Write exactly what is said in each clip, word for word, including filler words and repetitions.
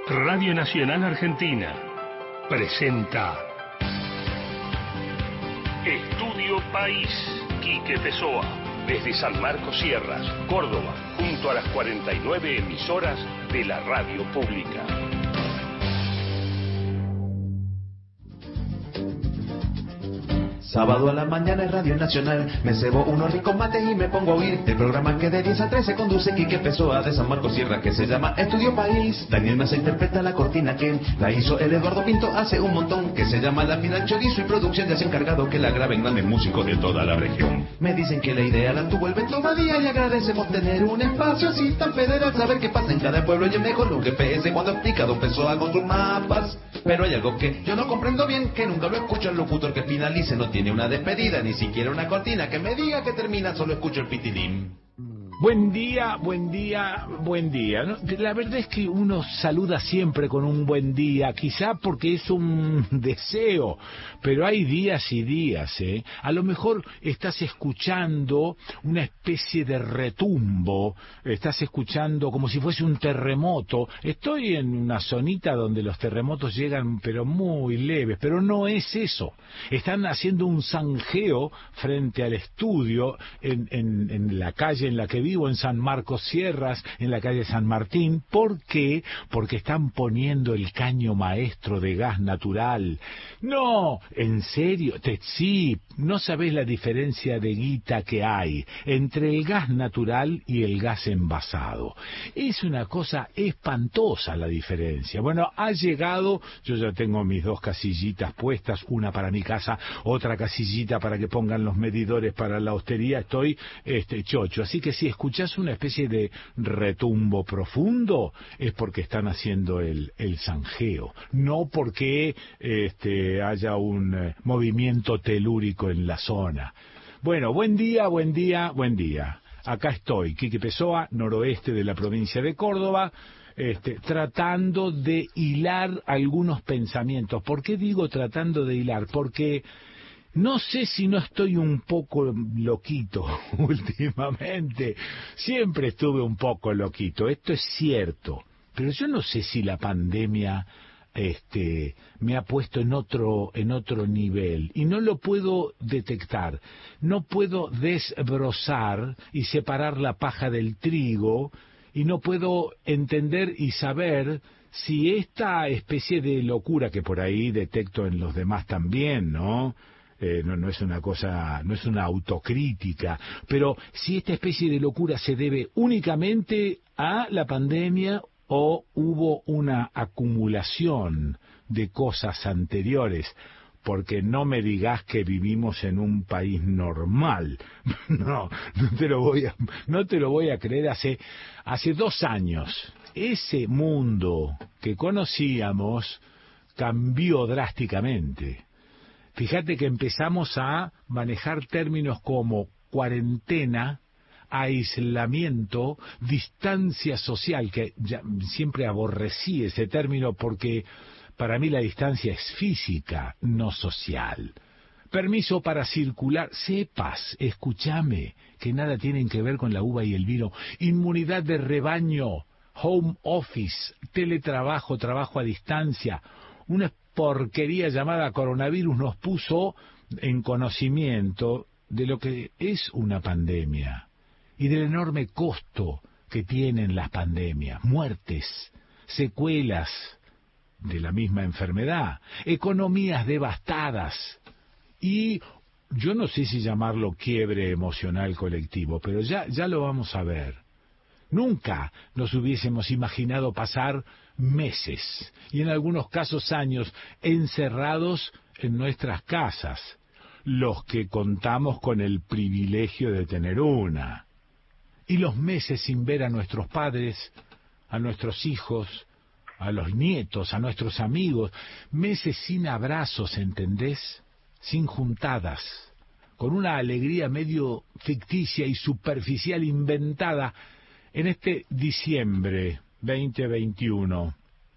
Radio Nacional Argentina presenta Estudio País, Quique Pessoa, desde San Marcos Sierras, Córdoba, junto a las cuarenta y nueve emisoras de la radio pública. Sábado a la mañana en Radio Nacional me cebo unos ricos mates y me pongo a oír el programa que de diez a trece conduce Quique Pessoa de San Marcos Sierra, que se llama Estudio País. Daniel Mesa interpreta la cortina que la hizo el Eduardo Pinto hace un montón, que se llama La Vida al Chorizo, y producción ya se ha encargado que la graben grandes músicos de toda la región. Me dicen que la idea la tuvo el Beto Badía y agradecemos tener un espacio así tan federal, saber qué pasa en cada pueblo y el mejor un G P S cuando explica Don Pessoa con sus mapas. Pero hay algo que yo no comprendo bien, que nunca lo escucho al locutor que finalice, no tiene una despedida, ni siquiera una cortina que me diga que termina, solo escucho el pitilín. Buen día, buen día, buen día, ¿no? La verdad es que uno saluda siempre con un buen día, quizá porque es un deseo, pero hay días y días, ¿eh? A lo mejor estás escuchando una especie de retumbo, estás escuchando como si fuese un terremoto. Estoy en una zonita donde los terremotos llegan pero muy leves, pero no es eso. Están haciendo un zanjeo frente al estudio en, en, en la calle en la que vivo, en San Marcos Sierras, en la calle San Martín. ¿Por qué? Porque están poniendo el caño maestro de gas natural. No, en serio, te, sí, no sabés la diferencia de guita que hay entre el gas natural y el gas envasado. Es una cosa espantosa la diferencia. Bueno, ha llegado, yo ya tengo mis dos casillitas puestas, una para mi casa, otra casillita para que pongan los medidores para la hostería. Estoy este chocho, así que si escuchás una especie de retumbo profundo es porque están haciendo el, el zanjeo, no porque este, haya un eh, movimiento telúrico en la zona. Bueno, buen día, buen día, buen día. Acá estoy, Quique Pessoa, noroeste de la provincia de Córdoba, este, tratando de hilar algunos pensamientos. ¿Por qué digo tratando de hilar? Porque no sé si no estoy un poco loquito últimamente. Siempre estuve un poco loquito, esto es cierto. Pero yo no sé si la pandemia este, me ha puesto en otro, en otro nivel. Y no lo puedo detectar. No puedo desbrozar y separar la paja del trigo. Y no puedo entender y saber si esta especie de locura que por ahí detecto en los demás también, ¿no? Eh, no, no es una cosa, no es una autocrítica, pero si esta especie de locura se debe únicamente a la pandemia o hubo una acumulación de cosas anteriores, porque no me digas que vivimos en un país normal. No, no te lo voy a, no te lo voy a creer. Hace, hace dos años, ese mundo que conocíamos cambió drásticamente. Fíjate que empezamos a manejar términos como cuarentena, aislamiento, distancia social, que ya siempre aborrecí ese término porque para mí la distancia es física, no social. Permiso para circular, sepas, escúchame, que nada tienen que ver con la uva y el vino. Inmunidad de rebaño, home office, teletrabajo, trabajo a distancia. Una porquería llamada coronavirus nos puso en conocimiento de lo que es una pandemia y del enorme costo que tienen las pandemias, muertes, secuelas de la misma enfermedad, economías devastadas y yo no sé si llamarlo quiebre emocional colectivo, pero ya, ya lo vamos a ver. Nunca nos hubiésemos imaginado pasar meses, y en algunos casos años, encerrados en nuestras casas, los que contamos con el privilegio de tener una. Y los meses sin ver a nuestros padres, a nuestros hijos, a los nietos, a nuestros amigos, meses sin abrazos, ¿entendés? Sin juntadas, con una alegría medio ficticia y superficial inventada. En este diciembre veinte veintiuno,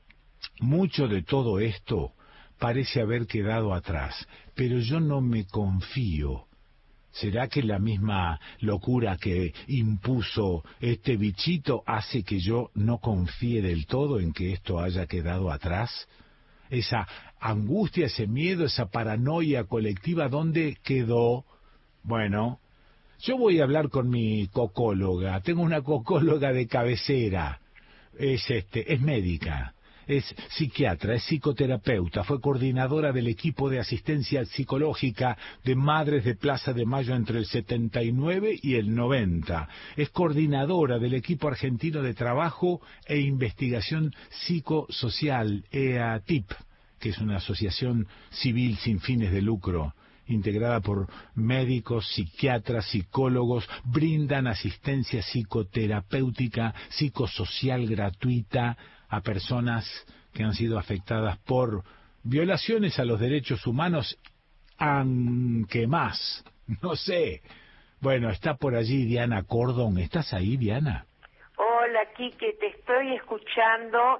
mucho de todo esto parece haber quedado atrás, pero yo no me confío. ¿Será que la misma locura que impuso este bichito hace que yo no confíe del todo en que esto haya quedado atrás? Esa angustia, ese miedo, esa paranoia colectiva, ¿dónde quedó? Bueno, yo voy a hablar con mi cocóloga. Tengo una cocóloga de cabecera. Es este, es médica. Es psiquiatra, es psicoterapeuta, fue coordinadora del equipo de asistencia psicológica de Madres de Plaza de Mayo entre el setenta y nueve y el noventa. Es coordinadora del equipo argentino de trabajo e investigación psicosocial, E A T I P, que es una asociación civil sin fines de lucro, integrada por médicos, psiquiatras, psicólogos, brindan asistencia psicoterapéutica, psicosocial gratuita a personas que han sido afectadas por violaciones a los derechos humanos, aunque más, no sé. Bueno, está por allí Diana Cordon. ¿Estás ahí, Diana? Hola, Quique, te estoy escuchando.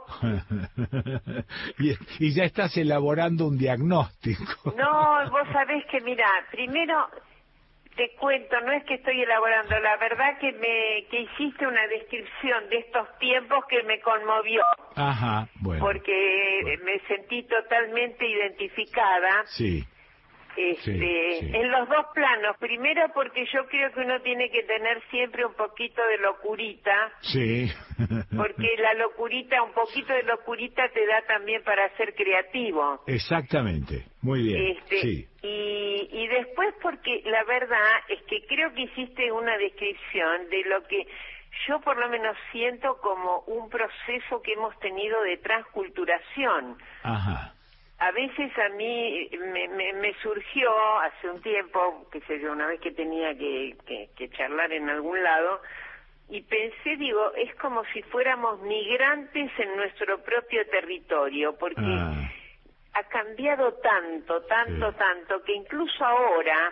y, y ya estás elaborando un diagnóstico. No, vos sabés que, mira, primero te cuento, no es que estoy elaborando, la verdad que me que hiciste una descripción de estos tiempos que me conmovió. Ajá, bueno. Porque bueno. me sentí totalmente identificada. Sí. Este, sí, sí. En los dos planos. Primero porque yo creo que uno tiene que tener siempre un poquito de locurita. Sí. Porque la locurita, un poquito de locurita te da también para ser creativo. Exactamente. Muy bien. Este, sí. y, y después porque la verdad es que creo que hiciste una descripción de lo que yo por lo menos siento como un proceso que hemos tenido de transculturación. Ajá. A veces a mí me, me, me surgió hace un tiempo, qué sé yo, una vez que tenía que, que, que charlar en algún lado, y pensé, digo, es como si fuéramos migrantes en nuestro propio territorio, porque ah. ha cambiado tanto, tanto, sí. tanto, que incluso ahora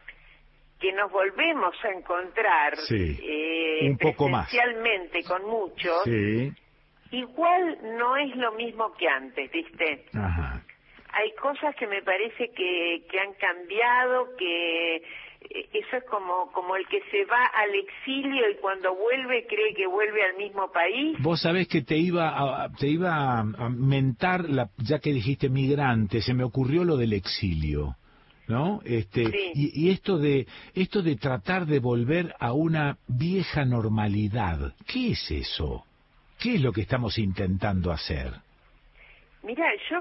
que nos volvemos a encontrar sí. eh, un poco presencialmente más. con muchos, sí. igual no es lo mismo que antes, ¿viste? Ajá. Hay cosas que me parece que, que han cambiado, que eso es como como el que se va al exilio y cuando vuelve cree que vuelve al mismo país. Vos sabés que te iba a, te iba a mentar, la, ya que dijiste migrante, se me ocurrió lo del exilio, ¿no? Este, sí. y, y esto de esto de tratar de volver a una vieja normalidad. ¿Qué es eso? ¿Qué es lo que estamos intentando hacer? Mira, yo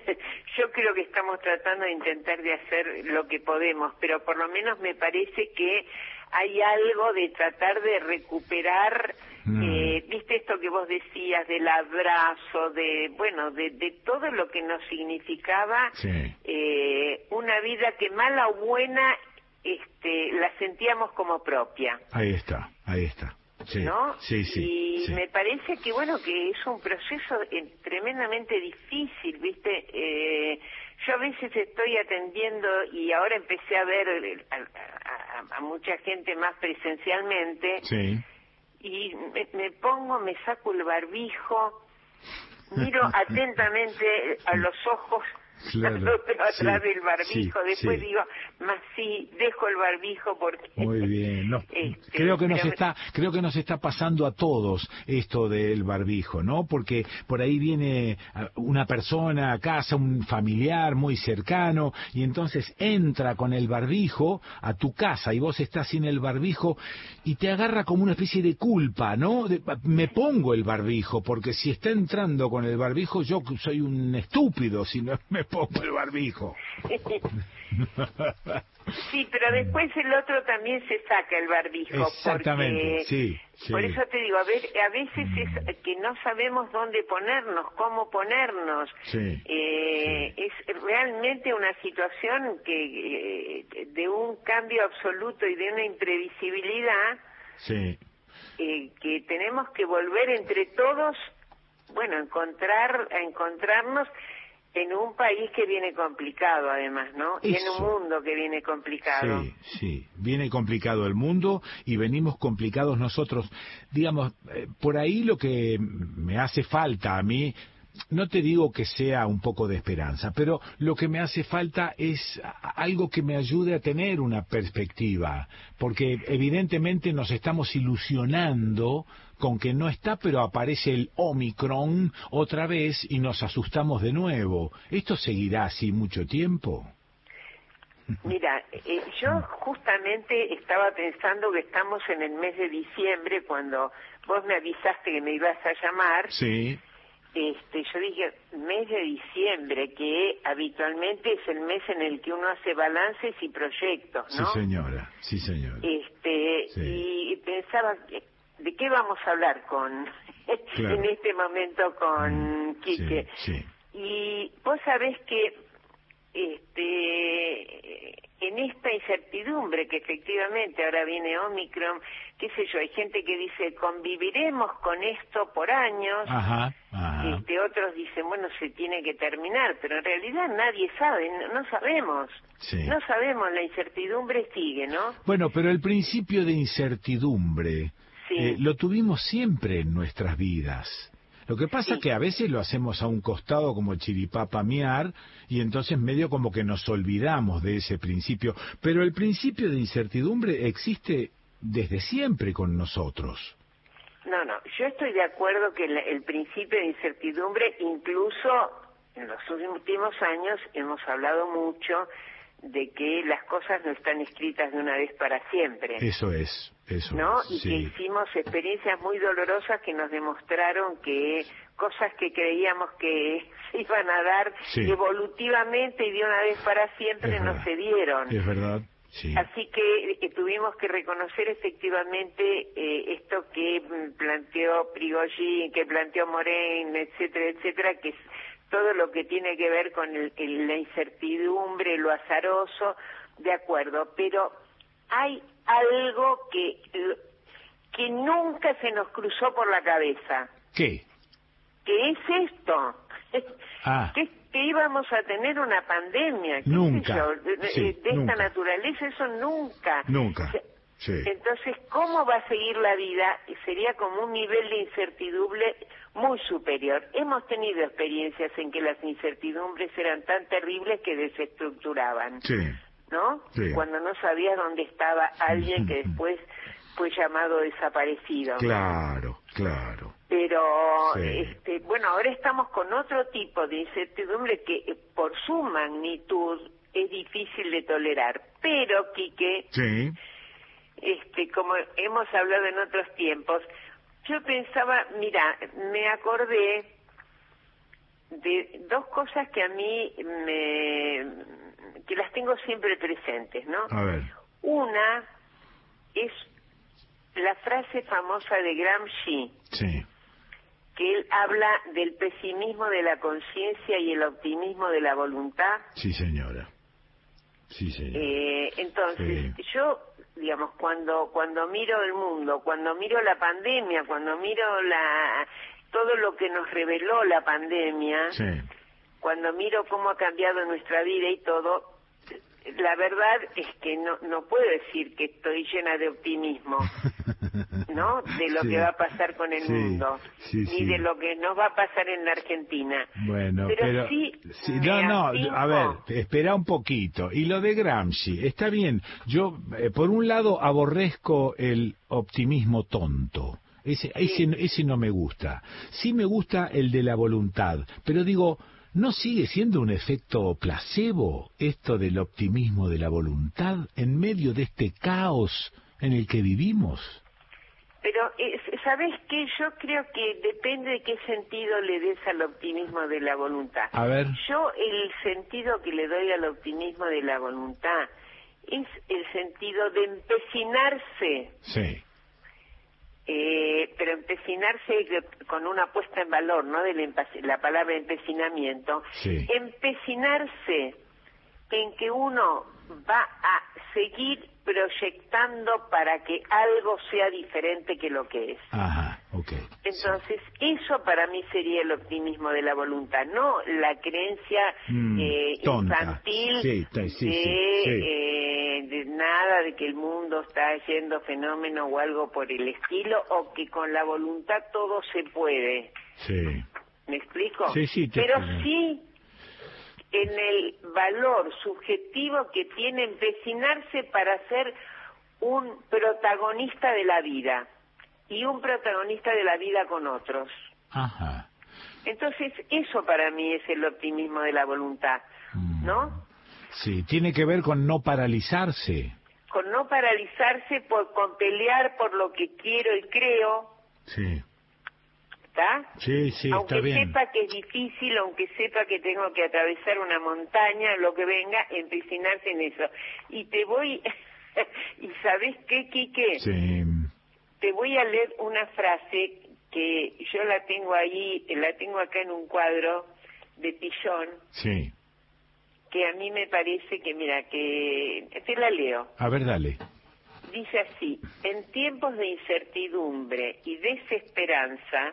yo creo que estamos tratando de intentar de hacer lo que podemos, pero por lo menos me parece que hay algo de tratar de recuperar, mm. eh, viste esto que vos decías del abrazo, de bueno, de, de todo lo que nos significaba sí. eh, una vida que mala o buena, este, la sentíamos como propia. Ahí está, ahí está. Sí, ¿no? Sí, sí, y sí. me parece que bueno que es un proceso eh, tremendamente difícil, ¿viste? Eh, yo a veces estoy atendiendo y ahora empecé a ver eh, a, a, a mucha gente más presencialmente sí. y me, me pongo, me saco el barbijo, miro atentamente a los ojos. Claro, pero atrás sí, del barbijo, sí, después sí. digo, más sí, dejo el barbijo porque... Muy bien, no, este, creo que nos pero... está, creo que nos está pasando a todos esto del barbijo, ¿no? Porque por ahí viene una persona a casa, un familiar muy cercano, y entonces entra con el barbijo a tu casa y vos estás sin el barbijo y te agarra como una especie de culpa, ¿no? De, me pongo el barbijo, porque si está entrando con el barbijo yo soy un estúpido si no me pongo el barbijo. Sí, pero después el otro también se saca el barbijo. Exactamente, porque, sí, sí. Por eso te digo, a, ver, a veces es que no sabemos dónde ponernos, cómo ponernos. Sí, eh, sí. Es realmente una situación que eh, de un cambio absoluto y de una imprevisibilidad sí. eh, que tenemos que volver entre todos, bueno, encontrar, a encontrarnos en un país que viene complicado además, ¿no? Eso. Y en un mundo que viene complicado. Sí, sí, viene complicado el mundo y venimos complicados nosotros. Digamos, eh, por ahí lo que me hace falta a mí no te digo que sea un poco de esperanza, pero lo que me hace falta es algo que me ayude a tener una perspectiva, porque evidentemente nos estamos ilusionando con que no está, pero aparece el Omicron otra vez y nos asustamos de nuevo. ¿Esto seguirá así mucho tiempo? Mira, eh, yo justamente estaba pensando que estamos en el mes de diciembre, cuando vos me avisaste que me ibas a llamar. Sí. Este, yo dije, mes de diciembre, que habitualmente es el mes en el que uno hace balances y proyectos, ¿no? Sí, señora, sí, señora. Este, sí. Y pensaba, ¿de qué vamos a hablar con claro. en este momento con mm, Quique? Sí, sí. Y vos sabés que este en esta incertidumbre que efectivamente ahora viene Omicron, qué sé yo, hay gente que dice conviviremos con esto por años, ajá, ajá. Este, otros dicen bueno se tiene que terminar, pero en realidad nadie sabe, no, no sabemos, sí. no sabemos, la incertidumbre sigue, ¿no? Bueno, pero el principio de incertidumbre sí. eh, lo tuvimos siempre en nuestras vidas. Lo que pasa es sí. que a veces lo hacemos a un costado como chiripapa miar y entonces medio como que nos olvidamos de ese principio. Pero el principio de incertidumbre existe desde siempre con nosotros. No, no, yo estoy de acuerdo que el, el principio de incertidumbre, incluso en los últimos años hemos hablado mucho de que las cosas no están escritas de una vez para siempre. Eso es, eso ¿no? es. Y sí. que hicimos experiencias muy dolorosas que nos demostraron que cosas que creíamos que se iban a dar sí. evolutivamente y de una vez para siempre no se dieron. Es verdad. Sí. Así que eh, tuvimos que reconocer efectivamente eh, esto que planteó Prigozhin, que planteó Moren, etcétera, etcétera, que es todo lo que tiene que ver con el, el, la incertidumbre, lo azaroso, de acuerdo, pero hay algo que, que nunca se nos cruzó por la cabeza. ¿Qué? ¿Qué es esto? Ah. que, que íbamos a tener una pandemia, ¿qué nunca. sé yo? De, sí, de esta nunca. naturaleza, eso nunca. Nunca. Se, Sí. Entonces, ¿cómo va a seguir la vida? Sería como un nivel de incertidumbre muy superior. Hemos tenido experiencias en que las incertidumbres eran tan terribles que desestructuraban, sí. ¿no? Sí. Cuando no sabías dónde estaba alguien que después fue llamado desaparecido. Claro, claro. Pero, sí. este, bueno, ahora estamos con otro tipo de incertidumbre que por su magnitud es difícil de tolerar. Pero, Quique... Sí. Este, como hemos hablado en otros tiempos, yo pensaba, mira, me acordé de dos cosas que a mí me, que las tengo siempre presentes, ¿no? A ver. Una es la frase famosa de Gramsci, sí. que él habla del pesimismo de la conciencia y el optimismo de la voluntad. Sí, señora. Sí, señora. Eh, entonces, sí. yo digamos, cuando cuando miro el mundo, cuando miro la pandemia, cuando miro la todo lo que nos reveló la pandemia, sí. cuando miro cómo ha cambiado nuestra vida y todo, la verdad es que no no puedo decir que estoy llena de optimismo, ¿no? De lo sí. que va a pasar con el sí. mundo, sí, ni sí. de lo que nos va a pasar en la Argentina. Bueno, pero, pero sí, sí, no, no, afinco. a ver, espera un poquito. Y lo de Gramsci, está bien. Yo, eh, por un lado, aborrezco el optimismo tonto. Ese, ese, sí. ese no me gusta. Sí me gusta el de la voluntad, pero digo, ¿no sigue siendo un efecto placebo esto del optimismo de la voluntad en medio de este caos en el que vivimos? Pero, ¿sabes qué? Yo creo que depende de qué sentido le des al optimismo de la voluntad. A ver. Yo el sentido que le doy al optimismo de la voluntad es el sentido de empecinarse. Sí. Eh, pero empecinarse con una puesta en valor, ¿no? De la, la palabra empecinamiento. Sí. Empecinarse en que uno va a seguir proyectando para que algo sea diferente que lo que es. Ajá, okay. Entonces, sí. eso para mí sería el optimismo de la voluntad, no la creencia mm, eh, infantil sí, sí, sí, de, sí. Eh, de nada, de que el mundo está yendo fenómeno o algo por el estilo, o que con la voluntad todo se puede. Sí. ¿Me explico? Sí, sí, te Pero explico. sí en el valor subjetivo que tiene empecinarse para ser un protagonista de la vida y un protagonista de la vida con otros. Ajá. Entonces, eso para mí es el optimismo de la voluntad, ¿no? Sí, tiene que ver con no paralizarse. Con no paralizarse, por, con pelear por lo que quiero y creo, Sí. ¿está? Sí, sí, aunque está bien. sepa que es difícil, aunque sepa que tengo que atravesar una montaña, lo que venga, empecinarse en eso. Y te voy, y ¿sabes qué, Quique? Sí. Te voy a leer una frase que yo la tengo ahí, la tengo acá en un cuadro de Pillon, Sí. que a mí me parece que, mira, que te la leo. A ver, dale. Dice así: en tiempos de incertidumbre y desesperanza,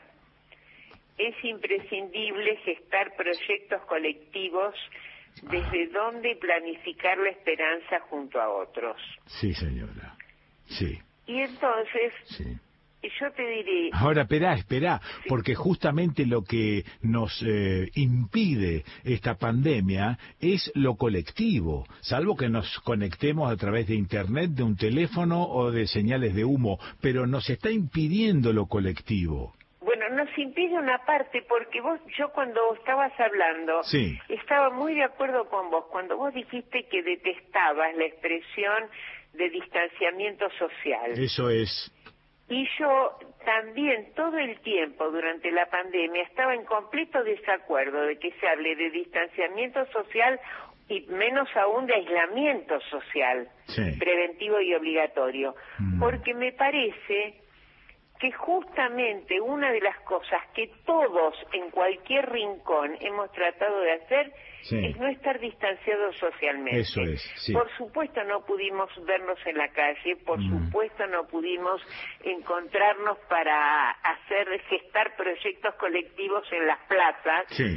es imprescindible gestar proyectos colectivos desde donde planificar la esperanza junto a otros. Sí, señora. Sí. Y entonces, Sí. yo te diré... Ahora, espera, espera, porque justamente lo que nos eh, impide esta pandemia es lo colectivo, salvo que nos conectemos a través de internet, de un teléfono o de señales de humo, pero nos está impidiendo lo colectivo. Bueno, nos impide una parte, porque vos, yo cuando estabas hablando, Sí. estaba muy de acuerdo con vos, cuando vos dijiste que detestabas la expresión de distanciamiento social. Eso es. Y yo también todo el tiempo durante la pandemia estaba en completo desacuerdo de que se hable de distanciamiento social y menos aún de aislamiento social, Sí. preventivo y obligatorio, Mm. porque me parece que justamente una de las cosas que todos en cualquier rincón hemos tratado de hacer Sí. es no estar distanciados socialmente. Eso es, sí. Por supuesto no pudimos vernos en la calle, por Mm. supuesto no pudimos encontrarnos para hacer, gestar proyectos colectivos en las plazas. Sí.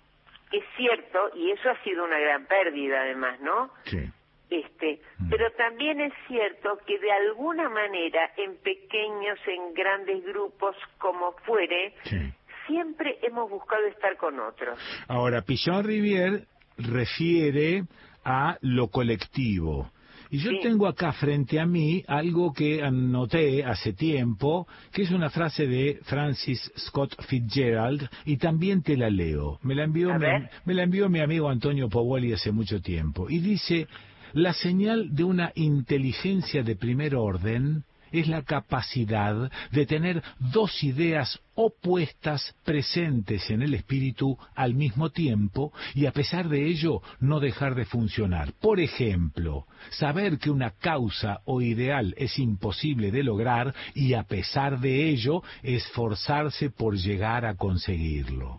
Es cierto, y eso ha sido una gran pérdida además, ¿no? Sí. Este, Mm. pero también es cierto que de alguna manera, en pequeños, en grandes grupos, como fuere, Sí. siempre hemos buscado estar con otros. Ahora, Pillon Rivière refiere a lo colectivo. Y yo Sí. tengo acá frente a mí algo que anoté hace tiempo, que es una frase de Francis Scott Fitzgerald, y también te la leo. Me la envió, A mi, ver. me la envió mi amigo Antonio Powoli hace mucho tiempo. Y dice: la señal de una inteligencia de primer orden es la capacidad de tener dos ideas opuestas presentes en el espíritu al mismo tiempo y a pesar de ello no dejar de funcionar. Por ejemplo, saber que una causa o ideal es imposible de lograr y a pesar de ello esforzarse por llegar a conseguirlo.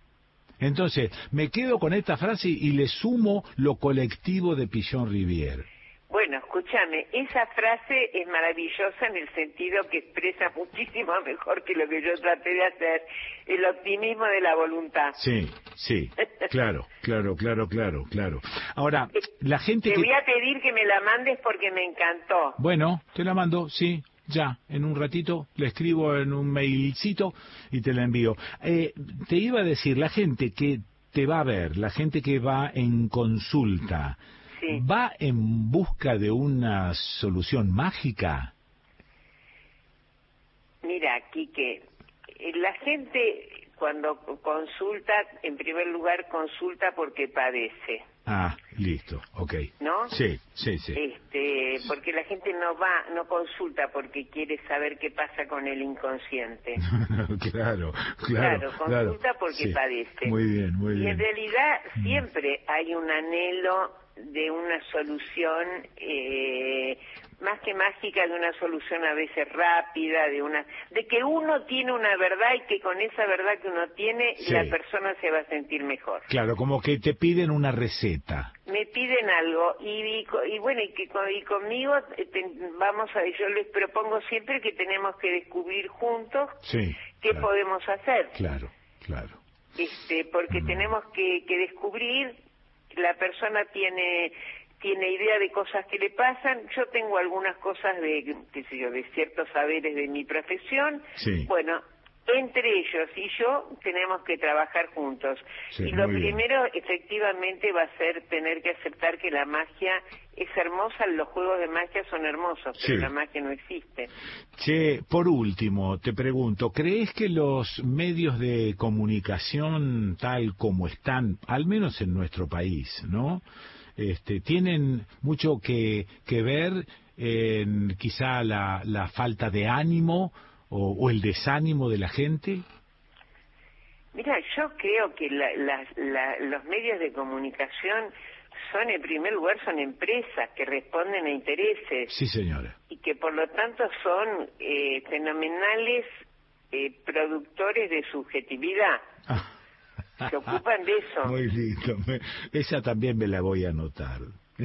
Entonces, me quedo con esta frase y le sumo lo colectivo de Pillon Rivière. Bueno, escúchame, esa frase es maravillosa en el sentido que expresa muchísimo mejor que lo que yo traté de hacer, el optimismo de la voluntad. Sí, sí, claro, claro, claro, claro, claro. Ahora, la gente Te que... voy a pedir que me la mandes porque me encantó. Bueno, te la mando, sí, ya, en un ratito, le escribo en un mailcito y te la envío. Eh, te iba a decir, la gente que te va a ver, la gente que va en consulta, Sí. ¿va en busca de una solución mágica? Mira, Quique, eh, la gente cuando consulta, en primer lugar consulta porque padece, Ah, listo, ok. ¿no? Sí, sí, sí. Este, porque la gente no va, no consulta porque quiere saber qué pasa con el inconsciente. claro, claro, Claro, claro. consulta porque Sí. padece. Muy bien, muy Y bien. en realidad Mm. siempre hay un anhelo de una solución, eh, más que mágica, de una solución a veces rápida, de una, de que uno tiene una verdad y que con esa verdad que uno tiene, Sí. la persona se va a sentir mejor. Claro, como que te piden una receta. Me piden algo y, y, y bueno, y, que, y conmigo eh, te, vamos a, yo les propongo siempre que tenemos que descubrir juntos Sí. qué claro, podemos hacer. Claro, claro. Este, porque Mm. tenemos que, que descubrir, la persona tiene tiene idea de cosas que le pasan, yo tengo algunas cosas de, qué sé yo, de ciertos saberes de mi profesión, Sí. bueno, entre ellos y yo tenemos que trabajar juntos. Sí, y lo muy bien. primero, efectivamente, va a ser tener que aceptar que la magia es hermosa, los juegos de magia son hermosos, pero Sí. la magia no existe. Che, por último, te pregunto, ¿crees que los medios de comunicación tal como están, al menos en nuestro país, ¿no? Este, tienen mucho que, que ver en quizá la, la falta de ánimo o, o el desánimo de la gente? Mira, yo creo que la, la, la, los medios de comunicación son, en primer lugar, son empresas que responden a intereses. Sí, señora. Y que por lo tanto son eh, fenomenales eh, productores de subjetividad. Se ocupan de eso. Muy lindo. Me- esa también me la voy a anotar.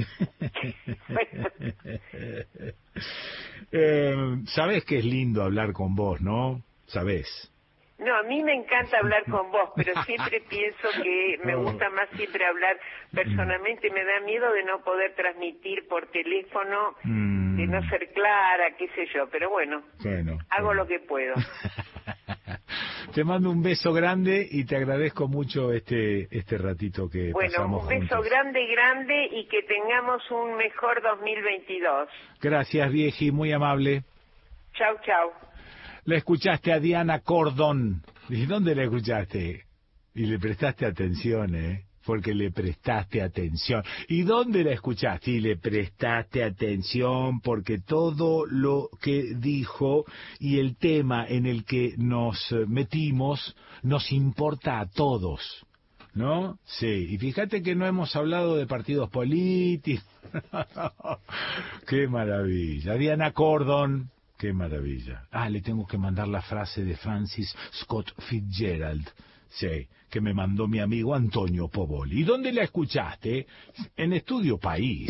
eh, Sabés que es lindo hablar con vos, ¿no? Sabés. No, a mí me encanta hablar con vos, pero siempre pienso que me gusta más siempre hablar personalmente. Me da miedo de no poder transmitir por teléfono, Mm. de no ser clara, qué sé yo. Pero bueno, Bueno, hago bueno. lo que puedo. Te mando un beso grande y te agradezco mucho este este ratito que Bueno, pasamos un beso juntos. grande, grande y que tengamos un mejor dos mil veintidós. Gracias, vieji, muy amable. Chau, chau. La escuchaste a Diana Cordón. ¿Y dónde la escuchaste? Y le prestaste atención, ¿eh? Porque le prestaste atención. ¿Y dónde la escuchaste? Y le prestaste atención porque todo lo que dijo y el tema en el que nos eh, metimos nos importa a todos. ¿No? Sí, y fíjate que no hemos hablado de partidos políticos. ¡Qué maravilla! Diana Cordon, qué maravilla. Ah, le tengo que mandar la frase de Francis Scott Fitzgerald, sí, que me mandó mi amigo Antonio Povoli. ¿Y dónde la escuchaste? En Estudio País.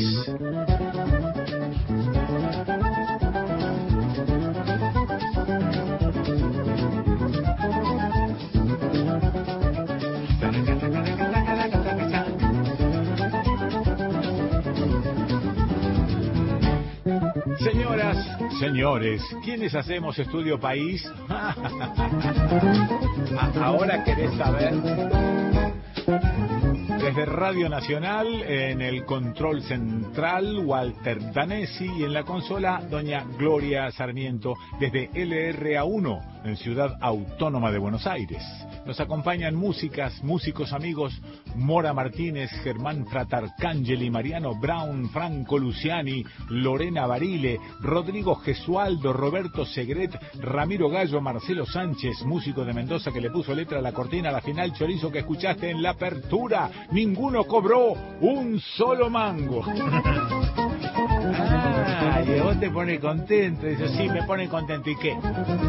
Señoras, señores, ¿quiénes hacemos Estudio País? Ahora querés saber. Desde Radio Nacional, en el control central, Walter Danesi, y en la consola, doña Gloria Sarmiento, desde L R A uno, en Ciudad Autónoma de Buenos Aires. Nos acompañan músicas, músicos amigos, Mora Martínez, Germán Fratarcangeli, Mariano Brown, Franco Luciani, Lorena Barile, Rodrigo Gesualdo, Roberto Segret, Ramiro Gallo, Marcelo Sánchez, músico de Mendoza que le puso letra a la cortina, a la final chorizo que escuchaste en la apertura. Ninguno cobró un solo mango. Ah, y vos te pone contento. Dice, sí, me pone contento. ¿Y qué?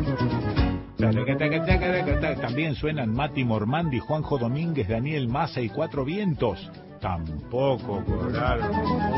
También suenan Mati Mormandi, Juanjo Domínguez, Daniel Massa y Cuatro Vientos. Tampoco cobraron.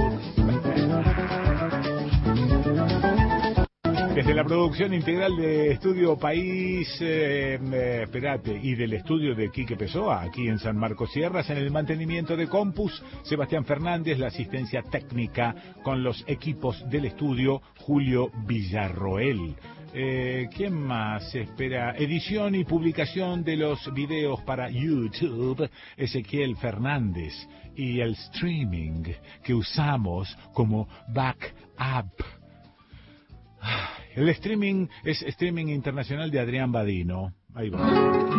Desde la producción integral de Estudio País, eh, eh, espérate, y del estudio de Quique Pessoa, aquí en San Marcos Sierras, en el mantenimiento de Compus, Sebastián Fernández, la asistencia técnica con los equipos del estudio, Julio Villarroel. Eh, ¿Quién más espera? Edición y publicación de los videos para YouTube, Ezequiel Fernández. Y el streaming que usamos como backup. El streaming es streaming internacional de Adrián Badino. Ahí va.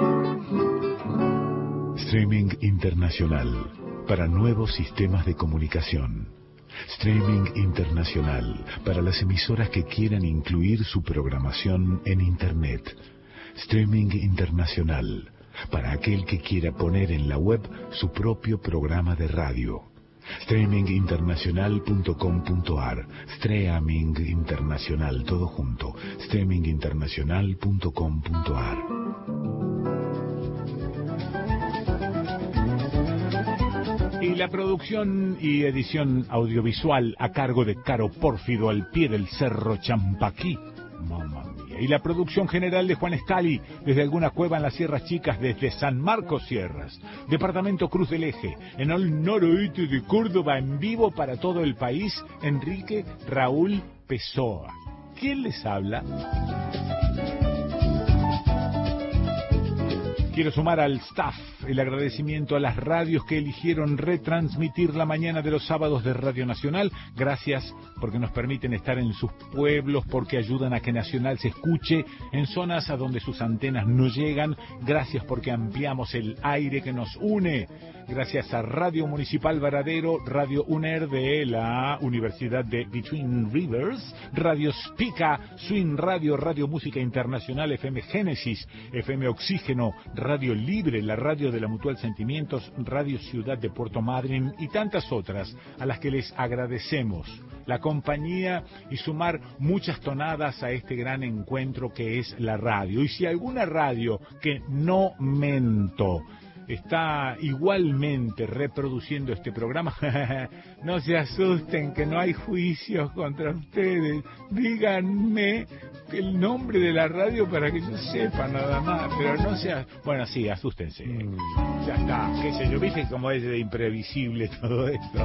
Streaming internacional para nuevos sistemas de comunicación. Streaming internacional para las emisoras que quieran incluir su programación en Internet. Streaming internacional para aquel que quiera poner en la web su propio programa de radio. streaming internacional punto com punto a r. Streaming internacional, todo junto. streaming internacional punto com punto a r. Y la producción y edición audiovisual a cargo de Caro Pórfido al pie del Cerro Champaquí. Mamma mía. Y la producción general de Juan Scali desde alguna cueva en las Sierras Chicas, desde San Marcos Sierras, departamento Cruz del Eje, en el noroeste de Córdoba, en vivo para todo el país, Enrique Raúl Pessoa. ¿Quién les habla? Quiero sumar al staff el agradecimiento a las radios que eligieron retransmitir la mañana de los sábados de Radio Nacional. Gracias porque nos permiten estar en sus pueblos, porque ayudan a que Nacional se escuche en zonas a donde sus antenas no llegan. Gracias porque ampliamos el aire que nos une. Gracias a Radio Municipal Varadero, Radio UNER de la Universidad de Between Rivers, Radio Spica, Swing Radio, Radio Música Internacional, F M Génesis, F M Oxígeno, Radio Libre, la radio de la Mutual Sentimientos, Radio Ciudad de Puerto Madryn y tantas otras a las que les agradecemos la compañía y sumar muchas tonadas a este gran encuentro que es la radio. Y si alguna radio que no mento está igualmente reproduciendo este programa, no se asusten que no hay juicios contra ustedes. Díganme el nombre de la radio para que yo sepa nada más, pero no sea... Bueno, sí, asústense. Ya está, qué sé yo, viste cómo es de imprevisible todo esto.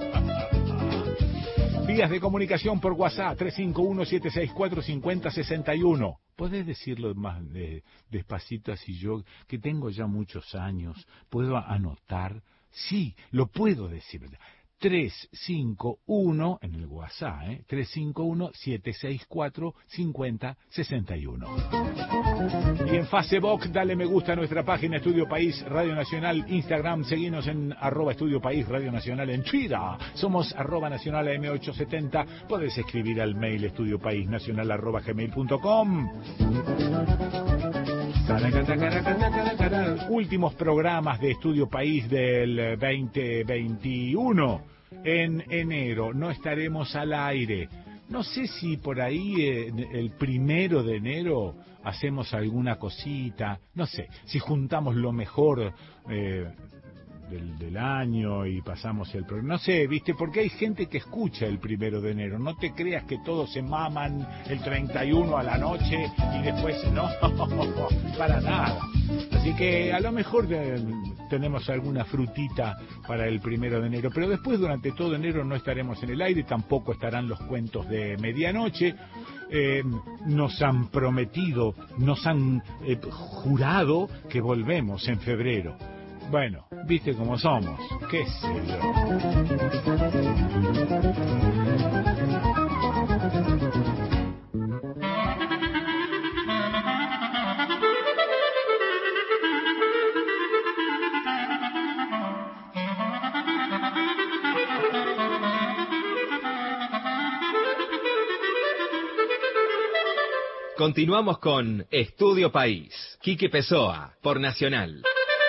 Vías de comunicación por WhatsApp, tres cinco uno, siete seis cuatro, cinco cero seis uno. ¿Podés decirlo más de, despacito así yo, que tengo ya muchos años, puedo anotar? Sí, lo puedo decir. tres cinco uno, en el WhatsApp, ¿eh? tres cinco uno, siete seis cuatro, cinco cero seis uno. Y en Facebook, dale me gusta a nuestra página Estudio País Radio Nacional, Instagram, seguinos en arroba Estudio País Radio Nacional, en Twitter somos arroba nacional a eme ochocientos setenta, podés escribir al mail estudiopaísnacional arroba gmail punto com. Últimos programas de Estudio País del veinte veintiuno. En enero no estaremos al aire. No sé si por ahí eh, el primero de enero hacemos alguna cosita. No sé, si juntamos lo mejor eh, del, del año y pasamos el programa. No sé, viste, porque hay gente que escucha el primero de enero. No te creas que todos se maman el treinta y uno a la noche y después no, para nada. Así que a lo mejor eh, tenemos alguna frutita para el primero de enero, pero después durante todo enero no estaremos en el aire, tampoco estarán los cuentos de medianoche. Eh, nos han prometido, nos han eh, jurado que volvemos en febrero. Bueno, viste cómo somos, qué sé yo. Continuamos con Estudio País. Quique Pessoa, por Nacional.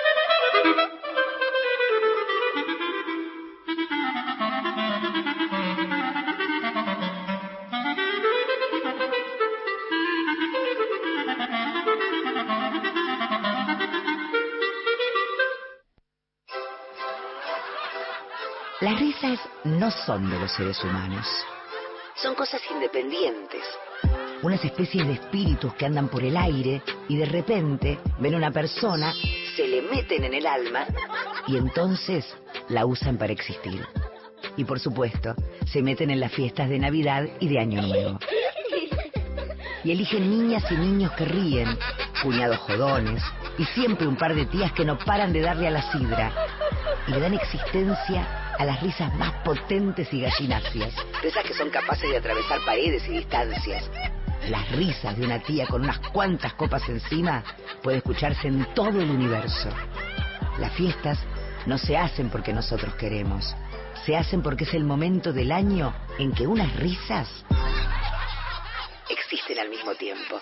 Las risas no son de los seres humanos. Son cosas independientes. Unas especies de espíritus que andan por el aire y de repente ven a una persona, se le meten en el alma y entonces la usan para existir. Y por supuesto, se meten en las fiestas de Navidad y de Año Nuevo. Y eligen niñas y niños que ríen, cuñados jodones y siempre un par de tías que no paran de darle a la sidra. Y le dan existencia a las risas más potentes y gallináceas, de esas que son capaces de atravesar paredes y distancias. Las risas de una tía con unas cuantas copas encima puede escucharse en todo el universo. Las fiestas no se hacen porque nosotros queremos, se hacen porque es el momento del año en que unas risas existen al mismo tiempo.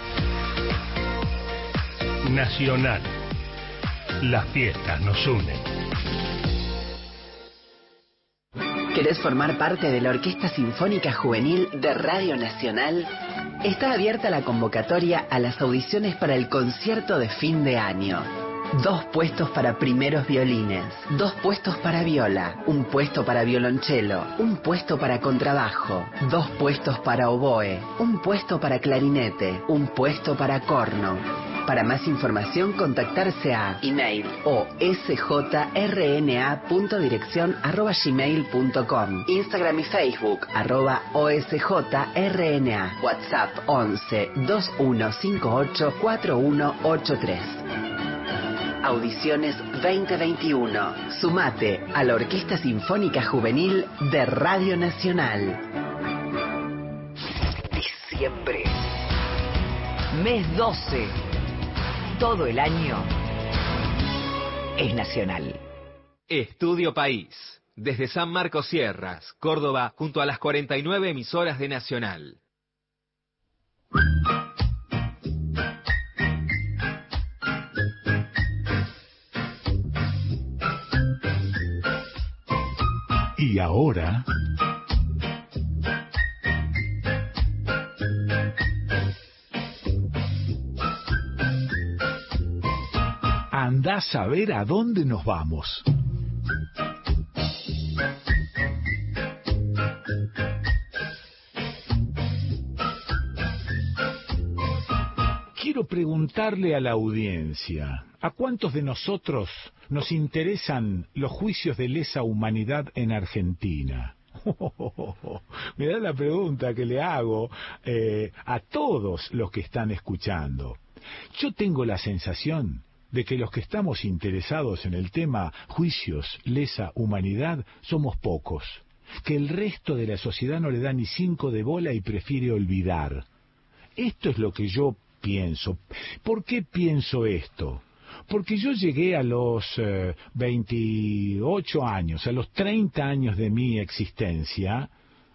Nacional. Las fiestas nos unen. ¿Querés formar parte de la Orquesta Sinfónica Juvenil de Radio Nacional? Está abierta la convocatoria a las audiciones para el concierto de fin de año. Dos puestos para primeros violines, dos puestos para viola, un puesto para violonchelo, un puesto para contrabajo, dos puestos para oboe, un puesto para clarinete, un puesto para corno. Para más información, contactarse a email o osjrna.dirección arroba gmail punto com, Instagram y Facebook arroba osjrna, WhatsApp once, veintiuno cincuenta y ocho, cuarenta y uno ochenta y tres. Audiciones veinte veintiuno. Sumate a la Orquesta Sinfónica Juvenil de Radio Nacional. Diciembre. Mes doce. Todo el año es nacional. Estudio País. Desde San Marcos Sierras, Córdoba, junto a las cuarenta y nueve emisoras de Nacional. Y ahora... andás a ver a dónde nos vamos. Quiero preguntarle a la audiencia, ¿a cuántos de nosotros nos interesan los juicios de lesa humanidad en Argentina? Mirá la pregunta que le hago eh, a todos los que están escuchando. Yo tengo la sensación de que los que estamos interesados en el tema juicios, lesa humanidad, somos pocos, que el resto de la sociedad no le da ni cinco de bola y prefiere olvidar. Esto es lo que yo pienso. ¿Por qué pienso esto? Porque yo llegué a los eh, veintiocho años, a los treinta años de mi existencia,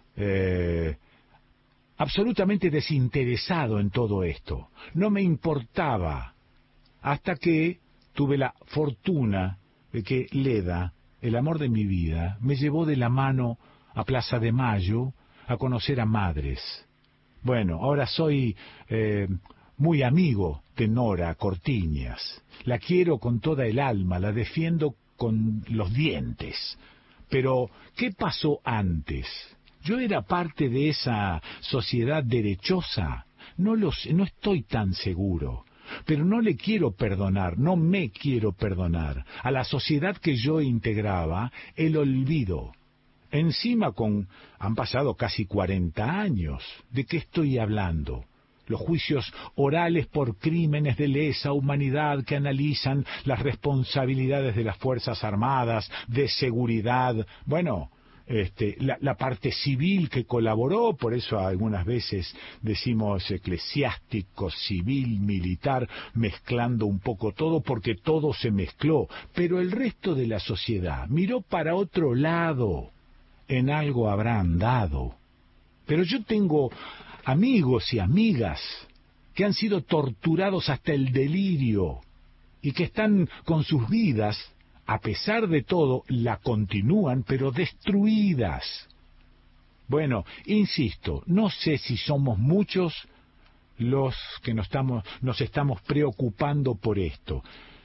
eh, absolutamente desinteresado en todo esto. No me importaba, hasta que tuve la fortuna de que Leda, el amor de mi vida, me llevó de la mano a Plaza de Mayo a conocer a Madres. Bueno, ahora soy eh, muy amigo de Nora Cortiñas. La quiero con toda el alma, la defiendo con los dientes. Pero, ¿qué pasó antes? ¿Yo era parte de esa sociedad derechosa? No lo sé, no estoy tan seguro. Pero no le quiero perdonar, no me quiero perdonar a la sociedad que yo integraba el olvido. Encima con... han pasado casi cuarenta años. ¿De qué estoy hablando? Los juicios orales por crímenes de lesa humanidad que analizan las responsabilidades de las Fuerzas Armadas, de seguridad. Bueno, este, la, la parte civil que colaboró, por eso algunas veces decimos eclesiástico, civil, militar, mezclando un poco todo, porque todo se mezcló. Pero el resto de la sociedad miró para otro lado. En algo habrá andado. Pero yo tengo amigos y amigas que han sido torturados hasta el delirio y que están con sus vidas, a pesar de todo, la continúan, pero destruidas. Bueno, insisto, no sé si somos muchos los que nos estamos, nos estamos preocupando por esto.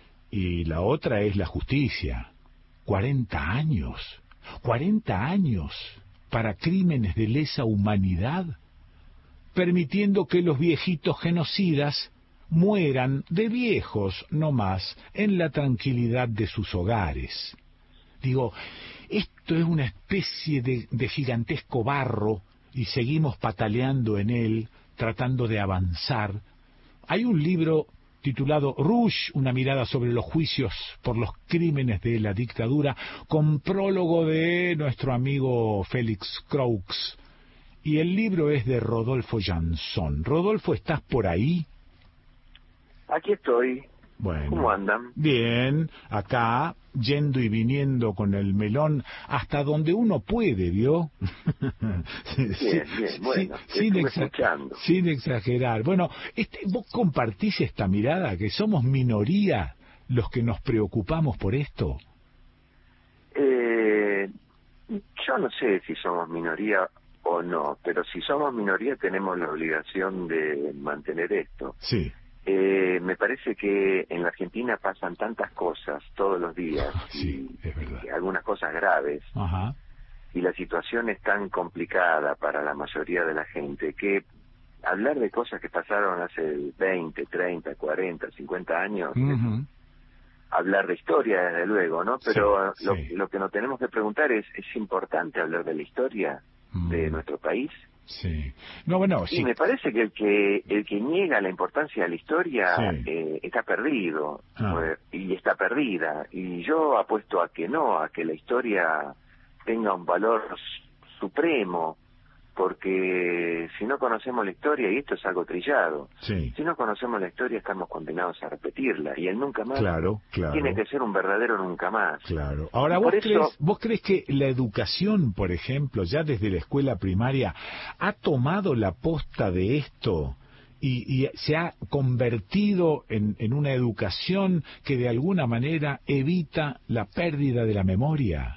Y la otra es la justicia. Cuarenta años. Cuarenta años para crímenes de lesa humanidad, permitiendo que los viejitos genocidas mueran de viejos no más en la tranquilidad de sus hogares. Digo, esto es una especie de, de gigantesco barro y seguimos pataleando en él, tratando de avanzar. Hay un libro titulado Rouge, una mirada sobre los juicios por los crímenes de la dictadura, con prólogo de nuestro amigo Félix Croix. Y el libro es de Rodolfo Jansson. Rodolfo, ¿estás por ahí? Aquí estoy. Bueno, ¿cómo andan? Bien, acá, yendo y viniendo con el melón hasta donde uno puede, ¿vio? Bien, bien, bueno, sin, sin, exa escuchando. sin exagerar. Bueno, este, ¿vos compartís esta mirada, que somos minoría los que nos preocupamos por esto? Eh, yo no sé si somos minoría o no, pero si somos minoría tenemos la obligación de mantener esto. Sí. Eh, me parece que en la Argentina pasan tantas cosas todos los días, sí, y, es verdad. y algunas cosas graves, Ajá. y la situación es tan complicada para la mayoría de la gente que hablar de cosas que pasaron hace veinte, treinta, cuarenta, cincuenta años, Uh-huh. hablar de historia desde luego, ¿no? Pero sí, lo, sí. lo que nos tenemos que preguntar es, ¿es importante hablar de la historia uh-huh. de nuestro país? Sí. No, bueno, sí. sí. Me parece que el que el que niega la importancia de la historia sí. eh, está perdido ah. pues, y está perdida. Y yo apuesto a que no, a que la historia tenga un valor supremo, porque si no conocemos la historia, y esto es algo trillado, sí. si no conocemos la historia estamos condenados a repetirla, y el nunca más claro, claro. tiene que ser un verdadero nunca más. Claro. Ahora, ¿vos, ¿vos, eso... crees, ¿vos crees que la educación, por ejemplo, ya desde la escuela primaria, ha tomado la posta de esto y, y se ha convertido en, en una educación que de alguna manera evita la pérdida de la memoria?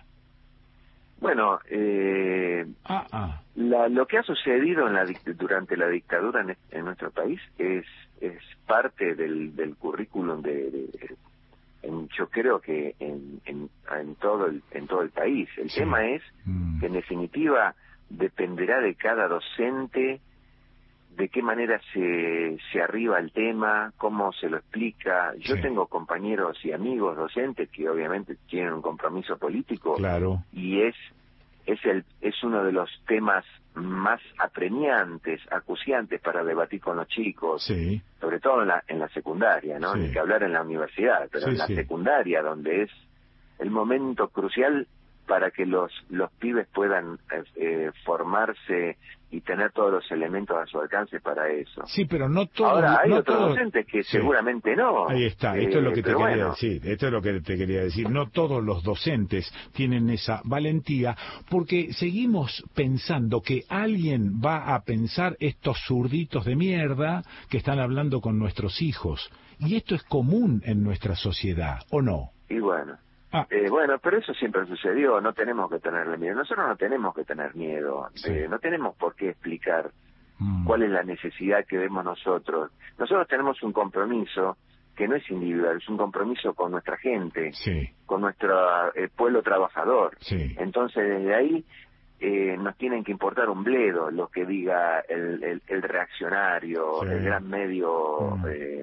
Bueno, eh, ah, ah. La, lo que ha sucedido en la, durante la dictadura en, en nuestro país es es parte del, del currículum de, de, de en, yo creo que en, en, en todo el en todo el país. El sí. tema es mm. que en definitiva dependerá de cada docente de qué manera se se arriba el tema, cómo se lo explica. Yo sí. tengo compañeros y amigos docentes que obviamente tienen un compromiso político, claro. y es es el es uno de los temas más apremiantes, acuciantes para debatir con los chicos, sí. sobre todo en la en la secundaria, ¿no? Sí. Ni que hablar en la universidad, pero sí, en la sí. secundaria, donde es el momento crucial para que los los pibes puedan eh, formarse y tener todos los elementos a su alcance para eso. Sí, pero no todos. Ahora hay no otros todos... docentes que sí. seguramente no. Ahí está, esto eh, es lo que te quería bueno. decir, esto es lo que te quería decir. No todos los docentes tienen esa valentía, porque seguimos pensando que alguien va a pensar estos zurditos de mierda que están hablando con nuestros hijos. Y esto es común en nuestra sociedad, ¿o no? Y bueno. Ah. Eh, bueno, pero eso siempre sucedió, no tenemos que tenerle miedo. Nosotros no tenemos que tener miedo, sí. eh, no tenemos por qué explicar mm. cuál es la necesidad que vemos nosotros. Nosotros tenemos un compromiso que no es individual, es un compromiso con nuestra gente, sí. con nuestro eh, pueblo trabajador. Sí. Entonces, desde ahí eh, nos tienen que importar un bledo lo que diga el, el, el reaccionario, sí. el gran medio... Mm. Eh,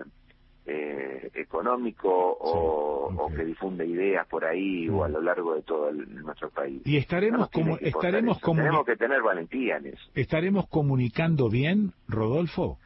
Eh, económico o, sí, okay. o que difunde ideas por ahí mm. o a lo largo de todo el, nuestro país. Y estaremos no como estaremos como tenemos que tener valentía en eso. ¿Estaremos comunicando bien, Rodolfo?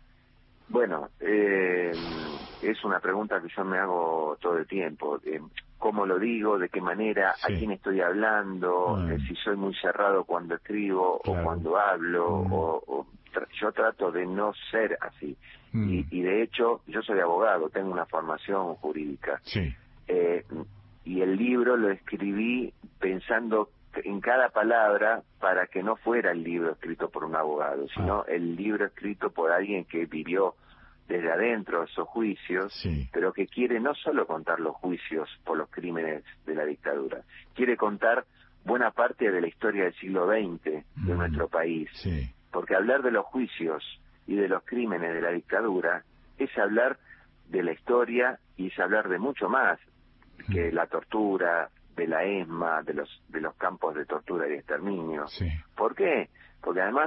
Bueno, eh, es una pregunta que yo me hago todo el tiempo. Eh, ¿Cómo lo digo? ¿De qué manera? Sí. ¿A quién estoy hablando? Mm. Eh, si soy muy cerrado cuando escribo claro. o cuando hablo mm. o, o tra yo trato de no ser así. Mm. Y, y de hecho, yo soy abogado, tengo una formación jurídica. Sí. Eh, y el libro lo escribí pensando en cada palabra para que no fuera el libro escrito por un abogado, sino ah. el libro escrito por alguien que vivió desde adentro esos juicios, sí. pero que quiere no solo contar los juicios por los crímenes de la dictadura, quiere contar buena parte de la historia del siglo veinte de mm. nuestro país. Sí. Porque hablar de los juicios y de los crímenes de la dictadura es hablar de la historia y es hablar de mucho más que la tortura, de la ESMA, de los de los campos de tortura y exterminio. Sí. ¿Por qué? Porque además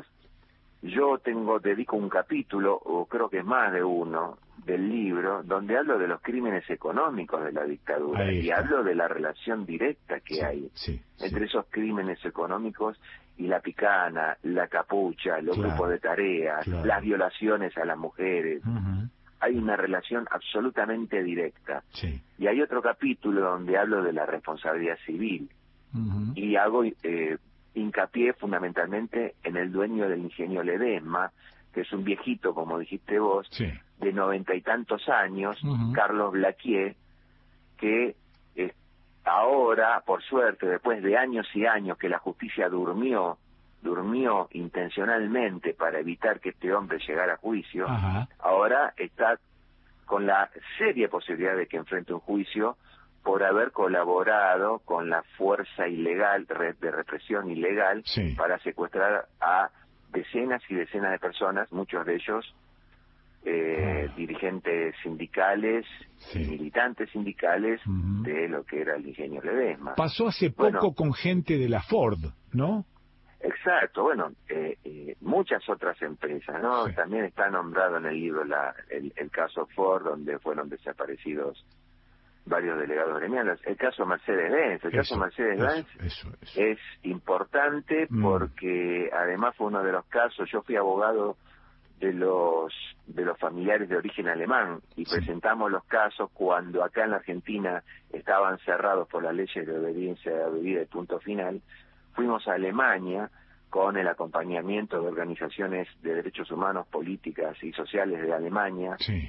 yo tengo dedico un capítulo, o creo que es más de uno, del libro, donde hablo de los crímenes económicos de la dictadura y hablo de la relación directa que sí, hay sí, entre sí. esos crímenes económicos y la picana, la capucha, los claro, grupos de tareas, claro. las violaciones a las mujeres. Uh-huh. Hay una relación absolutamente directa. Sí. Y hay otro capítulo donde hablo de la responsabilidad civil. Uh-huh. Y hago eh, hincapié fundamentalmente en el dueño del ingenio Ledesma, que es un viejito, como dijiste vos, sí. de noventa y tantos años, uh-huh. Carlos Blaquier, que eh, ahora, por suerte, después de años y años que la justicia durmió, durmió intencionalmente para evitar que este hombre llegara a juicio, uh-huh. ahora está con la seria posibilidad de que enfrente un juicio por haber colaborado con la fuerza ilegal, de represión ilegal, sí. para secuestrar a decenas y decenas de personas, muchos de ellos eh, ah. dirigentes sindicales, sí. militantes sindicales uh-huh. de lo que era el ingenio Ledesma. Pasó hace poco bueno, con gente de la Ford, ¿no? Exacto, bueno, eh, eh, muchas otras empresas, ¿no? Sí. También está nombrado en el libro la, el, el caso Ford, donde fueron desaparecidos varios delegados gremiales. El caso Mercedes-Benz, el eso, caso Mercedes-Benz eso, eso, eso. es importante mm. porque además fue uno de los casos, yo fui abogado de los de los familiares de origen alemán y sí. presentamos los casos cuando acá en la Argentina estaban cerrados por las leyes de obediencia debida y punto final. Fuimos a Alemania con el acompañamiento de organizaciones de derechos humanos, políticas y sociales de Alemania, sí.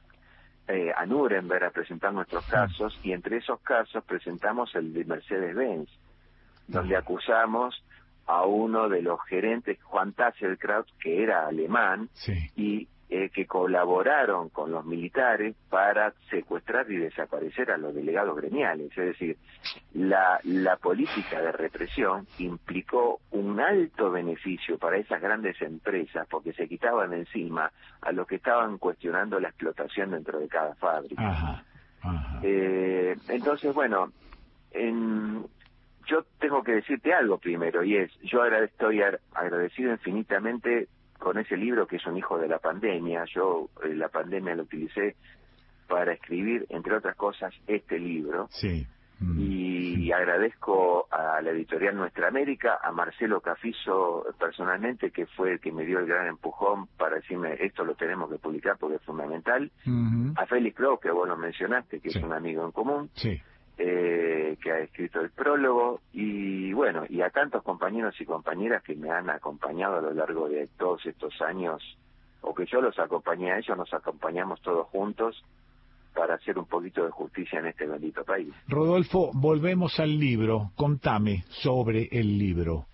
eh, a Nuremberg a presentar nuestros sí. casos, y entre esos casos presentamos el de Mercedes-Benz, donde sí. acusamos a uno de los gerentes, Juan Tasselkraut, que era alemán, sí. y eh, que colaboraron con los militares para secuestrar y desaparecer a los delegados gremiales. Es decir, la, la política de represión implicó un alto beneficio para esas grandes empresas, porque se quitaban encima a los que estaban cuestionando la explotación dentro de cada fábrica. Ajá, ajá. Eh, entonces, bueno, en... yo tengo que decirte algo primero, y es, yo ahora estoy agradecido infinitamente con ese libro que es un hijo de la pandemia. Yo eh, la pandemia lo utilicé para escribir, entre otras cosas, este libro. Sí. Mm, y sí. agradezco a la editorial Nuestra América, a Marcelo Cafizo personalmente, que fue el que me dio el gran empujón para decirme esto lo tenemos que publicar porque es fundamental. Uh-huh. A Félix Crow, que vos lo mencionaste, que sí. es un amigo en común. Sí. Eh, que ha escrito el prólogo, y bueno, y a tantos compañeros y compañeras que me han acompañado a lo largo de todos estos años, o que yo los acompañé a ellos, nos acompañamos todos juntos para hacer un poquito de justicia en este bendito país. Rodolfo, volvemos al libro, contame sobre el libro.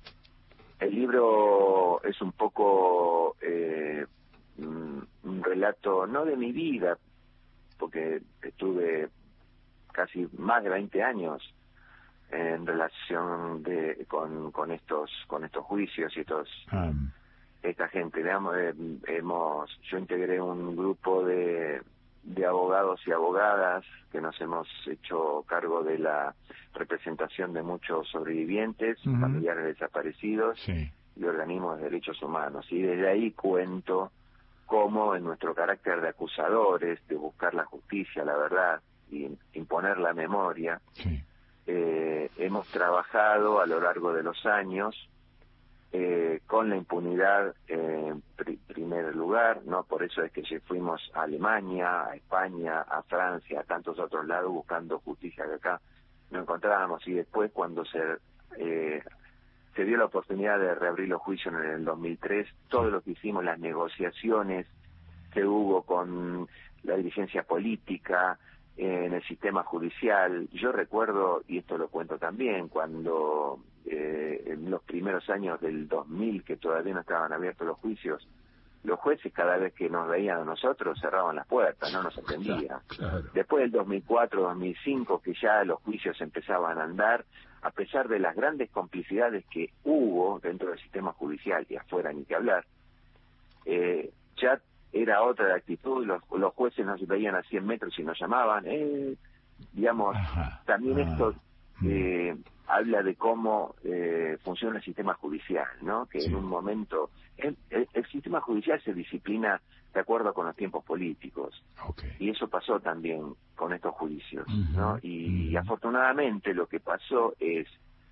El libro es un poco eh, un relato, no de mi vida, porque estuve casi más de veinte años en relación de con, con estos con estos juicios y estos um. esta gente. Veamos, eh, hemos yo integré un grupo de de abogados y abogadas que nos hemos hecho cargo de la representación de muchos sobrevivientes, uh-huh. familiares desaparecidos sí. y organismos de derechos humanos, y desde ahí cuento cómo en nuestro carácter de acusadores, de buscar la justicia, la verdad y imponer la memoria, sí. eh, hemos trabajado a lo largo de los años eh, con la impunidad en pr- primer lugar, no por eso es que fuimos a Alemania, a España, a Francia, a tantos otros lados buscando justicia que acá no encontrábamos, y después cuando se eh, se dio la oportunidad de reabrir los juicios en el dos mil tres, todo lo que hicimos, las negociaciones que hubo con la dirigencia política, en el sistema judicial. Yo recuerdo, y esto lo cuento también, cuando eh, en los primeros años del dos mil, que todavía no estaban abiertos los juicios, los jueces cada vez que nos veían a nosotros cerraban las puertas, no nos atendían. Claro. Después del dos mil cuatro, dos mil cinco, que ya los juicios empezaban a andar, a pesar de las grandes complicidades que hubo dentro del sistema judicial y afuera ni que hablar, eh, ya era otra la actitud, los, los jueces nos veían a cien metros y nos llamaban, eh, digamos, Ajá. también ah. esto eh, habla de cómo eh, funciona el sistema judicial, ¿no? Que sí. en un momento, el, el, el sistema judicial se disciplina de acuerdo con los tiempos políticos, okay. y eso pasó también con estos juicios, uh-huh. ¿no? Y, uh-huh. y afortunadamente lo que pasó es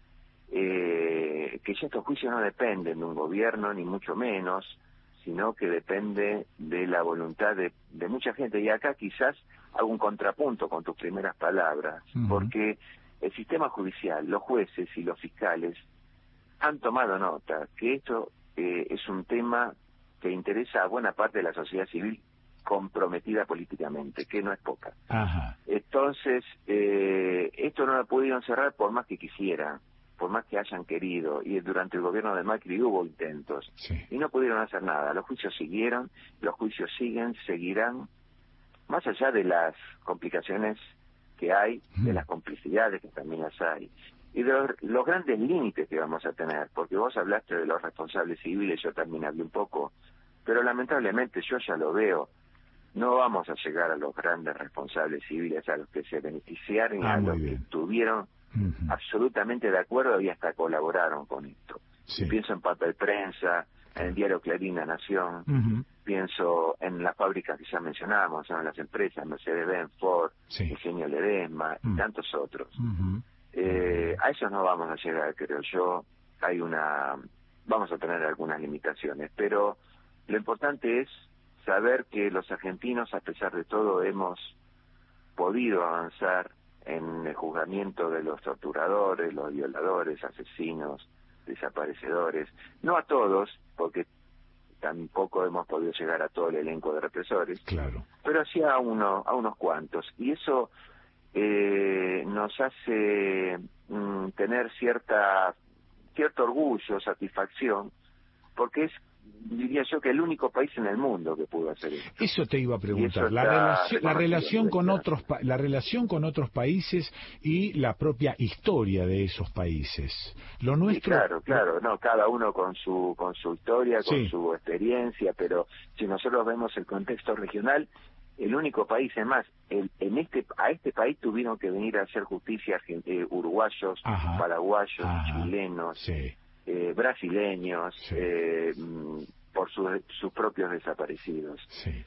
eh, que ya estos juicios no dependen de un gobierno, ni mucho menos, sino que depende de la voluntad de, de mucha gente. Y acá quizás hago un contrapunto con tus primeras palabras, uh-huh. porque el sistema judicial, los jueces y los fiscales han tomado nota que esto eh, es un tema que interesa a buena parte de la sociedad civil comprometida políticamente, que no es poca. Ajá. Entonces, eh, esto no lo pudieron cerrar por más que quisieran, por más que hayan querido, y durante el gobierno de Macri hubo intentos, sí. y no pudieron hacer nada. Los juicios siguieron, los juicios siguen, seguirán, más allá de las complicaciones que hay, mm. de las complicidades que también las hay, y de los, los grandes límites que vamos a tener, porque vos hablaste de los responsables civiles, yo también hablé un poco, pero lamentablemente yo ya lo veo, no vamos a llegar a los grandes responsables civiles, a los que se beneficiaron, ah, a los bien. que tuvieron Uh-huh. absolutamente de acuerdo y hasta colaboraron con esto. Sí. Pienso en Papel Prensa, en el diario Clarín La Nación, uh-huh. pienso en las fábricas que ya mencionábamos, en las empresas, Mercedes-Benz, Ford, sí. Ingenio Ledesma mm. y tantos otros. Uh-huh. Eh, a eso no vamos a llegar, creo yo. Hay una, vamos a tener algunas limitaciones, pero lo importante es saber que los argentinos, a pesar de todo, hemos podido avanzar en el juzgamiento de los torturadores, los violadores, asesinos, desaparecedores. No a todos, porque tampoco hemos podido llegar a todo el elenco de represores, claro. pero sí a uno, a unos cuantos. Y eso eh, nos hace mm, tener cierta cierto orgullo, satisfacción, porque es, diría yo, que el único país en el mundo que pudo hacer esto. Eso te iba a preguntar, la relación, la relación con otros pa la relación con otros países y la propia historia de esos países. Lo nuestro, sí, claro, claro, no, cada uno con su con su historia, con sí. su experiencia, pero si nosotros vemos el contexto regional, el único país, es más, el, en este a este país tuvieron que venir a hacer justicia eh, uruguayos, Ajá. paraguayos, Ajá. chilenos, sí. eh, brasileños, sí. eh, por su, sus propios desaparecidos. Sí.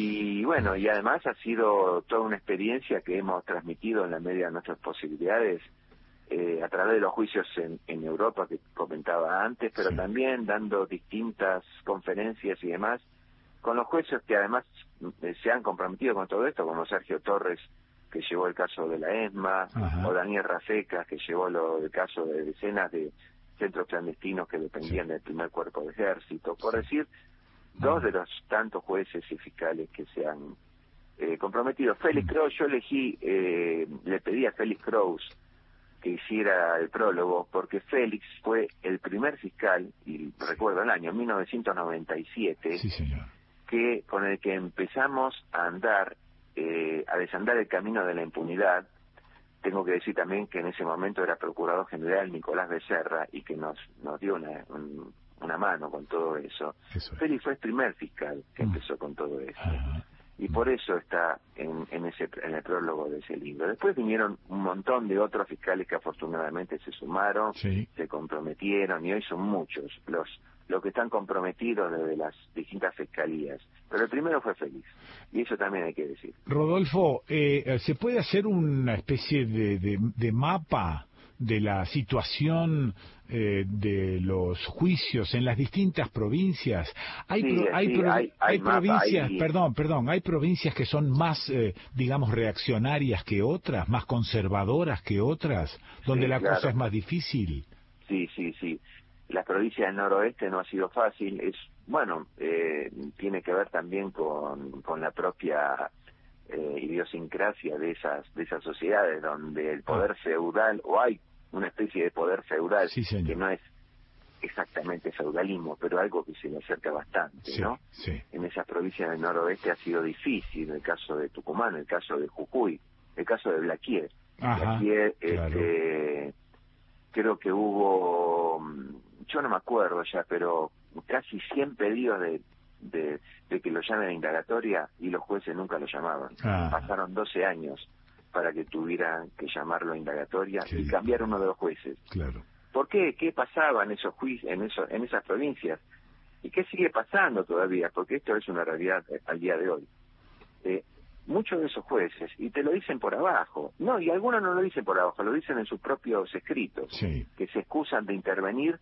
Y bueno, y además ha sido toda una experiencia que hemos transmitido en la medida de nuestras posibilidades eh, a través de los juicios en, en Europa que comentaba antes, pero sí. también dando distintas conferencias y demás con los jueces que además eh, se han comprometido con todo esto, como Sergio Torres, que llevó el caso de la ESMA, Ajá. o Daniel Rafecas, que llevó lo, el caso de decenas de centros clandestinos que dependían sí. del primer cuerpo de ejército, por sí. decir, dos uh-huh. de los tantos jueces y fiscales que se han eh, comprometido. Félix uh-huh. Kraus, yo elegí, eh, le pedí a Félix Kraus que hiciera el prólogo, porque Félix fue el primer fiscal, y sí. recuerdo el año mil novecientos noventa y siete, sí, señor. que con el que empezamos a andar, eh, a desandar el camino de la impunidad. Tengo que decir también que en ese momento era Procurador General Nicolás Becerra y que nos nos dio una, un, una mano con todo eso. eso Félix fue el primer fiscal que mm. empezó con todo eso. Ajá. Y por eso está en, en ese en el prólogo de ese libro. Después vinieron un montón de otros fiscales que afortunadamente se sumaron, sí. se comprometieron, y hoy son muchos los los que están comprometidos desde las distintas fiscalías. Pero el primero fue Félix, y eso también hay que decir. Rodolfo, eh, ¿se puede hacer una especie de, de, de mapa de la situación eh, de los juicios en las distintas provincias? Hay, sí, pro, hay, sí, pro, hay, hay hay mapa, provincias, hay... perdón, perdón, hay provincias que son más, eh, digamos, reaccionarias que otras, más conservadoras que otras, donde sí, la claro. cosa es más difícil. Sí, sí, sí. La provincia del noroeste no ha sido fácil. Es bueno, eh, tiene que ver también con, con la propia eh, idiosincrasia de esas de esas sociedades donde el poder ah. feudal, o hay una especie de poder feudal sí, que no es exactamente feudalismo, pero algo que se le acerca bastante, sí, ¿no? Sí. En esas provincias del noroeste ha sido difícil, el caso de Tucumán, el caso de Jujuy, el caso de Blaquier. Ajá, Blaquier, claro. este, creo que hubo, yo no me acuerdo ya, pero casi cien pedidos de, de, de que lo llamen a indagatoria y los jueces nunca lo llamaban. Ah. Pasaron doce años para que tuvieran que llamarlo a indagatoria sí. y cambiar uno de los jueces. Claro. ¿Por qué? ¿Qué pasaba en esos juicios, en eso, en esas provincias? ¿Y qué sigue pasando todavía? Porque esto es una realidad al día de hoy. Eh, muchos de esos jueces, y te lo dicen por abajo, no, y algunos no lo dicen por abajo, lo dicen en sus propios escritos, sí. que se excusan de intervenir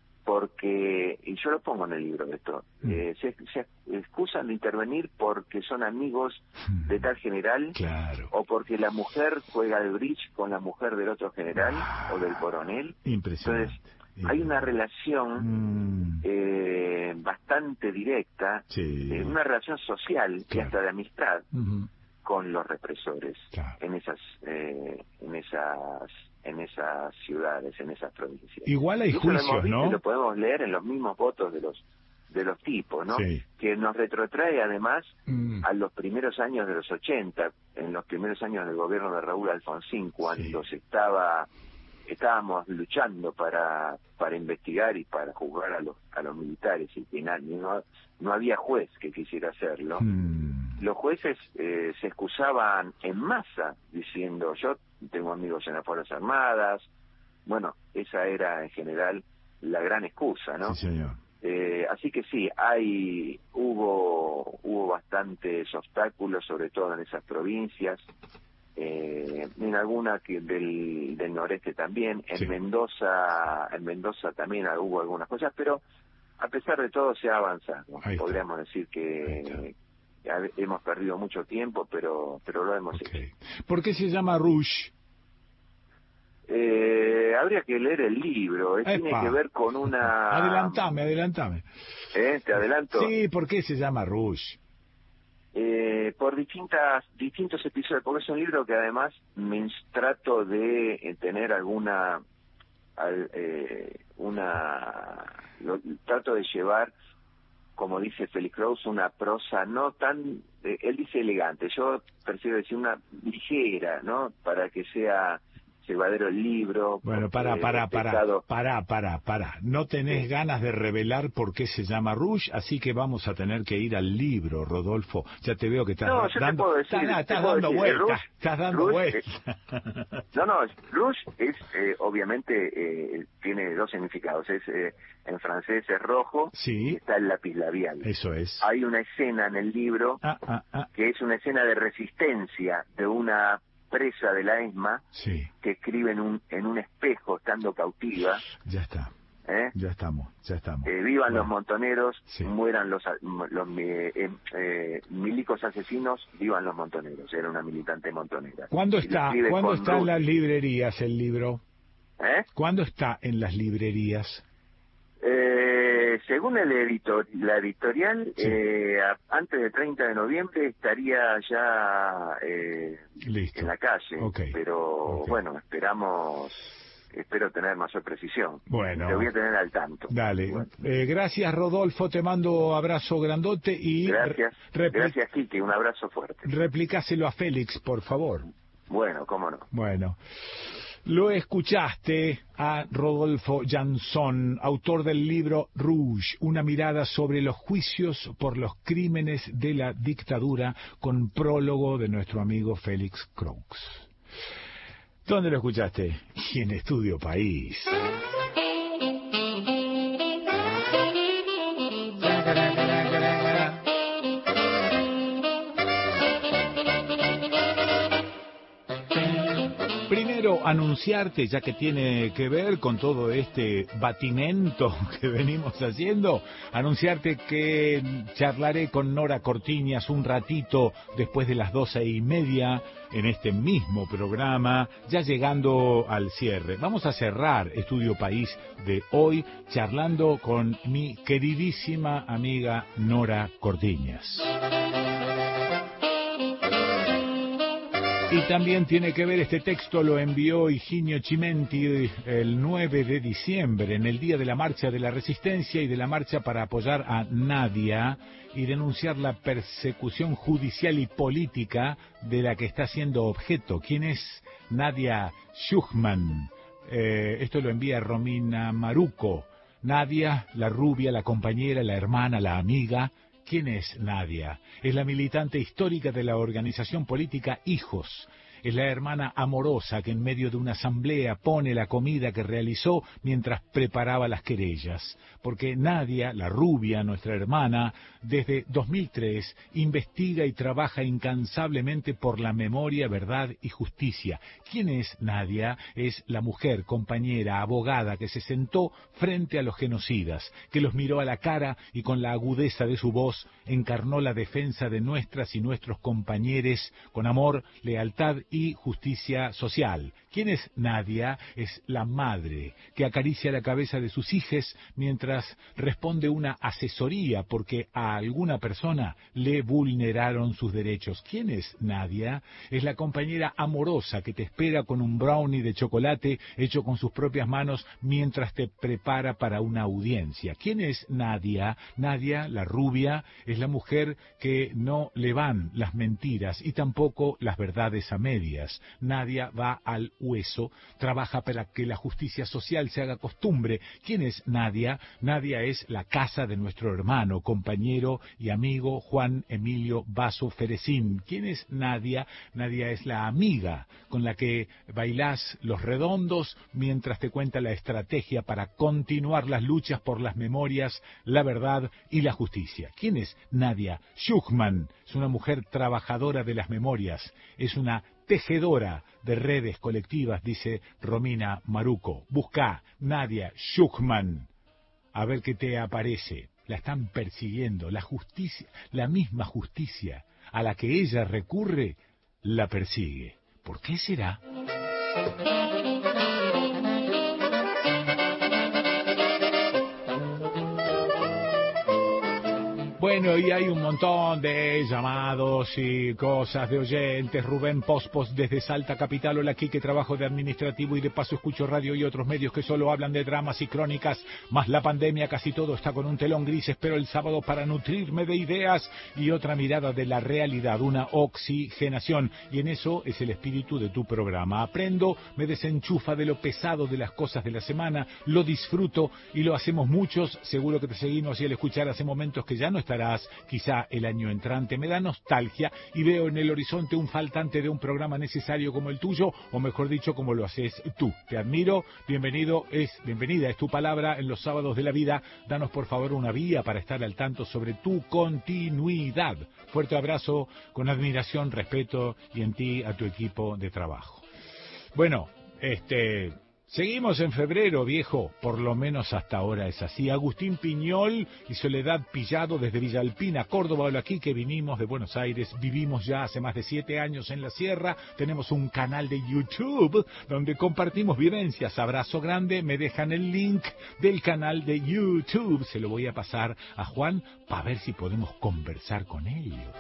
porque, y yo lo pongo en el libro de esto, mm. eh, se, se excusan de intervenir porque son amigos de tal general, claro. o porque la mujer juega al bridge con la mujer del otro general ah, o del coronel. Impresionante. Entonces, hay una relación mm. eh, bastante directa, sí. eh, una relación social, claro. y hasta de amistad, uh-huh. con los represores, claro. en esas eh, en esas en esas ciudades, en esas provincias. Igual hay juicios, lo hemos visto, ¿no? Lo podemos leer en los mismos votos de los de los tipos, ¿no? Sí. Que nos retrotrae además mm. a los primeros años de los ochenta, en los primeros años del gobierno de Raúl Alfonsín, cuando sí. se estaba estábamos luchando para para investigar y para juzgar a los a los militares, y que no, no había juez que quisiera hacerlo. Mm. Los jueces eh, se excusaban en masa diciendo, yo tengo amigos en las Fuerzas Armadas. Bueno, esa era en general la gran excusa, ¿no? Sí, señor. Eh, así que sí, hay hubo hubo bastantes obstáculos, sobre todo en esas provincias, eh, en alguna que del, del noreste también, en sí. Mendoza en Mendoza también hubo algunas cosas, pero a pesar de todo se ha avanzado. Podríamos decir que hemos perdido mucho tiempo, pero pero lo hemos okay. hecho. ¿Por qué se llama Rouge? Eh, habría que leer el libro, eh, tiene que ver con una... Adelantame, adelantame. ¿Eh? ¿Te adelanto? Sí, ¿por qué se llama Rouge? Eh, por distintas distintos episodios, porque es un libro que además me trato de eh, tener alguna... Al, eh, una... Lo, trato de llevar, como dice Felix Krauss, una prosa no tan... Eh, él dice elegante, yo prefiero decir una ligera, ¿no? Para que sea... llevadero el libro. Bueno, para, para, para, para, para, para. No tenés sí. ganas de revelar por qué se llama Rouge, así que vamos a tener que ir al libro, Rodolfo. Ya te veo que estás no, yo dando, te puedo decir, estás, estás te puedo dando decir, vueltas, Rouge, estás dando Rouge, vueltas. Eh, no, no, Rouge es, eh, obviamente, eh, tiene dos significados. Es eh, en francés es rojo, sí. y está el lápiz labial. Eso es. Hay una escena en el libro ah, ah, ah. que es una escena de resistencia de una presa de la ESMA sí. que escribe en un en un espejo estando cautiva. Ya está. ¿Eh? Ya estamos, ya estamos. Eh, vivan bueno. los montoneros, sí. mueran los, los eh, eh, milicos asesinos, vivan los montoneros. Era una militante montonera. ¿Cuándo está, ¿cuándo está en las librerías el libro? ¿Eh? ¿Cuándo está en las librerías? Eh, según el editor, la editorial, sí. eh, antes del treinta de noviembre estaría ya eh, Listo. en la calle, okay. pero okay. bueno, esperamos, espero tener mayor precisión. Bueno. Te voy a tener al tanto. Dale. Bueno. Eh, gracias, Rodolfo, te mando abrazo grandote y... Gracias, gracias, Quique, un abrazo fuerte. Replicáselo a Félix, por favor. Bueno, cómo no. Bueno. Lo escuchaste a Rodolfo Jansson, autor del libro Rouge, una mirada sobre los juicios por los crímenes de la dictadura, con prólogo de nuestro amigo Felix Krauss. ¿Dónde lo escuchaste? Y en Estudio País. Primero, anunciarte, ya que tiene que ver con todo este batimento que venimos haciendo, anunciarte que charlaré con Nora Cortiñas un ratito después de las doce y media en este mismo programa, ya llegando al cierre. Vamos a cerrar Estudio País de hoy charlando con mi queridísima amiga Nora Cortiñas. Y también tiene que ver, este texto lo envió Higinio Chimenti el nueve de diciembre, en el día de la Marcha de la Resistencia y de la Marcha para apoyar a Nadia y denunciar la persecución judicial y política de la que está siendo objeto. ¿Quién es Nadia Schuchman? Eh, esto lo envía Romina Maruco. Nadia, la rubia, la compañera, la hermana, la amiga. ¿Quién es Nadia? Es la militante histórica de la organización política Hijos. Es la hermana amorosa que en medio de una asamblea pone la comida que realizó mientras preparaba las querellas. Porque Nadia, la rubia, nuestra hermana, desde dos mil tres investiga y trabaja incansablemente por la memoria, verdad y justicia. ¿Quién es Nadia? Es la mujer, compañera, abogada que se sentó frente a los genocidas, que los miró a la cara y con la agudeza de su voz encarnó la defensa de nuestras y nuestros compañeros con amor, lealtad y justicia social. ¿Quién es Nadia? Es la madre que acaricia la cabeza de sus hijas mientras responde una asesoría porque a alguna persona le vulneraron sus derechos. ¿Quién es Nadia? Es la compañera amorosa que te espera con un brownie de chocolate hecho con sus propias manos mientras te prepara para una audiencia. ¿Quién es Nadia? Nadia, la rubia, es la mujer que no le van las mentiras y tampoco las verdades a medias. medias. Nadia va al hueso, trabaja para que la justicia social se haga costumbre. ¿Quién es Nadia? Nadia es la casa de nuestro hermano, compañero y amigo Juan Emilio Basso Ferecín. ¿Quién es Nadia? Nadia es la amiga con la que bailás los redondos mientras te cuenta la estrategia para continuar las luchas por las memorias, la verdad y la justicia. ¿Quién es Nadia Schuchman? Es una mujer trabajadora de las memorias, es una tejedora de redes colectivas, dice Romina Maruco. Busca Nadia Schuchman, a ver qué te aparece. La están persiguiendo, la justicia, la misma justicia a la que ella recurre, la persigue. ¿Por qué será? Bueno, y hay un montón de llamados y cosas de oyentes. Rubén Pospos desde Salta Capital. Hola, aquí que trabajo de administrativo y de paso escucho radio y otros medios que solo hablan de dramas y crónicas, más la pandemia, casi todo está con un telón gris. Espero el sábado para nutrirme de ideas y otra mirada de la realidad, una oxigenación. Y en eso es el espíritu de tu programa. Aprendo, me desenchufa de lo pesado de las cosas de la semana, lo disfruto y lo hacemos muchos. Seguro que te seguimos y al escuchar hace momentos que ya no estarás, quizá el año entrante. Me da nostalgia y veo en el horizonte un faltante de un programa necesario como el tuyo, o mejor dicho, como lo haces tú. Te admiro, bienvenido, es bienvenida, es tu palabra en los sábados de la vida. Danos por favor una vía para estar al tanto sobre tu continuidad. Fuerte abrazo, con admiración, respeto y en ti a tu equipo de trabajo. Bueno, este... seguimos en febrero, viejo, por lo menos hasta ahora es así. Agustín Piñol y Soledad Pillado desde Villa Alpina, Córdoba. Hola, aquí que vinimos de Buenos Aires, vivimos ya hace más de siete años en la sierra, tenemos un canal de YouTube donde compartimos vivencias. Abrazo grande, me dejan el link del canal de YouTube, se lo voy a pasar a Juan para ver si podemos conversar con ellos.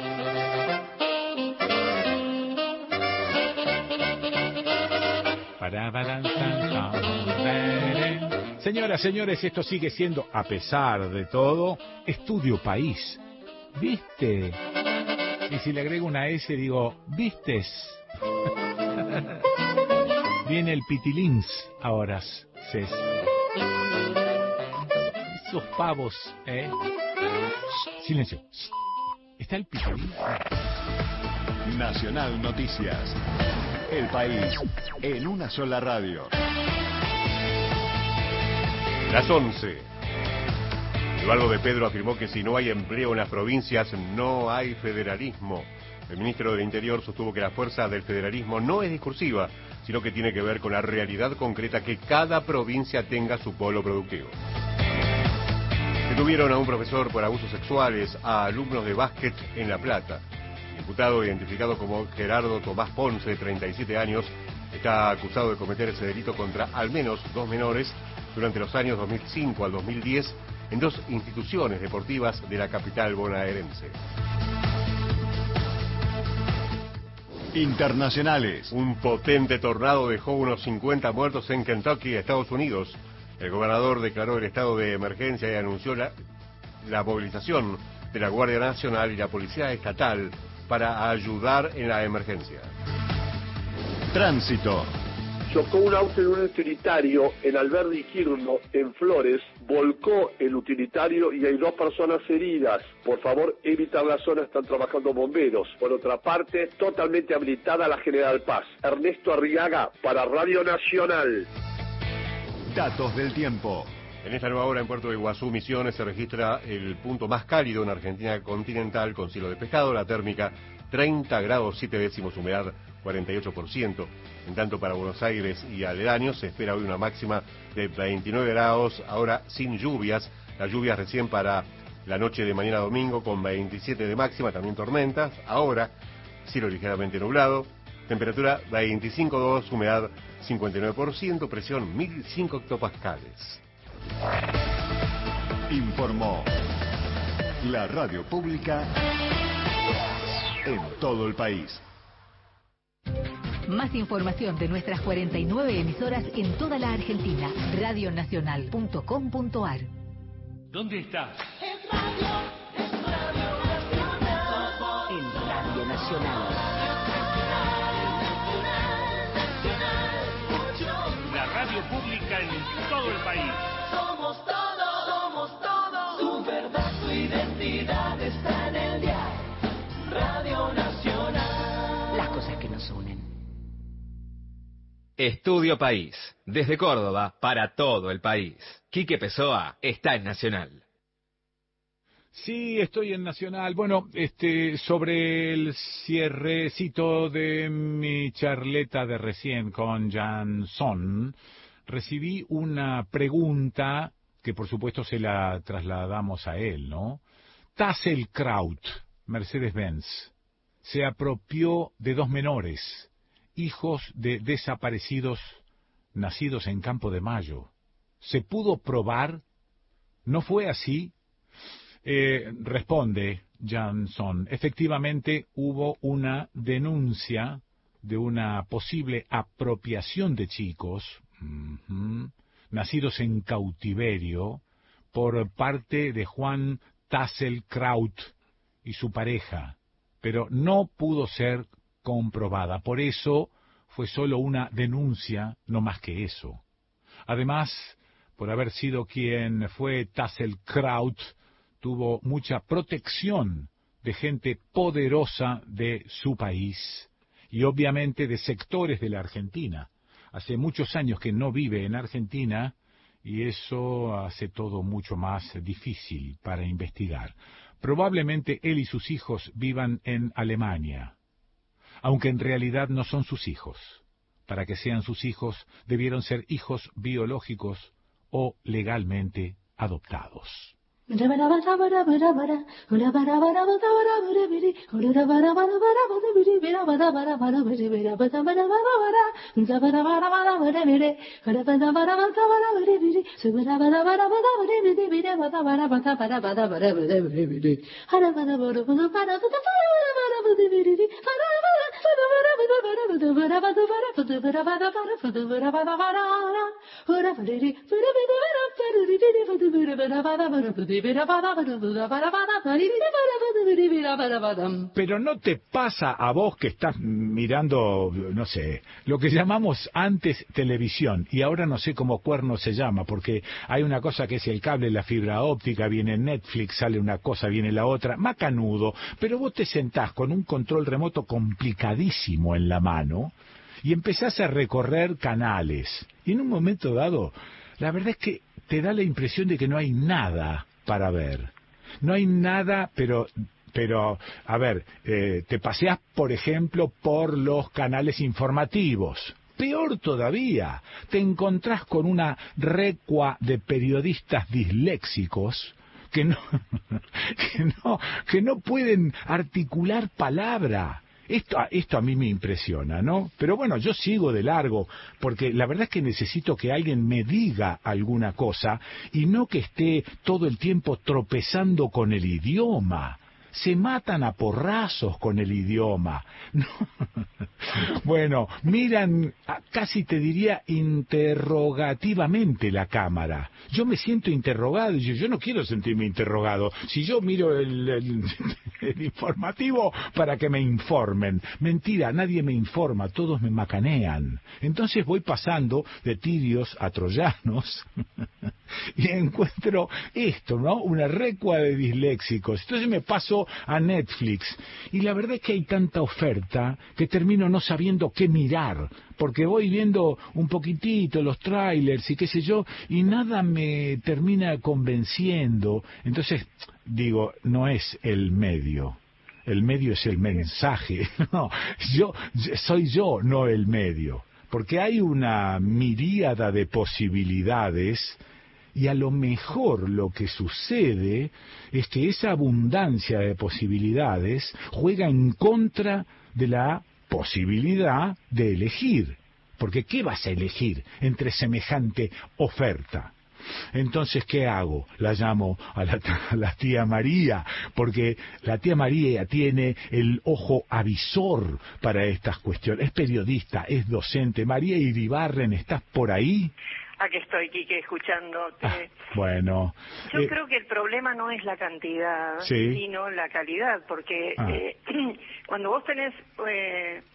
Señoras, señores, esto sigue siendo, a pesar de todo, Estudio País. ¿Viste? Y si le agrego una S, digo, ¿vistes? Viene el pitilins ahora, Cés. Esos pavos, ¿eh? Silencio. ¿Está el pitilins? Nacional Noticias. El país en una sola radio. Las once. Eduardo de Pedro afirmó que si no hay empleo en las provincias, no hay federalismo. El ministro del Interior sostuvo que la fuerza del federalismo no es discursiva, sino que tiene que ver con la realidad concreta que cada provincia tenga su polo productivo. Detuvieron a un profesor por abusos sexuales a alumnos de básquet en La Plata. El imputado, identificado como Gerardo Tomás Ponce, de treinta y siete años, está acusado de cometer ese delito contra al menos dos menores durante los años dos mil cinco al dos mil diez en dos instituciones deportivas de la capital bonaerense. Internacionales. Un potente tornado dejó unos cincuenta muertos en Kentucky, Estados Unidos. El gobernador declaró el estado de emergencia y anunció la, la movilización de la Guardia Nacional y la Policía Estatal para ayudar en la emergencia. Tránsito. Chocó un auto en un utilitario en Alberdi Quirno, en Flores, volcó el utilitario y hay dos personas heridas. Por favor, evitar la zona, están trabajando bomberos. Por otra parte, totalmente habilitada la General Paz. Ernesto Arriaga, para Radio Nacional. Datos del tiempo. En esta nueva hora en Puerto de Iguazú, Misiones, se registra el punto más cálido en Argentina continental con cielo despejado, la térmica treinta grados siete décimos, humedad cuarenta y ocho por ciento. En tanto para Buenos Aires y aledaños se espera hoy una máxima de veintinueve grados, ahora sin lluvias. Las lluvias recién para la noche de mañana domingo con veintisiete de máxima, también tormentas. Ahora cielo ligeramente nublado, temperatura veinticinco grados, humedad cincuenta y nueve por ciento, presión mil cinco hectopascales. Informó la radio pública en todo el país. Más información de nuestras cuarenta y nueve emisoras en toda la Argentina. radio nacional punto com punto ar. ¿Dónde estás? En Radio, en Radio Nacional. En Radio Nacional. radio pública en todo el país. Somos todos, somos todos. Tu verdad, tu identidad está en el dial. Radio Nacional. Las cosas que nos unen. Estudio País, desde Córdoba para todo el país. Quique Pessoa está en Nacional. Sí, estoy en Nacional. Bueno, este, sobre el cierrecito de mi charleta de recién con Jansson, recibí una pregunta que por supuesto se la trasladamos a él, ¿no? Tasselkraut, Mercedes-Benz, se apropió de dos menores, hijos de desaparecidos nacidos en Campo de Mayo. ¿Se pudo probar? ¿No fue así? Eh, responde Jansson, efectivamente hubo una denuncia de una posible apropiación de chicos uh-huh, nacidos en cautiverio por parte de Juan Tasselkraut y su pareja, pero no pudo ser comprobada. Por eso fue solo una denuncia, no más que eso. Además, por haber sido quien fue Tasselkraut, tuvo mucha protección de gente poderosa de su país y obviamente de sectores de la Argentina. Hace muchos años que no vive en Argentina y eso hace todo mucho más difícil para investigar. Probablemente él y sus hijos vivan en Alemania, aunque en realidad no son sus hijos. Para que sean sus hijos, debieron ser hijos biológicos o legalmente adoptados. Pero no te pasa a vos que estás mirando, no sé, lo que llamamos antes televisión, y ahora no sé cómo cuerno se llama, porque hay una cosa que es el cable, la fibra óptica, viene Netflix, sale una cosa, viene la otra, macanudo, pero vos te sentás con un control remoto complicadísimo en la mano y empezás a recorrer canales, y en un momento dado, la verdad es que te da la impresión de que no hay nada para ver. No hay nada, pero, pero a ver, eh, te paseas, por ejemplo, por los canales informativos. Peor todavía, te encontrás con una recua de periodistas disléxicos que no, que no, que no pueden articular palabra. Esto, esto a mí me impresiona, ¿no? Pero bueno, yo sigo de largo, porque la verdad es que necesito que alguien me diga alguna cosa y no que esté todo el tiempo tropezando con el idioma. Se matan a porrazos con el idioma. No. Bueno, miran, casi te diría interrogativamente la cámara. Yo me siento interrogado y yo, yo no quiero sentirme interrogado. Si yo miro el, el, el informativo para que me informen. Mentira, nadie me informa, todos me macanean. Entonces voy pasando de tirios a troyanos y encuentro esto, ¿no? Una recua de disléxicos. Entonces me paso a Netflix y la verdad es que hay tanta oferta que termino no sabiendo qué mirar, porque voy viendo un poquitito los trailers y qué sé yo, y nada me termina convenciendo. Entonces digo, no es el medio, el medio es el mensaje. No, yo soy yo, no el medio, porque hay una miríada de posibilidades. Y a lo mejor lo que sucede es que esa abundancia de posibilidades juega en contra de la posibilidad de elegir. Porque ¿qué vas a elegir entre semejante oferta? Entonces, ¿qué hago? La llamo a la, a la tía María, porque la tía María tiene el ojo avisor para estas cuestiones. Es periodista, es docente. María Iribarren, ¿estás por ahí? Aquí estoy, Quique, escuchándote. Ah, bueno. Yo eh, creo que el problema no es la cantidad, sí. sino la calidad, porque ah. eh, cuando vos tenés eh,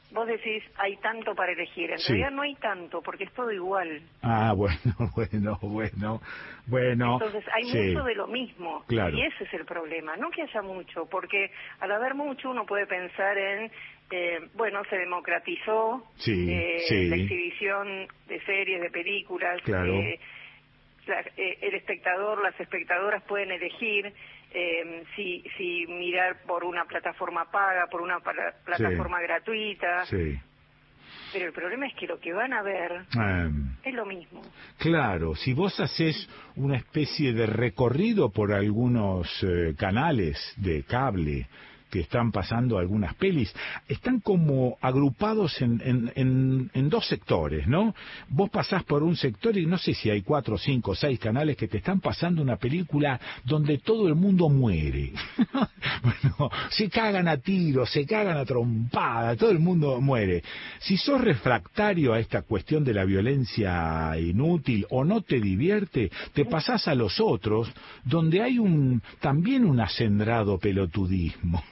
vos decís, hay tanto para elegir. En Sí. realidad no hay tanto, porque es todo igual. Ah, bueno, bueno, bueno, bueno. Entonces hay sí. mucho de lo mismo. Claro. Y ese es el problema. No que haya mucho, porque al haber mucho uno puede pensar en, eh, bueno, se democratizó Sí, eh, sí. la exhibición de series, de películas. Claro. eh, la- eh, el espectador, las espectadoras pueden elegir eh, si, si mirar por una plataforma paga, por una para- plataforma gratuita. Sí. Pero el problema es que lo que van a ver Em, es lo mismo. Claro, si vos haces una especie de recorrido por algunos eh, canales de cable que están pasando algunas pelis, están como agrupados en, en, en, en dos sectores, ¿no? Vos pasás por un sector y no sé si hay cuatro, cinco, seis canales que te están pasando una película donde todo el mundo muere. Bueno, se cagan a tiros, se cagan a trompada, todo el mundo muere. Si sos refractario a esta cuestión de la violencia inútil o no te divierte, te pasás a los otros, donde hay un también un acendrado pelotudismo.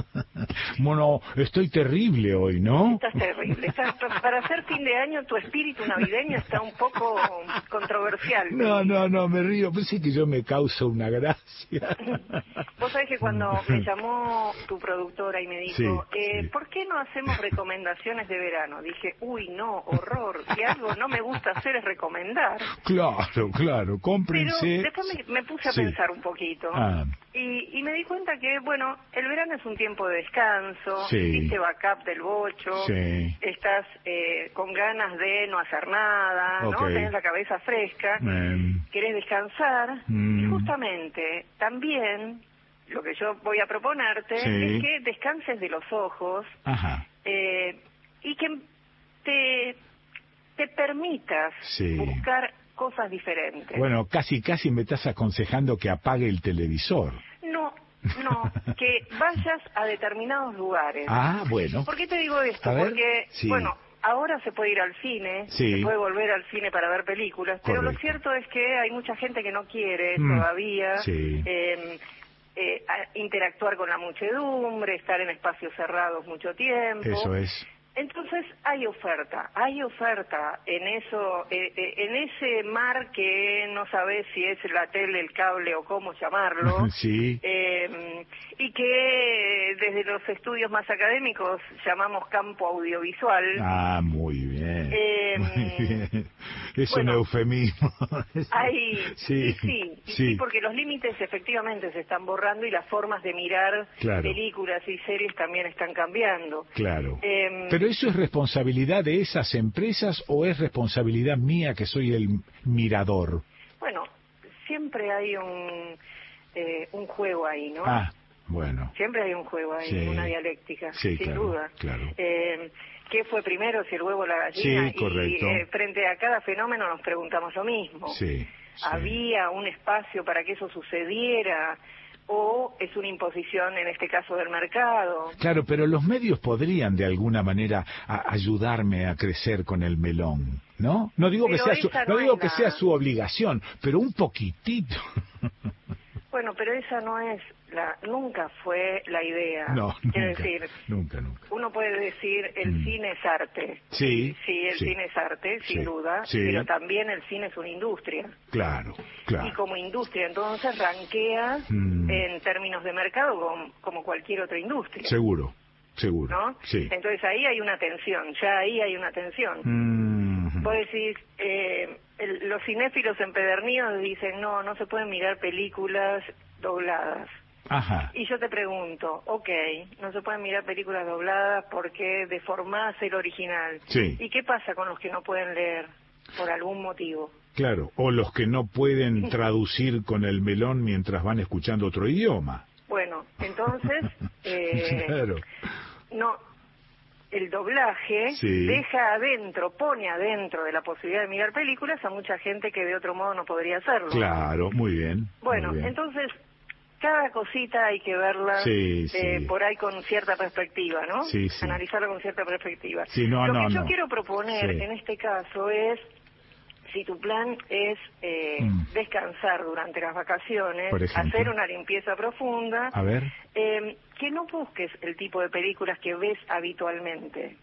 Bueno, estoy terrible hoy, ¿no? Estás terrible. Estás- para hacer fin de año, tu espíritu navideño está un poco controversial. No, no, no, me río, pensé que yo me causo una gracia. Vos sabés que cuando me llamó tu productora y me dijo, Sí, eh, sí. ¿por qué no hacemos recomendaciones de verano? Dije, uy, no, horror. Si algo no me gusta hacer es recomendar. Claro, claro, Pero cómprense. después me, me puse a Sí. pensar un poquito. Ah. Y, y me di cuenta que, bueno, el verano es un tiempo de descanso, Sí. hiciste backup del bocho, Sí. estás eh, con ganas de no hacer nada, ¿no? Ok. Tenés la cabeza fresca, Em, querés descansar, Mm. y justamente también lo que yo voy a proponerte Sí. es que descanses de los ojos Ajá, eh, y que te, te permitas Sí. buscar cosas diferentes. bueno, casi, casi me estás aconsejando que apague el televisor. No, no, que vayas a determinados lugares. Ah, bueno. ¿Por qué te digo esto? A ver, Porque, sí. bueno, ahora se puede ir al cine, Sí. se puede volver al cine para ver películas, pero lo Correcto. cierto es que hay mucha gente que no quiere Mm, todavía sí. eh, eh, a- interactuar con la muchedumbre, estar en espacios cerrados mucho tiempo. Eso es. Entonces hay oferta, hay oferta en eso, eh, eh, en ese mar que no sabes si es la tele, el cable o cómo llamarlo, Sí. eh, y que desde los estudios más académicos llamamos campo audiovisual. Ah, muy bien. Eh, Muy bien. Es bueno, un eufemismo. Hay, Sí, y sí, y sí. sí, porque los límites efectivamente se están borrando y las formas de mirar Claro. películas y series también están cambiando. Claro. Em, ¿Pero eso es responsabilidad de esas empresas o es responsabilidad mía que soy el mirador? Bueno, siempre hay un, eh, un juego ahí, ¿no? Ah, bueno. Siempre hay un juego ahí, Sí. una dialéctica, Sí, sin claro, duda. claro. Eh, ¿Qué fue primero, si el huevo o la gallina? Sí, correcto. Y eh, frente a cada fenómeno nos preguntamos lo mismo. Sí, sí. ¿Había un espacio para que eso sucediera? ¿O es una imposición, en este caso, del mercado? Claro, pero los medios podrían de alguna manera a- ayudarme a crecer con el melón, ¿no? No digo que Pero sea su, esa no no digo es que la- sea su obligación, pero un poquitito. Bueno, pero esa no es la, nunca fue la idea. No, Quiero nunca, decir, nunca, nunca. uno puede decir el Mm. cine es arte. Sí, Sí, el sí. cine es arte, sin Sí, duda, sí. pero también el cine es una industria. Claro, claro. Y como industria, entonces, ranquea Mm. en términos de mercado como, como cualquier otra industria. Seguro, seguro. ¿No? Sí. Entonces ahí hay una tensión, ya ahí hay una tensión. Mm. Vos decís, eh, el- los cinéfilos empedernidos dicen, no, no se pueden mirar películas dobladas. Ajá. Y yo te pregunto, ok, no se pueden mirar películas dobladas porque deformás el original. Sí. ¿Y qué pasa con los que no pueden leer por algún motivo? Claro, o los que no pueden traducir con el melón mientras van escuchando otro idioma. Bueno, entonces, eh, Claro. no, el doblaje Sí. deja adentro, pone adentro de la posibilidad de mirar películas a mucha gente que de otro modo no podría hacerlo. Claro, muy bien. Bueno, muy bien. entonces, cada cosita hay que verla Sí, eh, sí. por ahí con cierta perspectiva, ¿no? Sí, sí. Analizarla con cierta perspectiva. Sí, no, Lo no, que yo no. quiero proponer Sí. en este caso es, si tu plan es eh, Mm. descansar durante las vacaciones, Por ejemplo. hacer una limpieza profunda, A ver. eh, que no busques el tipo de películas que ves habitualmente.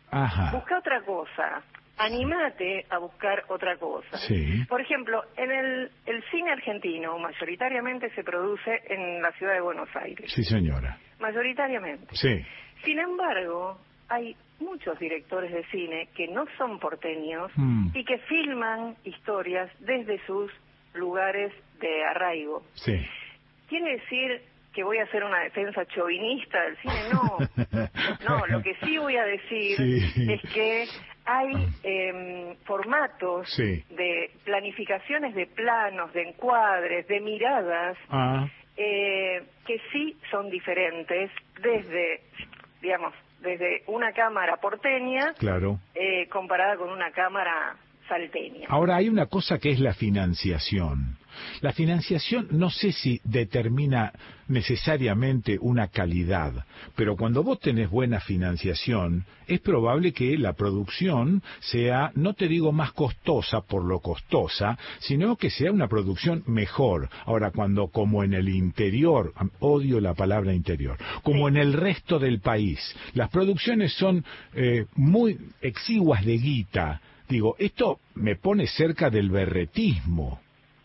Ajá. Busca otra cosa. Anímate a buscar otra cosa. Sí. Por ejemplo, en el, el cine argentino mayoritariamente se produce en la ciudad de Buenos Aires. Sí, señora. Mayoritariamente. Sí. Sin embargo, hay muchos directores de cine que no son porteños Mm. y que filman historias desde sus lugares de arraigo. Sí. ¿Quiere decir que voy a hacer una defensa chauvinista del cine? No. No, lo que sí voy a decir Sí. es que hay eh, formatos Sí. de planificaciones de planos, de encuadres, de miradas, Ah. eh, que sí son diferentes desde, digamos, desde una cámara porteña Claro. eh, comparada con una cámara salteña. Ahora hay una cosa que es la financiación. La financiación no sé si determina necesariamente una calidad, pero cuando vos tenés buena financiación, es probable que la producción sea, no te digo más costosa por lo costosa, sino que sea una producción mejor. Ahora, cuando como en el interior, odio la palabra interior, como en el resto del país, las producciones son eh, muy exiguas de guita, digo, esto me pone cerca del berretismo.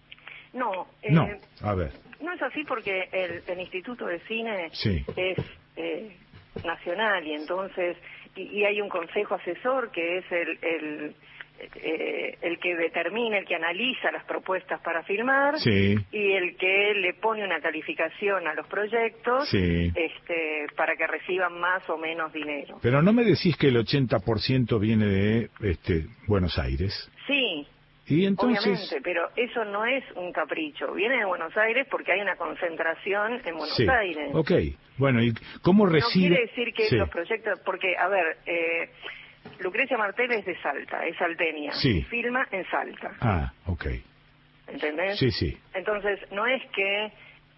No, eh, No, a ver. no es así porque el, el Instituto de Cine Sí. es eh, nacional y entonces y, y hay un consejo asesor que es el el, eh, el que determina, el que analiza las propuestas para filmar Sí. y el que le pone una calificación a los proyectos Sí. este, para que reciban más o menos dinero. Pero no me decís que el ochenta por ciento viene de este, Buenos Aires. Sí. Y entonces... Obviamente, pero eso no es un capricho. Viene de Buenos Aires porque hay una concentración en Buenos Sí. Aires. Ok. Bueno, ¿y cómo recibe...? No quiere decir que Sí. los proyectos... Porque, a ver, eh, Lucrecia Martel es de Salta, es salteña. Sí. Filma en Salta. Ah, ok. ¿Entendés? Sí, sí. Entonces, no es que...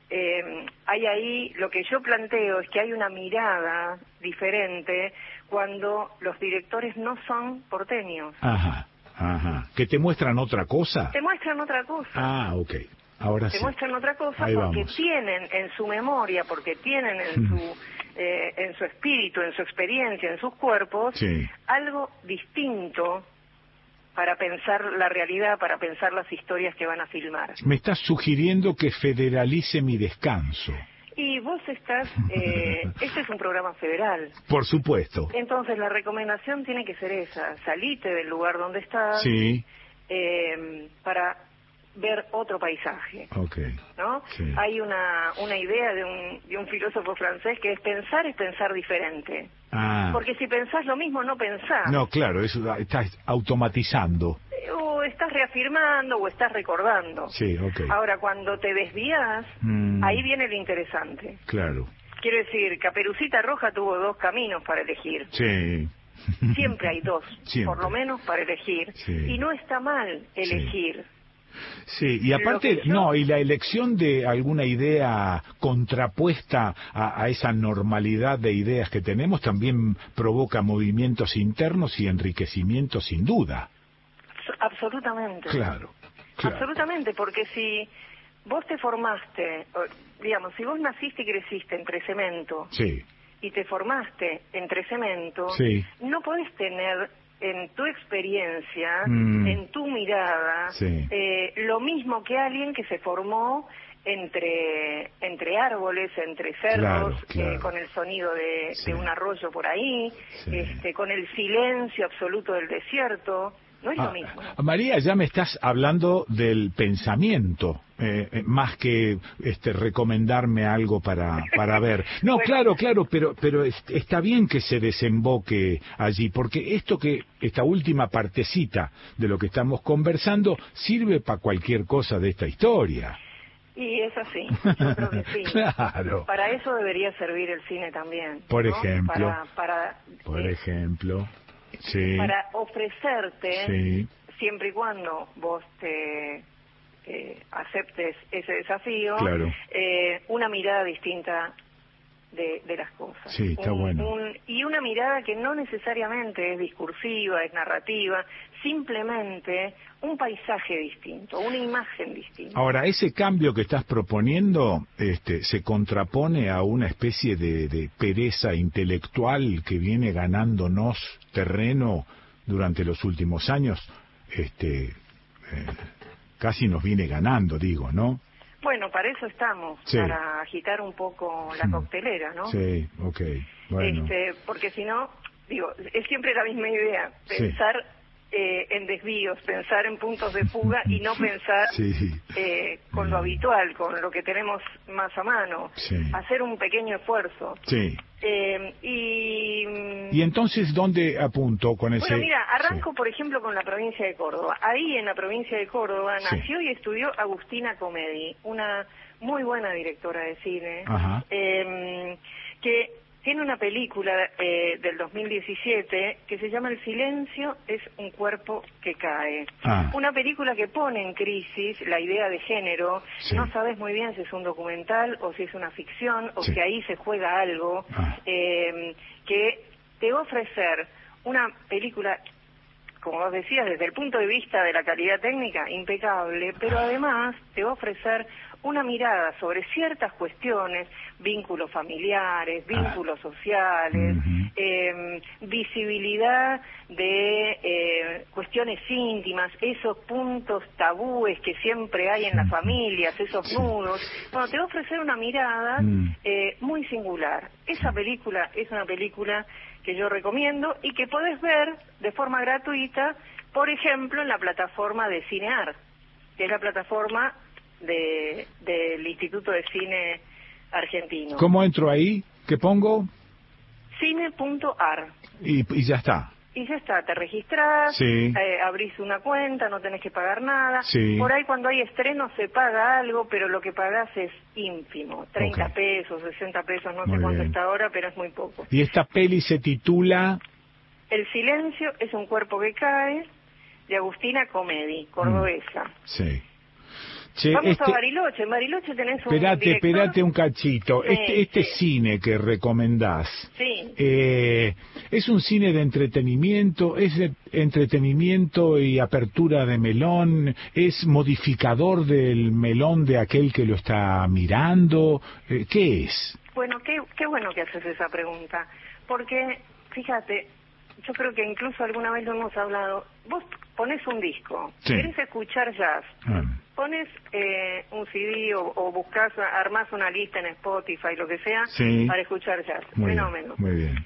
Eh, hay ahí... Lo que yo planteo es que hay una mirada diferente cuando los directores no son porteños. Ajá, ajá. ¿Que te muestran otra cosa? Te muestran otra cosa. Ah, ok. Ahora Te sí. muestran otra cosa Ahí porque vamos. tienen en su memoria, porque tienen en su eh, en su espíritu, en su experiencia, en sus cuerpos, Sí. algo distinto para pensar la realidad, para pensar las historias que van a filmar. Me estás sugiriendo que federalice mi descanso. Y vos estás, eh, este es un programa federal. Por supuesto. Entonces la recomendación tiene que ser esa, salite del lugar donde estás Sí. eh, para ver otro paisaje. Ok. ¿No? Sí. Hay una, una idea de un, de un filósofo francés que es pensar es pensar diferente. Ah. Porque si pensás lo mismo, no pensás. No, claro, eso estás automatizando. O estás reafirmando o estás recordando. Sí, ok. Ahora, cuando te desvías, Mm. ahí viene lo interesante. Claro. Quiero decir, Caperucita Roja tuvo dos caminos para elegir. Sí. Siempre hay dos, Siempre. por lo menos para elegir. Sí. Y no está mal elegir. Sí, y aparte, Lo que yo- no, y la elección de alguna idea contrapuesta a, a esa normalidad de ideas que tenemos también provoca movimientos internos y enriquecimiento sin duda. Abs- Absolutamente. Claro, claro. Absolutamente, porque si vos te formaste, o, digamos, si vos naciste y creciste entre cemento Sí, y te formaste entre cemento, Sí. no podés tener en tu experiencia, Mm. en tu mirada, Sí. eh, lo mismo que alguien que se formó entre entre árboles, entre cerros, Claro, claro. eh, con el sonido de, Sí. de un arroyo por ahí, Sí. este, con el silencio absoluto del desierto. No es Ah, lo mismo. María, ya me estás hablando del pensamiento, eh, eh, más que este, recomendarme algo para, para ver. No, Bueno. claro, claro, pero, pero es- está bien que se desemboque allí, porque esto que, esta última partecita de lo que estamos conversando, sirve para cualquier cosa de esta historia. Y es así, yo creo que sí. Claro. Para eso debería servir el cine también. Por ¿no? ejemplo. Para, para, Por eh, ejemplo, sí, para ofrecerte, sí, siempre y cuando vos te eh, aceptes ese desafío, Claro. eh, una mirada distinta de, de las cosas. Sí, está un, bueno. Un, y una mirada que no necesariamente es discursiva, es narrativa, simplemente un paisaje distinto, una imagen distinta. Ahora, ese cambio que estás proponiendo este, se contrapone a una especie de, de pereza intelectual que viene ganándonos terreno durante los últimos años. Este, eh, casi nos viene ganando, digo, ¿no? Bueno, para eso estamos, sí. para agitar un poco la coctelera, ¿no? Sí, ok, bueno. Este, porque si no, digo, es siempre la misma idea, pensar sí. eh, en desvíos, pensar en puntos de fuga y no pensar sí. eh, con lo habitual, con lo que tenemos más a mano, sí. hacer un pequeño esfuerzo. Sí. Eh, y... ¿Y entonces dónde apunto con ese...? Bueno, mira, arranco sí. por ejemplo con la provincia de Córdoba. Ahí en la provincia de Córdoba sí. nació y estudió Agustina Comedi, una muy buena directora de cine, eh, que tiene una película eh, del dos mil diecisiete que se llama El silencio es un cuerpo que cae. Ah. Una película que pone en crisis la idea de género. Sí. No sabes muy bien si es un documental o si es una ficción o sí. si ahí se juega algo ah. eh, que te va a ofrecer una película, como vos decías, desde el punto de vista de la calidad técnica, impecable, pero además te va a ofrecer una mirada sobre ciertas cuestiones, vínculos familiares, vínculos ah. sociales, uh-huh. eh, visibilidad de eh, cuestiones íntimas, esos puntos tabúes que siempre hay en las familias, esos sí. nudos. Bueno, te va a ofrecer una mirada mm. eh, muy singular. Esa película es una película que yo recomiendo y que podés ver de forma gratuita, por ejemplo, en la plataforma de Cinear, que es la plataforma de del Instituto de Cine Argentino. ¿Cómo entro ahí? ¿Qué pongo? cine punto ar. Y, y ya está. Y ya está, te registrás, sí. eh, abrís una cuenta, no tenés que pagar nada. Sí. Por ahí cuando hay estreno se paga algo, pero lo que pagás es ínfimo, treinta okay. pesos, sesenta pesos, no muy sé cuánto bien. está ahora, pero es muy poco. ¿Y esta peli se titula? El silencio es un cuerpo que cae, de Agustina Comedi, cordobesa. Mm. Sí. Che, Vamos este... a Bariloche, en Bariloche tenés un Esperate, director... esperate un cachito. Sí, este este sí. cine que recomendás, sí. eh, ¿es un cine de entretenimiento? ¿Es de entretenimiento y apertura de melón? ¿Es modificador del melón de aquel que lo está mirando? Eh, ¿Qué es? Bueno, qué, qué bueno que haces esa pregunta, porque, fíjate, yo creo que incluso alguna vez lo hemos hablado, vos pones un disco, sí. querés escuchar jazz, ah. pones eh, un C D o, o buscas, armás una lista en Spotify, lo que sea, sí. para escuchar jazz, muy fenómeno. Bien, muy bien.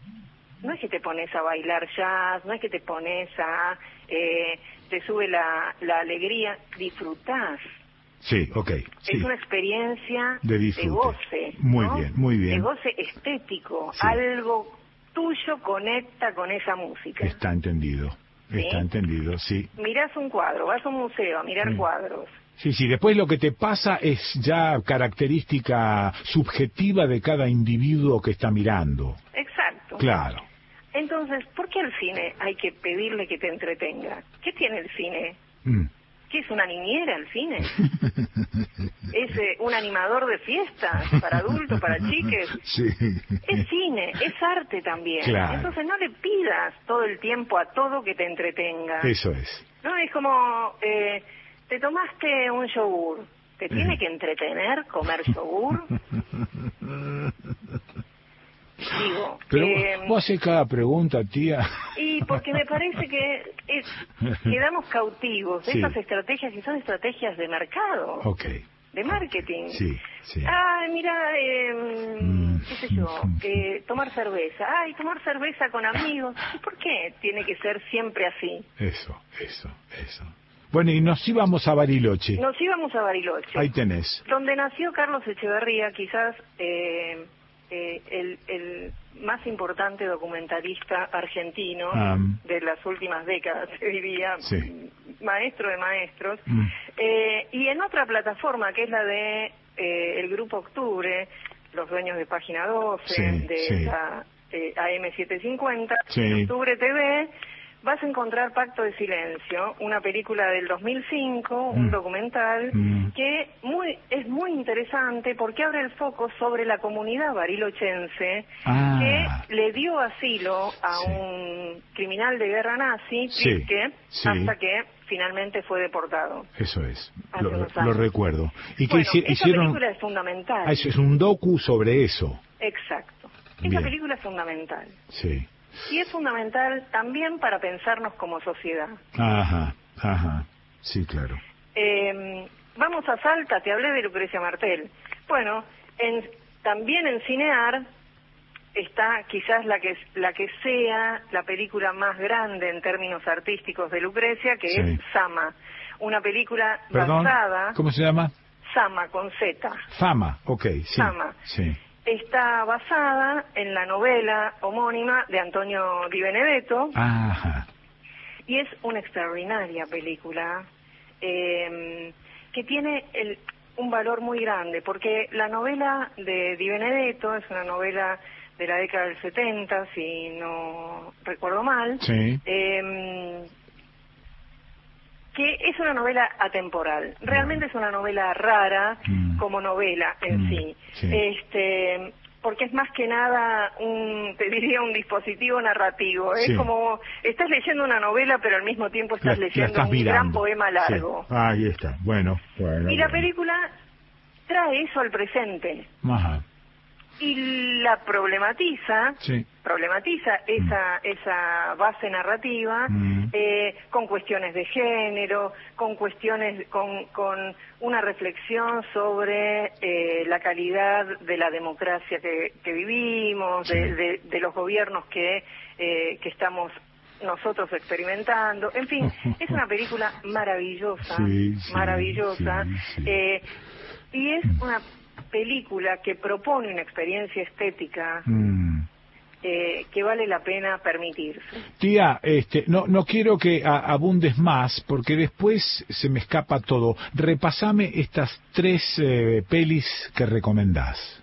No es que te pones a bailar jazz, no es que te pones a, eh, te sube la, la alegría, disfrutás. Sí, ok. Sí. Es una experiencia de, de goce. Muy ¿no? bien, muy bien. De goce estético, sí. algo tuyo conecta con esa música. Está entendido, ¿sí? Está entendido, sí. Mirás un cuadro, vas a un museo a mirar sí. cuadros. Sí, sí, después lo que te pasa es ya característica subjetiva de cada individuo que está mirando. Exacto. Claro. Entonces, ¿por qué al cine hay que pedirle que te entretenga? ¿Qué tiene el cine? Mm. ¿Qué es una niñera el cine? ¿Es eh, un animador de fiestas para adultos, para chiques? Sí. Es cine, es arte también. Claro. Entonces no le pidas todo el tiempo a todo que te entretenga. Eso es. No, es como, eh, te tomaste un yogur, ¿te tiene que entretener comer yogur? Digo, pero eh, vos haces cada pregunta, tía. Y porque me parece que es, quedamos cautivos de sí. esas estrategias que son estrategias de mercado, okay. de marketing. Sí, sí. Ay, mira, eh, mm. qué sé yo, eh, tomar cerveza. Ay, tomar cerveza con amigos. ¿Y por qué tiene que ser siempre así? Eso, eso, eso. Bueno, y nos íbamos a Bariloche. Nos íbamos a Bariloche. Ahí tenés. Donde nació Carlos Echeverría, quizás... Eh, Eh, el, el más importante documentalista argentino um, de las últimas décadas, se diría, sí. maestro de maestros, mm. eh, y en otra plataforma que es la de eh, el Grupo Octubre, los dueños de Página doce, sí, de sí. la eh, A M setecientos cincuenta, sí. Octubre T V, vas a encontrar Pacto de Silencio, una película del dos mil cinco, mm. un documental, mm. que muy es muy interesante porque abre el foco sobre la comunidad barilochense ah. que le dio asilo a sí. un criminal de guerra nazi, sí. Priske, sí. hasta que finalmente fue deportado. Eso es, lo, lo recuerdo. ¿Y bueno, qué hici esa hicieron? película es fundamental. Ah, eso es un docu sobre eso. Exacto. Bien. Esa película es fundamental. Sí. Y es fundamental también para pensarnos como sociedad. Ajá, ajá, sí, claro. Eh, vamos a Salta, te hablé de Lucrecia Martel. Bueno, en, también en Cinear está quizás la que la que sea la película más grande en términos artísticos de Lucrecia, que sí. es Sama, una película ¿Perdón? basada... ¿Cómo se llama? Sama, con Z. Fama, ok, sí. Sama. Sí. Está basada en la novela homónima de Antonio Di Benedetto. Ajá. Y es una extraordinaria película eh, que tiene el, un valor muy grande, porque la novela de Di Benedetto es una novela de la década del setenta, si no recuerdo mal, sí. eh, que es una novela atemporal. Realmente es una novela rara mm. como novela en mm. sí. sí. Este, porque es más que nada un, te diría, un dispositivo narrativo. Es sí. como, estás leyendo una novela, pero al mismo tiempo estás la, leyendo estás un mirando. gran poema largo. Sí. Ahí está, bueno. bueno y la bueno. película trae eso al presente. Ajá. Y la problematiza, sí. problematiza esa, mm. esa base narrativa mm. eh, con cuestiones de género, con cuestiones, con, con una reflexión sobre eh, la calidad de la democracia que, que vivimos, sí. de, de, de los gobiernos que, eh, que estamos nosotros experimentando. En fin, es una película maravillosa, sí, sí, maravillosa, sí, sí. Eh, y es una película que propone una experiencia estética mm. eh, que vale la pena permitirse. Tía, este, no, no quiero que a, abundes más porque después se me escapa todo. Repasame estas tres eh, pelis que recomendás.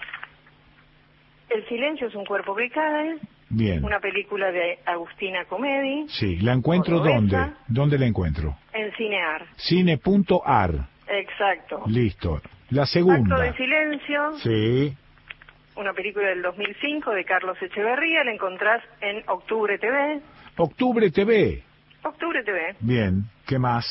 El silencio es un cuerpo que cae. Bien. Una película de Agustina Comedi. Sí, ¿la encuentro dónde? ¿Dónde la encuentro? En Cinear. Cine punto ar. Exacto. Listo. La segunda. Pacto de Silencio. Sí. Una película del dos mil cinco de Carlos Echeverría. La encontrás en Octubre T V. Octubre T V. Octubre T V. Bien. ¿Qué más?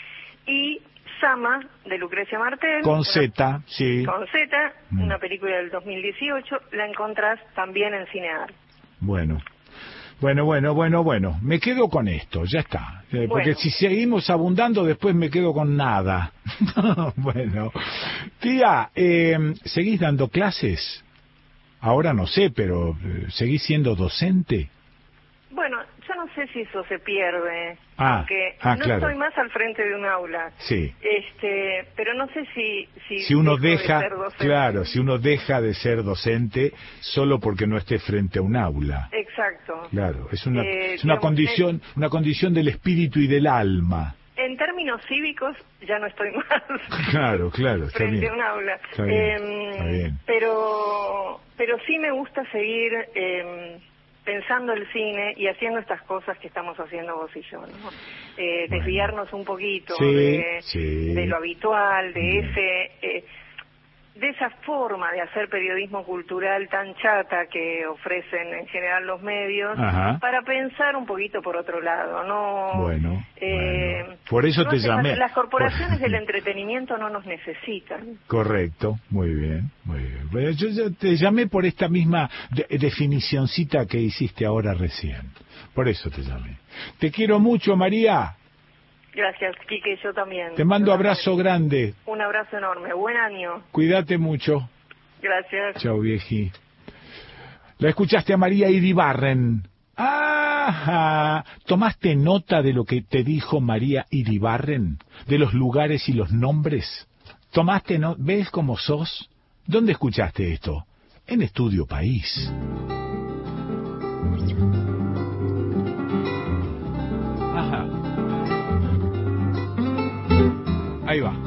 Y Sama, de Lucrecia Martel. Con una, Z, sí. Con Z, mm. una película del dos mil dieciocho. La encontrás también en Cinear. Bueno. Bueno, bueno, bueno, bueno, me quedo con esto, ya está. Eh, porque bueno. si seguimos abundando, después me quedo con nada. Bueno, tía, eh, ¿seguís dando clases? Ahora no sé, pero eh, ¿seguís siendo docente? Bueno, yo no sé si eso se pierde, ah, porque ah, no claro. estoy más al frente de un aula. Sí. Este, pero no sé si si, si uno deja, de ser docente. Claro, si uno deja de ser docente solo porque no esté frente a un aula. Exacto. Claro, es una eh, es una digamos, condición, en, una condición del espíritu y del alma. En términos cívicos ya no estoy más. Claro, claro, está frente bien. a un aula. Está bien, eh, está bien. Pero pero sí me gusta seguir eh, pensando el cine y haciendo estas cosas que estamos haciendo vos y yo, ¿no? Eh, bueno. Desviarnos un poquito sí, de, sí. de lo habitual, de Bien. ese eh, de esa forma de hacer periodismo cultural tan chata que ofrecen en general los medios, Ajá. para pensar un poquito por otro lado, no. Bueno, eh, bueno. Por eso no te hace llamé. falta, las corporaciones por... del entretenimiento no nos necesitan. Correcto, muy bien, muy bien. Bueno, yo, yo te llamé por esta misma de, definicioncita que hiciste ahora recién. Por eso te llamé. Te quiero mucho, María. Gracias, Quique, yo también. Te mando abrazo grande. Un abrazo enorme. Buen año. Cuídate mucho. Gracias. Chao, vieji. La escuchaste a María Iribarren. ¡Ajá! ¿Tomaste nota de lo que te dijo María Iribarren? ¿De los lugares y los nombres? ¿Tomaste nota? ¿Ves cómo sos? ¿Dónde escuchaste esto? En Estudio País. Ajá. Ahí va.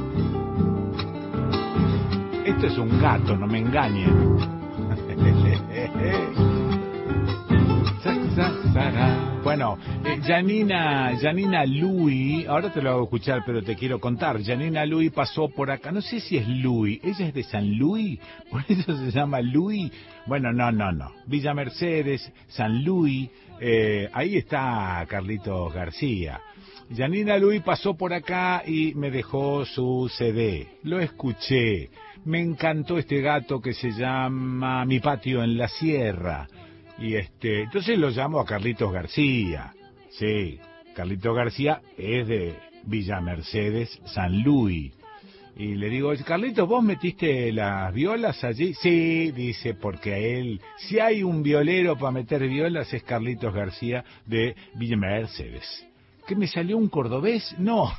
Esto es un gato, no me engañen. Bueno, eh, Janina, Janina Lui, ahora te lo hago escuchar, pero te quiero contar. Janina Lui pasó por acá, no sé si es Lui, ella es de San Luis, por eso se llama Lui. Bueno, no, no, no. Villa Mercedes, San Luis, eh, ahí está Carlitos García. Janina Lui pasó por acá y me dejó su C D. Lo escuché. Me encantó este gato que se llama Mi Patio en la Sierra. Y este, entonces lo llamo a Carlitos García. Sí, Carlitos García es de Villa Mercedes, San Luis. Y le digo, Carlitos, ¿vos metiste las violas allí? Sí, dice, porque a él, si hay un violero para meter violas es Carlitos García de Villa Mercedes. ¿Qué me salió un cordobés? No.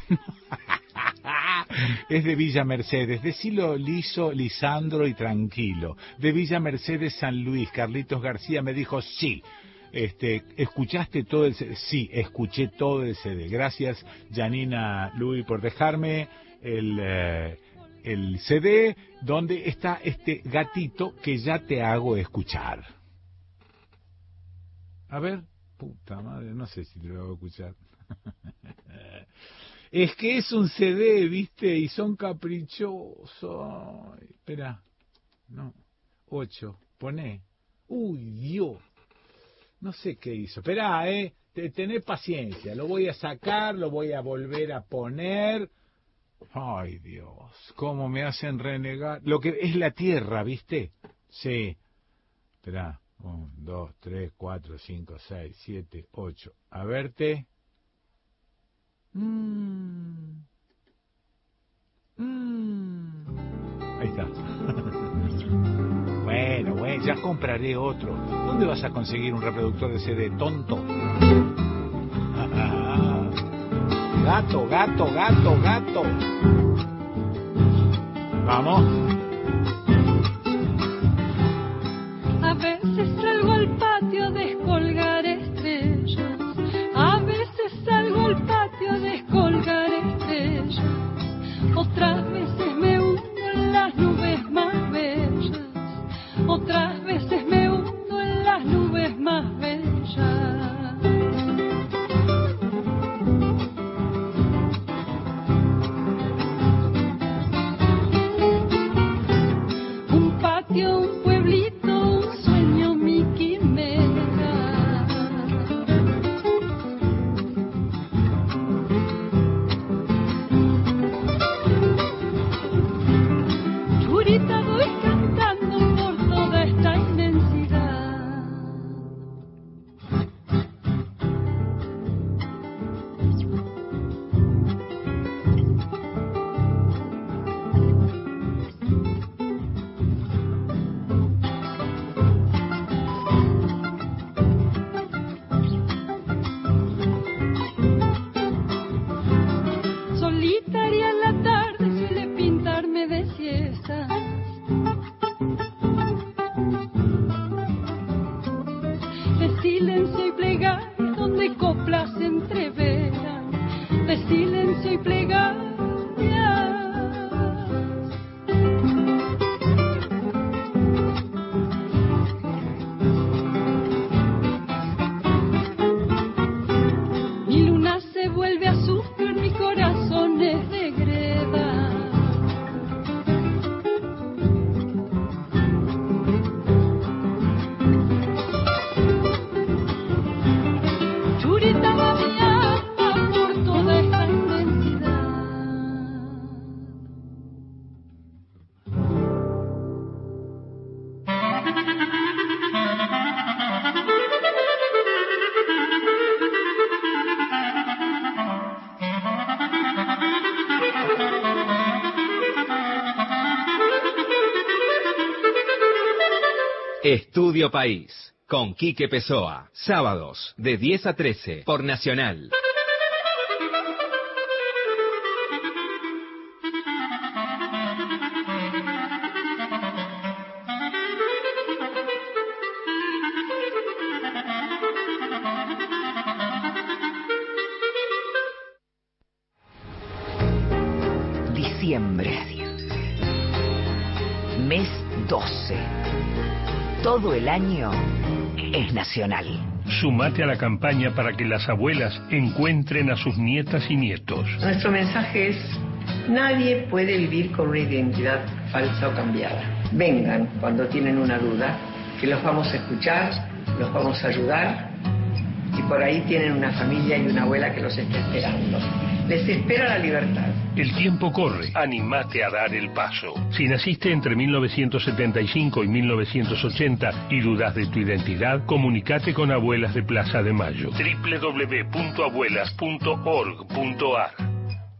Es de Villa Mercedes, decilo liso, lisandro y tranquilo. De Villa Mercedes, San Luis. Carlitos García me dijo sí. Este, ¿escuchaste todo el C D? Sí, escuché todo el C D. Gracias, Janina Lui, por dejarme el, eh, el C D donde está este gatito que ya te hago escuchar. A ver, puta madre, no sé si te lo hago escuchar. Es que es un C D, ¿viste? Y son caprichosos. Ay, espera. No. Ocho. Poné. Uy, Dios. No sé qué hizo. Esperá, ¿eh? Tené paciencia. Lo voy a sacar, lo voy a volver a poner. Ay, Dios. Cómo me hacen renegar. Lo que es la tierra, ¿viste? Sí. Esperá. Un, dos, tres, cuatro, cinco, seis, siete, ocho. A verte. Mm. Mm. Ahí está. Bueno, bueno, ya compraré otro. ¿Dónde vas a conseguir un reproductor de C D, tonto? Gato, gato, gato, gato. Vamos. A veces salgo al patio a descolgar estrellas. A veces salgo al patio a descolgar estrellas. Otras veces me hundo en las nubes más bellas. Otras veces me hundo en las nubes más bellas. Un patio, un pueblito, un sueño, mi quimera. Churita voy cantando por toda esta inmensidad. Solitaria en la tarde suele pintarme de siestas. De silencio y plegaria donde coplas se entreveran. De silencio y plegaria. Mi luna se vuelve azufre, mi corazón es de greda. Churita va mi alma por toda esta inmensidad. Estudio País, con Quique Pessoa. Sábados, de diez a trece, por Nacional. Diciembre. Mes doce. Todo el año es nacional. Sumate a la campaña para que las abuelas encuentren a sus nietas y nietos. Nuestro mensaje es: nadie puede vivir con una identidad falsa o cambiada. Vengan cuando tienen una duda, que los vamos a escuchar, los vamos a ayudar, y por ahí tienen una familia y una abuela que los está esperando. Les espera la libertad. El tiempo corre. Animate a dar el paso. Si naciste entre mil novecientos setenta y cinco y mil novecientos ochenta y dudas de tu identidad, comunicate con Abuelas de Plaza de Mayo. doble u doble u doble u punto abuelas punto org punto a r.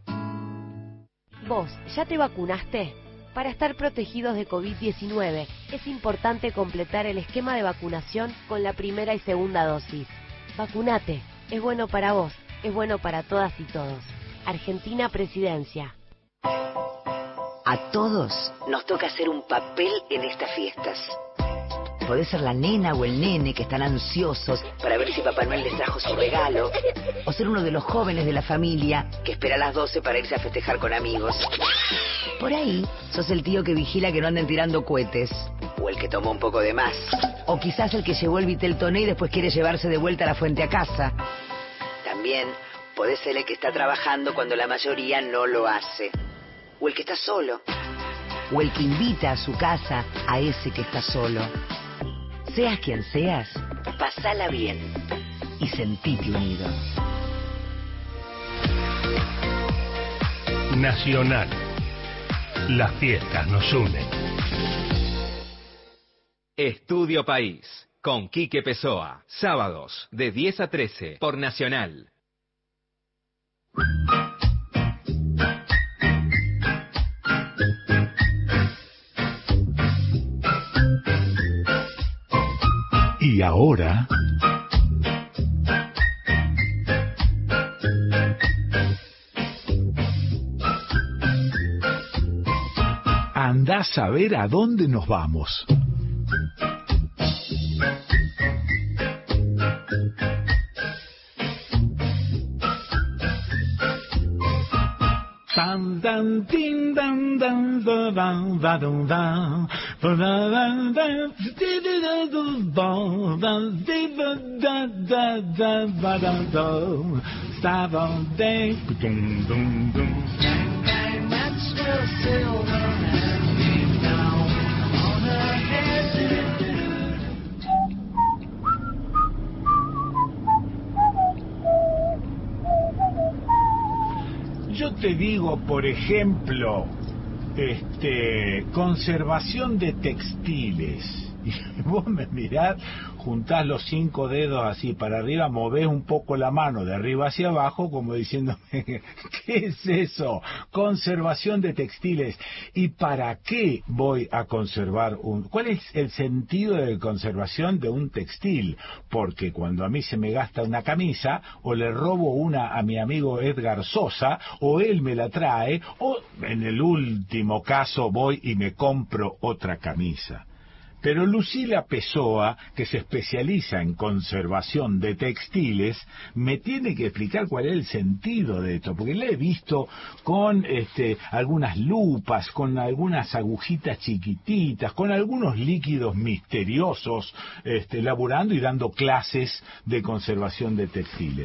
¿Vos ya te vacunaste? Para estar protegidos de COVID diecinueve, es importante completar el esquema de vacunación con la primera y segunda dosis. Vacunate. Es bueno para vos. Es bueno para todas y todos. Argentina Presidencia. A todos nos toca hacer un papel en estas fiestas. Podés ser la nena o el nene que están ansiosos para ver si Papá Noel les trajo su regalo. O ser uno de los jóvenes de la familia que espera a las doce para irse a festejar con amigos. Por ahí, sos el tío que vigila que no anden tirando cohetes. O el que tomó un poco de más. O quizás el que llevó el Viteltoné y después quiere llevarse de vuelta la fuente a casa. También podés ser el que está trabajando cuando la mayoría no lo hace. O el que está solo. O el que invita a su casa a ese que está solo. Seas quien seas, pasala bien y sentite unido. Nacional. Las fiestas nos unen. Estudio País, con Quique Pessoa. Sábados, de diez a trece, por Nacional. Y ahora... andás a ver a dónde nos vamos. Dan dan din dan dan dan dan dan dan dan Yo te digo, por ejemplo, este, conservación de textiles. Y vos me mirás, juntás los cinco dedos así para arriba, movés un poco la mano de arriba hacia abajo, como diciéndome, ¿qué es eso? Conservación de textiles. ¿Y para qué voy a conservar un...? ¿Cuál es el sentido de conservación de un textil? Porque cuando a mí se me gasta una camisa, o le robo una a mi amigo Edgar Sosa, o él me la trae, o en el último caso voy y me compro otra camisa. Pero Lucila Pessoa, que se especializa en conservación de textiles, me tiene que explicar cuál es el sentido de esto, porque la he visto con este, algunas lupas, con algunas agujitas chiquititas, con algunos líquidos misteriosos, este, elaborando y dando clases de conservación de textiles.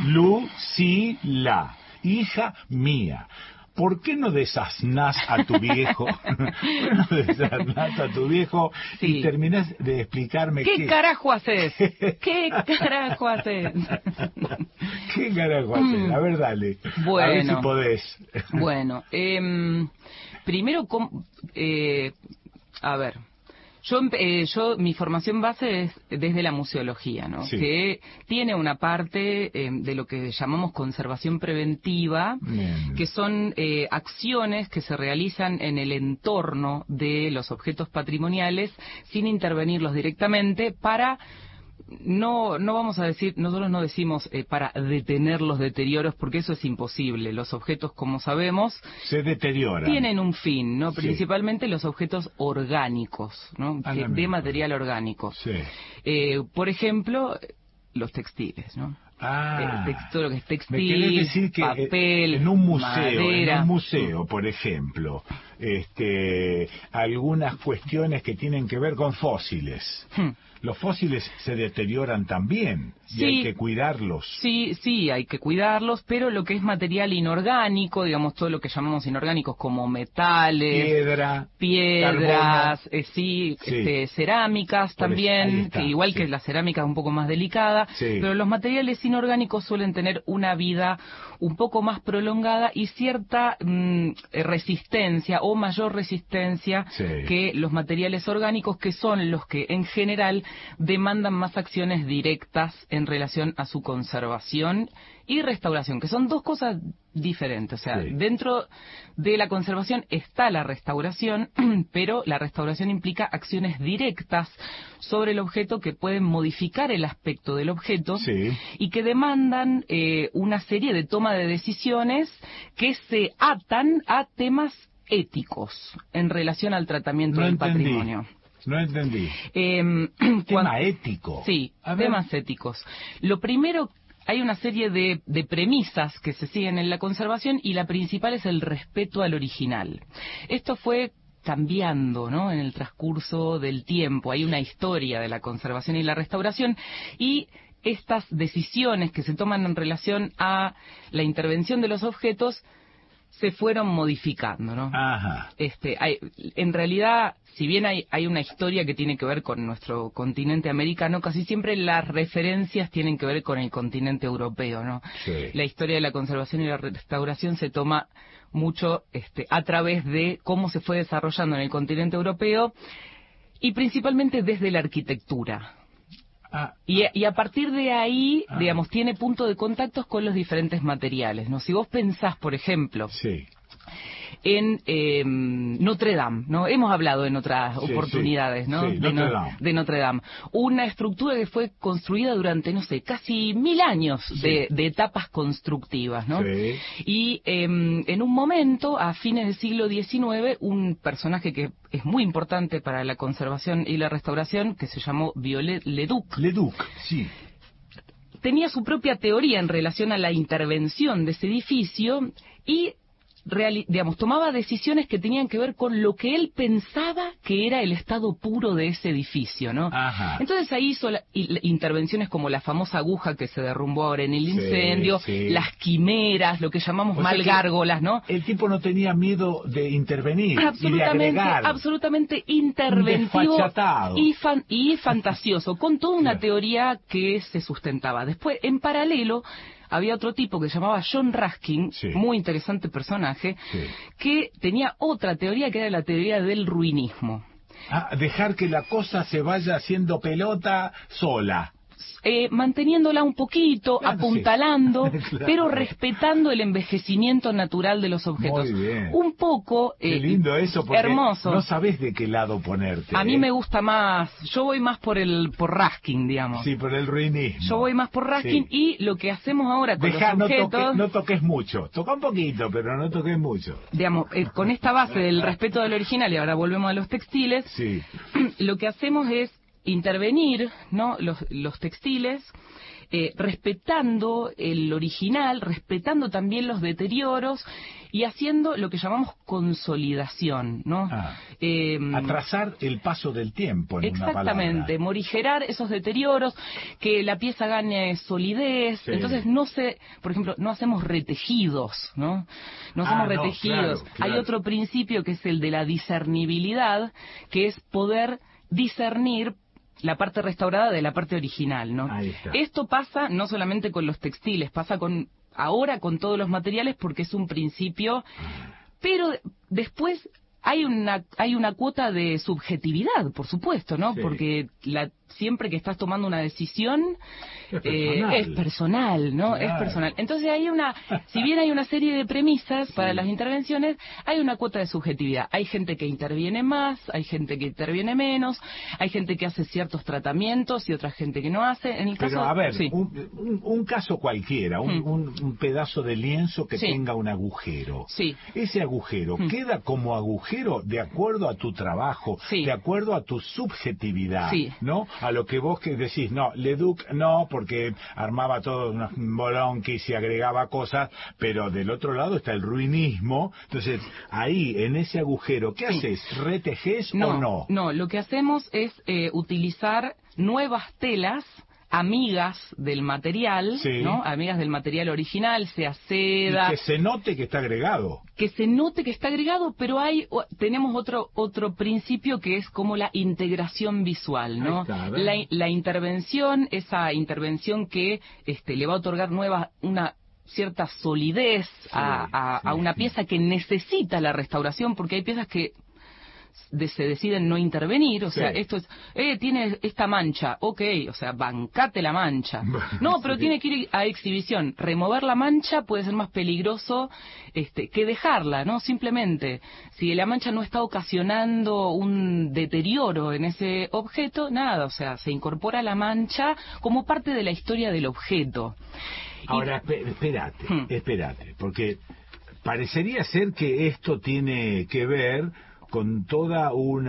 Lucila, hija mía. ¿Por qué no desasnás a tu viejo? ¿Por qué no desasnás a tu viejo sí. y terminás de explicarme qué? ¿Qué carajo haces? ¿Qué carajo haces? ¿Qué carajo haces? A ver, dale. Bueno, a ver si podés. Bueno, eh, primero, eh, a ver... Yo, eh, yo, mi formación base es desde la museología, ¿no? Sí. Que tiene una parte eh, de lo que llamamos conservación preventiva, Bien. que son eh, acciones que se realizan en el entorno de los objetos patrimoniales sin intervenirlos directamente para... No, no vamos a decir, nosotros no decimos eh, para detener los deterioros, porque eso es imposible. Los objetos, como sabemos, se deterioran. Tienen un fin, ¿no? Sí. Principalmente los objetos orgánicos, ¿no? Que, de material orgánico. Sí. Eh, por ejemplo, los textiles, ¿no? Ah, eh, todo lo que es textil, me querés decir que papel, en un museo, madera. en un museo, por ejemplo, este, algunas cuestiones que tienen que ver con fósiles. Hmm. los fósiles se deterioran también y Sí. hay que cuidarlos. Sí, sí, hay que cuidarlos, pero lo que es material inorgánico, digamos todo lo que llamamos inorgánicos como metales, Piedra, piedras, eh, sí, Sí. este, cerámicas Por eso, ahí también, está, que igual sí. que la cerámica es un poco más delicada, Sí. pero los materiales inorgánicos suelen tener una vida un poco más prolongada y cierta mm, resistencia o mayor resistencia Sí. que los materiales orgánicos, que son los que en general demandan más acciones directas en relación a su conservación y restauración, que son dos cosas diferentes. O sea, Sí. dentro de la conservación está la restauración, pero la restauración implica acciones directas sobre el objeto que pueden modificar el aspecto del objeto Sí. y que demandan eh, una serie de toma de decisiones que se atan a temas éticos en relación al tratamiento No del entendí. patrimonio. No entendí. Eh, Tema cuan- ético. Sí, A ver. temas éticos. Lo primero, hay una serie de, de premisas que se siguen en la conservación y la principal es el respeto al original. Esto fue cambiando, ¿no?, en el transcurso del tiempo. Hay una historia de la conservación y la restauración y estas decisiones que se toman en relación a la intervención de los objetos se fueron modificando, ¿no? Ajá. Este, hay, en realidad, si bien hay, hay una historia que tiene que ver con nuestro continente americano, casi siempre las referencias tienen que ver con el continente europeo, ¿no? Sí. La historia de la conservación y la restauración se toma mucho este, a través de cómo se fue desarrollando en el continente europeo y principalmente desde la arquitectura. Ah, Y, y a partir de ahí, Ah. digamos, tiene punto de contactos con los diferentes materiales, ¿no? Si vos pensás, por ejemplo, sí. en eh, Notre Dame, ¿no? Hemos hablado en otras Sí, oportunidades, sí, ¿no? sí, de, Notre no- Dame. de Notre Dame. Una estructura que fue construida durante, no sé, casi mil años de, de etapas constructivas, ¿no? Sí. Y eh, en un momento, a fines del siglo diecinueve, un personaje que es muy importante para la conservación y la restauración, que se llamó Viollet-le-Duc. Leduc, sí. Tenía su propia teoría en relación a la intervención de ese edificio y reali- digamos, tomaba decisiones que tenían que ver con lo que él pensaba que era el estado puro de ese edificio, ¿no? Ajá. Entonces ahí hizo la- y- intervenciones como la famosa aguja que se derrumbó ahora en el Sí, incendio, sí. las quimeras, lo que llamamos O sea que malgárgolas, ¿no? El tipo no tenía miedo de intervenir y de Absolutamente, agregar. absolutamente interventivo desfachatado. y, fan- y fantasioso, con toda una teoría que se sustentaba. Después, en paralelo, había otro tipo que se llamaba John Ruskin, muy interesante personaje, que tenía otra teoría que era la teoría del ruinismo. Ah, dejar que la cosa se vaya haciendo pelota sola. Eh, manteniéndola un poquito, Claro, apuntalando, sí. Claro. pero respetando el envejecimiento natural de los objetos. Muy bien. Un poco... Qué eh, lindo eso, porque hermoso. no sabés de qué lado ponerte. A mí ¿eh? me gusta más, yo voy más por el por Ruskin, digamos. Sí, por el ruinismo. Yo voy más por Ruskin Sí. y lo que hacemos ahora con Dejá, los no, objetos, toque- no toques mucho. Toca un poquito, pero no toques mucho. digamos, eh, con esta base del respeto del original, y ahora volvemos a los textiles, Sí. lo que hacemos es intervenir, ¿no?, los, los textiles, eh, respetando el original, respetando también los deterioros y haciendo lo que llamamos consolidación, ¿no? Ah. Eh, Atrasar el paso del tiempo, en una palabra. Exactamente, morigerar esos deterioros, que la pieza gane solidez. Sí. Entonces no se, por ejemplo, no hacemos retejidos, ¿no? No Ah, hacemos no, retejidos. claro, claro. Hay otro principio que es el de la discernibilidad, que es poder discernir la parte restaurada de la parte original, ¿no? Ahí está. Esto pasa no solamente con los textiles, pasa con ahora con todos los materiales porque es un principio, pero después hay una hay una cuota de subjetividad, por supuesto, ¿no? Sí. Porque la, siempre que estás tomando una decisión Es eh, personal. es personal, ¿no? Claro. Es personal. Entonces hay una, si bien hay una serie de premisas para las intervenciones, hay una cuota de subjetividad. Hay gente que interviene más, hay gente que interviene menos, hay gente que hace ciertos tratamientos y otra gente que no hace. En el Pero caso, a ver, sí. un, un- un caso cualquiera, un, Mm. un- un pedazo de lienzo que Sí. tenga un agujero. Sí. Ese agujero Mm. queda como agujero de acuerdo a tu trabajo, Sí. de acuerdo a tu subjetividad, Sí. ¿no? a lo que vos que decís, no, Leduc no, porque armaba todo un bolonqui y se agregaba cosas, pero del otro lado está el ruinismo. Entonces, ahí, en ese agujero, ¿qué sí. haces? ¿Retejes no, o no? No, lo que hacemos es eh, utilizar nuevas telas amigas del material, sí. ¿no? Amigas del material original, sea seda. Y que se note que está agregado. Que se note que está agregado, pero hay tenemos otro otro principio que es como la integración visual, ¿no? Está, la, la intervención, esa intervención que este le va a otorgar nueva una cierta solidez sí, a, a, sí, a una sí. pieza que necesita la restauración, porque hay piezas que De, se deciden no intervenir, o sea, sí. esto es, eh, tiene esta mancha, ok, o sea, bancate la mancha. No, pero sí. tiene que ir a exhibición. Remover la mancha puede ser más peligroso este, que dejarla, ¿no? Simplemente, si la mancha no está ocasionando un deterioro en ese objeto, nada, o sea, se incorpora la mancha como parte de la historia del objeto. Ahora, y... espérate, hmm. espérate, porque parecería ser que esto tiene que ver con toda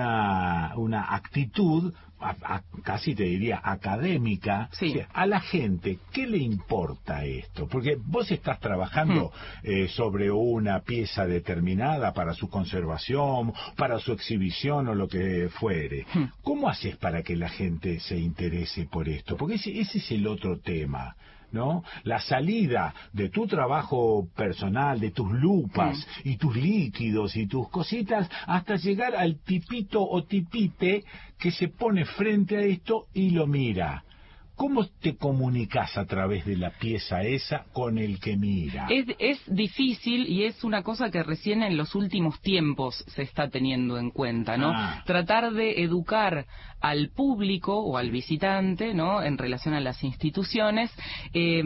una una actitud, a, a, casi te diría académica, sí. o sea, a la gente, ¿qué le importa esto? Porque vos estás trabajando mm. eh, sobre una pieza determinada para su conservación, para su exhibición o lo que fuere. Mm. ¿Cómo haces para que la gente se interese por esto? Porque ese, ese es el otro tema, ¿no? La salida de tu trabajo personal, de tus lupas sí. y tus líquidos y tus cositas, hasta llegar al tipito o tipite que se pone frente a esto y lo mira. ¿Cómo te comunicas a través de la pieza esa con el que mira? Es, es difícil y es una cosa que recién en los últimos tiempos se está teniendo en cuenta, ¿no? Ah. Tratar de educar al público o al visitante, ¿no? En relación a las instituciones, eh,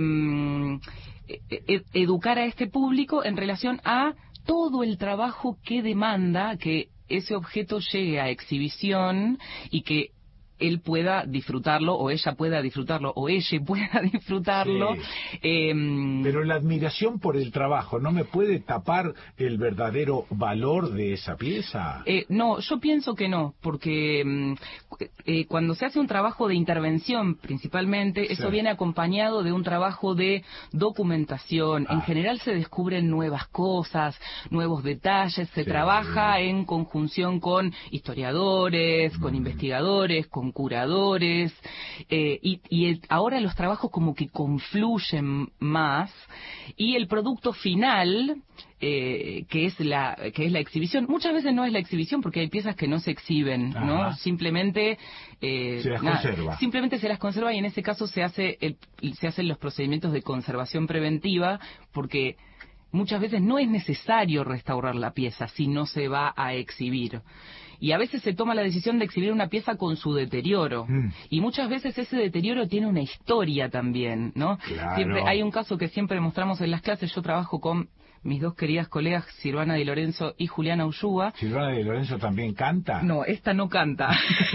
ed- educar a este público en relación a todo el trabajo que demanda que ese objeto llegue a exhibición y que él pueda disfrutarlo, o ella pueda disfrutarlo, o ella pueda disfrutarlo. Sí. Eh, Pero la admiración por el trabajo, ¿no me puede tapar el verdadero valor de esa pieza? Eh, no, yo pienso que no, porque eh, cuando se hace un trabajo de intervención, principalmente, sí. eso viene acompañado de un trabajo de documentación. Ah. En general se descubren nuevas cosas, nuevos detalles, se sí. trabaja en conjunción con historiadores, mm. con investigadores, con curadores, eh, y, y el, ahora los trabajos como que confluyen más, y el producto final, eh, que es la que es la exhibición, muchas veces no es la exhibición porque hay piezas que no se exhiben, Ajá. ¿no? Simplemente eh, se las nada, conserva. Simplemente se las conserva, y en ese caso se hace el, se hacen los procedimientos de conservación preventiva, porque muchas veces no es necesario restaurar la pieza si no se va a exhibir. Y a veces se toma la decisión de exhibir una pieza con su deterioro. Mm. Y muchas veces ese deterioro tiene una historia también, ¿no? Claro. Siempre hay un caso que siempre mostramos en las clases. Yo trabajo con mis dos queridas colegas, Silvana Di Lorenzo y Juliana Ulluga. ¿Silvana Di Lorenzo también canta? No, esta no canta.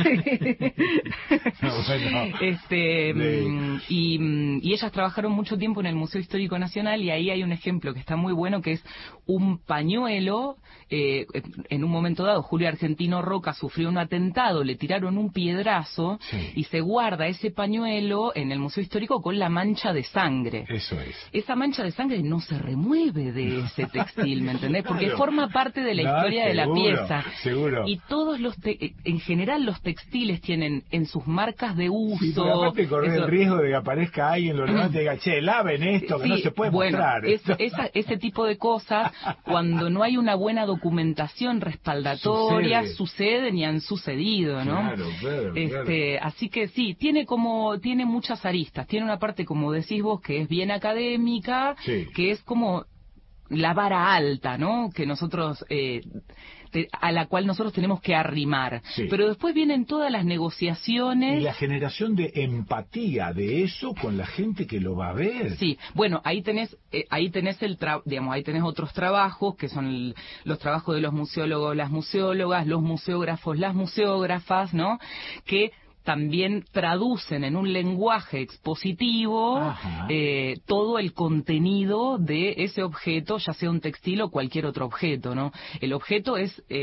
No, bueno. Este, sí. y, y ellas trabajaron mucho tiempo en el Museo Histórico Nacional, y ahí hay un ejemplo que está muy bueno, que es un pañuelo. Eh, en un momento dado, Julio Argentino Roca sufrió un atentado, le tiraron un piedrazo, sí. y se guarda ese pañuelo en el Museo Histórico con la mancha de sangre. Eso es. Esa mancha de sangre no se remueve de ese textil, ¿me entendés? Porque claro. forma parte de la no, historia seguro, de la pieza. Seguro. Y todos los, te en general los textiles tienen en sus marcas de uso. Sí, pero aparte correr eso... el riesgo de que aparezca alguien, lo levante y diga, che, laven esto, que sí, no se puede bueno, mostrar. Es, esa, ese tipo de cosas, cuando no hay una buena documentación respaldatoria, Sucede. suceden y han sucedido, ¿no? Claro, claro, este, claro. Así que sí, tiene como, tiene muchas aristas. Tiene una parte, como decís vos, que es bien académica, sí. que es como la vara alta, ¿no? Que nosotros, eh, te, a la cual nosotros tenemos que arrimar. Sí. Pero después vienen todas las negociaciones. Y la generación de empatía de eso con la gente que lo va a ver. Sí, bueno, ahí tenés, eh, ahí tenés el, tra digamos, ahí tenés otros trabajos que son el, los trabajos de los museólogos, las museólogas, los museógrafos, las museógrafas, ¿no? Que también traducen en un lenguaje expositivo eh, todo el contenido de ese objeto, ya sea un textil o cualquier otro objeto, ¿no? El objeto es eh,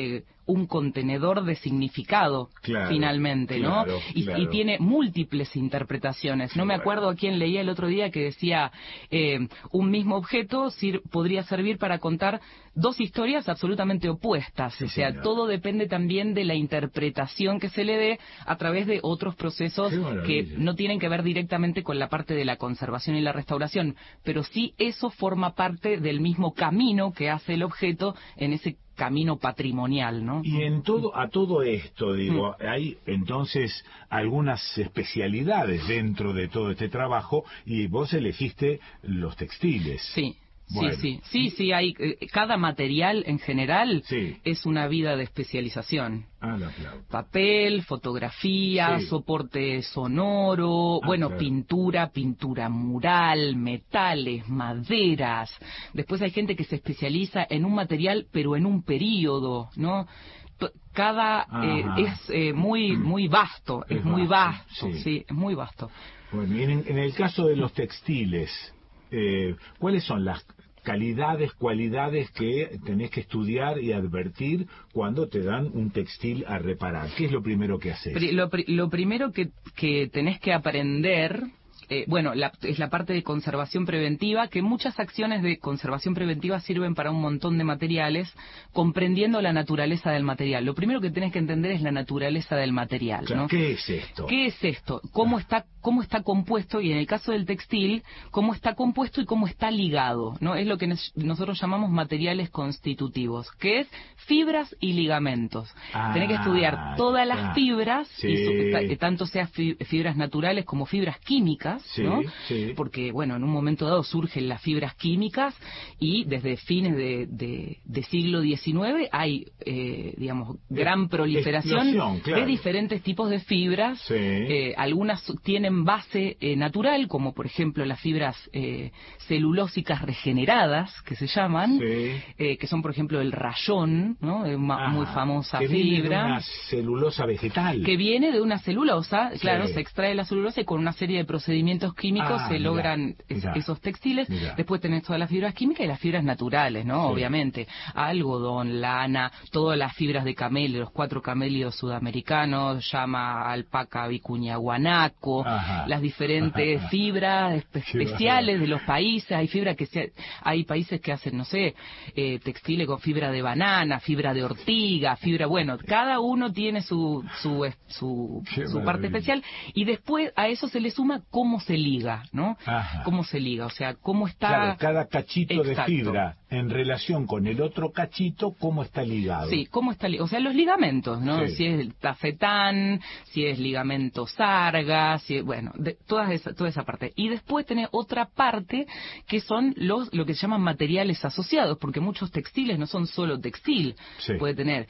un contenedor de significado, claro, finalmente, ¿no? Claro, y, claro. y tiene múltiples interpretaciones. No me acuerdo a quién leía el otro día que decía eh, un mismo objeto sir, podría servir para contar dos historias absolutamente opuestas. Sí, o sea, señor. todo depende también de la interpretación que se le dé a través de otros procesos que no tienen que ver directamente con la parte de la conservación y la restauración, pero sí eso forma parte del mismo camino que hace el objeto en ese camino patrimonial, ¿no? Y en todo, a todo esto, digo, hay entonces algunas especialidades dentro de todo este trabajo y vos elegiste los textiles. Sí. Bueno. Sí, sí, sí, sí, hay, eh, cada material en general sí. es una vida de especialización. Ah, la claro. Papel, fotografía, sí. soporte sonoro, ah, bueno, claro. pintura, pintura mural, metales, maderas. Después hay gente que se especializa en un material, pero en un periodo, ¿no? Cada eh, es eh, muy muy vasto, es, es muy vasto, vasto sí. sí, es muy vasto. Bueno, y en, en el caso de los textiles, eh, ¿cuáles son las calidades, cualidades que tenés que estudiar y advertir cuando te dan un textil a reparar? ¿Qué es lo primero que haces? Lo, lo primero que, que tenés que aprender... Eh, bueno, la, es la parte de conservación preventiva, que muchas acciones de conservación preventiva sirven para un montón de materiales, comprendiendo la naturaleza del material. Lo primero que tenés que entender es la naturaleza del material, ¿no? ¿Qué es esto? ¿Qué es esto? ¿Cómo está, cómo está compuesto? Y en el caso del textil, ¿cómo está compuesto y cómo está ligado? ¿No? Es lo que nos, nosotros llamamos materiales constitutivos, que es fibras y ligamentos. Ah, tenés que estudiar todas las ah, fibras, sí. y so, tanto sean fibras naturales como fibras químicas, Sí, ¿no? sí. Porque, bueno, en un momento dado surgen las fibras químicas y desde fines de, de, de siglo diecinueve hay, eh, digamos, gran proliferación claro. de diferentes tipos de fibras. Sí. Eh, algunas tienen base eh, natural, como por ejemplo las fibras eh, celulósicas regeneradas, que se llaman, sí. eh, que son, por ejemplo, el rayón, ¿no? Es una muy famosa que fibra. Viene de una celulosa vegetal. Que viene de una celulosa, claro, sí. se extrae la celulosa y con una serie de procedimientos químicos ah, se mira, logran mira, esos textiles. Mira. Después tenés todas las fibras químicas y las fibras naturales, ¿no? Sí. Obviamente. Algodón, lana, todas las fibras de camelio, los cuatro camelios sudamericanos, llama, alpaca, vicuña, guanaco, Ajá. las diferentes Ajá. fibras especiales de los países. Hay fibras que se, hay países que hacen, no sé, eh, textiles con fibra de banana, fibra de ortiga, fibra, bueno, cada uno tiene su su su, su parte especial y después a eso se le suma cómo se liga, ¿no? Ajá. Cómo se liga, o sea, cómo está... Claro, cada cachito Exacto. de fibra en relación con el otro cachito, ¿cómo está ligado? Sí, cómo está ligado, o sea, los ligamentos, ¿no? Sí. Si es el tafetán, si es ligamento sarga, si es, bueno, de, toda, esa, toda esa parte. Y después tenés otra parte que son los lo que se llaman materiales asociados, porque muchos textiles no son solo textil, sí. puede tener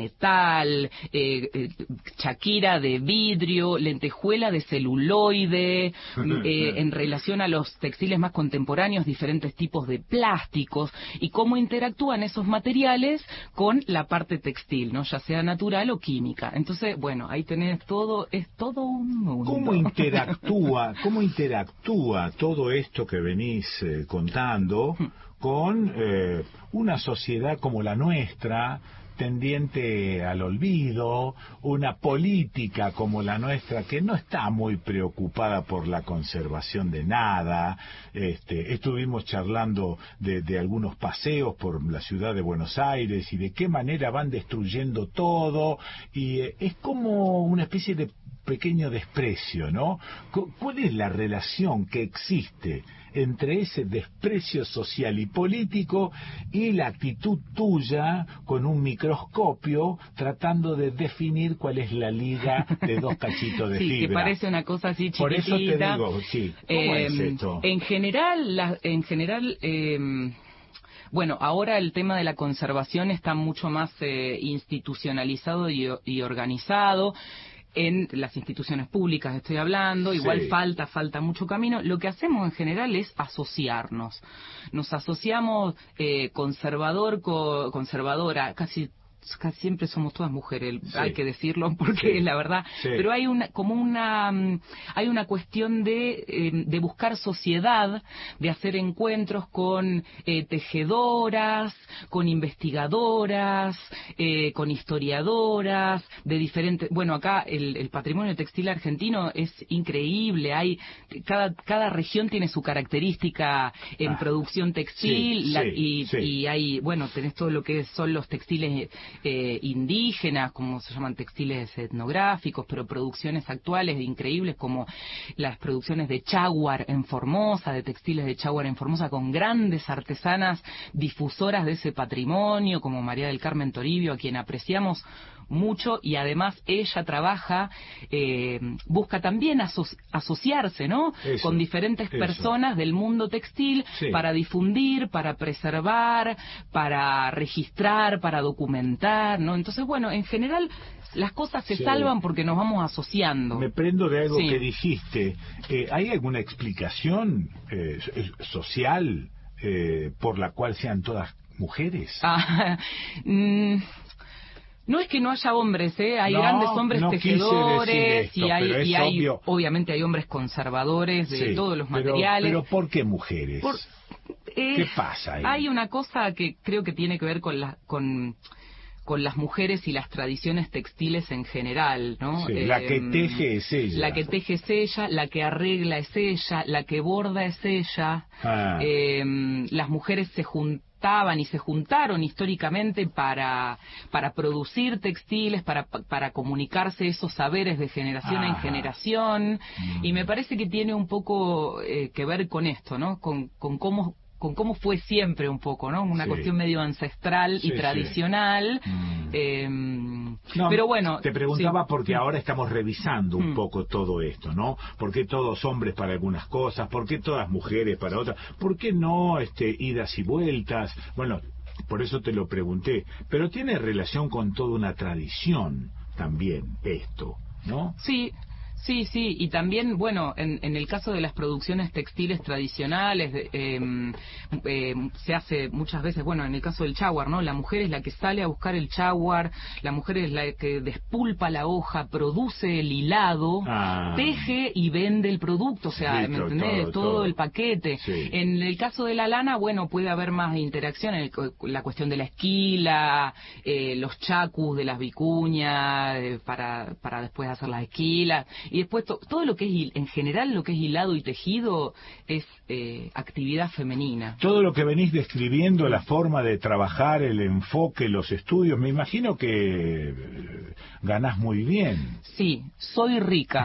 metal, eh, eh, chaquira de vidrio, lentejuela de celuloide, eh, en relación a los textiles más contemporáneos, diferentes tipos de plásticos y cómo interactúan esos materiales con la parte textil, ¿no? Ya sea natural o química. Entonces, bueno, ahí tenés todo, es todo un mundo. ¿Cómo interactúa, cómo interactúa todo esto que venís eh, contando con eh, una sociedad como la nuestra, tendiente al olvido, una política como la nuestra que no está muy preocupada por la conservación de nada? Este, estuvimos charlando de, de algunos paseos por la ciudad de Buenos Aires y de qué manera van destruyendo todo, y eh, es como una especie de pequeño desprecio, ¿no? ¿Cuál es la relación que existe entre ese desprecio social y político y la actitud tuya con un microscopio tratando de definir cuál es la liga de dos cachitos de sí, fibra? Sí, que parece una cosa así chiquitita. Por eso te digo, sí, ¿cómo eh, es esto? En general, la, en general... Eh, Bueno, ahora el tema de la conservación está mucho más eh, institucionalizado y, y organizado. En las instituciones públicas estoy hablando, igual sí. falta, falta mucho camino. Lo que hacemos en general es asociarnos. Nos asociamos eh, conservador, co, conservadora, casi casi siempre somos todas mujeres, sí. hay que decirlo porque sí. es la verdad, sí. pero hay una como una hay una cuestión de eh, de buscar sociedad, de hacer encuentros con eh, tejedoras, con investigadoras, eh, con historiadoras de diferentes, bueno, acá el, el patrimonio textil argentino es increíble, hay cada cada región tiene su característica en ah, producción textil, sí, la, sí, y, sí. y hay, bueno, tenés todo lo que son los textiles eh, indígenas, como se llaman textiles etnográficos, pero producciones actuales increíbles como las producciones de Chaguar en Formosa, de textiles de Chaguar en Formosa, con grandes artesanas difusoras de ese patrimonio, como María del Carmen Toribio, a quien apreciamos mucho, y además ella trabaja, eh, busca también aso asociarse, ¿no? Eso, con diferentes eso. personas del mundo textil sí. para difundir, para preservar, para registrar, para documentar, ¿no? Entonces, bueno, en general las cosas se sí. salvan porque nos vamos asociando. Me prendo de algo sí. que dijiste. Eh, ¿Hay alguna explicación eh, social eh, por la cual sean todas mujeres? Ah, mm, no es que no haya hombres, ¿eh? Hay no, grandes hombres no tejedores esto, y hay, y hay obvio. obviamente hay hombres conservadores de sí, todos los pero, materiales. Pero ¿por qué mujeres? Por, eh, ¿Qué pasa ahí? Hay una cosa que creo que tiene que ver con la, con con las mujeres y las tradiciones textiles en general, ¿no? Sí, eh, la que teje es ella. La que teje es ella, la que arregla es ella, la que borda es ella. Ah. Eh, las mujeres se juntaban y se juntaron históricamente para para producir textiles, para para comunicarse esos saberes de generación Ajá. en generación. Mm. Y me parece que tiene un poco eh, que ver con esto, ¿no? Con, con cómo con cómo fue siempre un poco, ¿no? Una sí. cuestión medio ancestral sí, y tradicional. Sí. Mm. Eh, no, pero bueno... Te preguntaba sí. porque ahora estamos revisando un mm. poco todo esto, ¿no? ¿Por qué todos hombres para algunas cosas? ¿Por qué todas mujeres para otras? ¿Por qué no este, idas y vueltas? Bueno, por eso te lo pregunté. Pero tiene relación con toda una tradición también esto, ¿no? Sí. Sí, sí, y también, bueno, en, en el caso de las producciones textiles tradicionales, de, eh, eh, se hace muchas veces, bueno, en el caso del chaguar, ¿no? La mujer es la que sale a buscar el chaguar, la mujer es la que despulpa la hoja, produce el hilado, ah. teje y vende el producto, o sea, sí, ¿me entendés? Todo, todo, todo el paquete. Sí. En el caso de la lana, bueno, puede haber más interacción, en el, la cuestión de la esquila, eh, los chacus de las vicuñas, eh, para, para después hacer las esquilas. Y después to, todo lo que es, en general, lo que es hilado y tejido es eh, actividad femenina. Todo lo que venís describiendo, la forma de trabajar, el enfoque, los estudios, me imagino que eh, ganás muy bien. Sí, soy rica.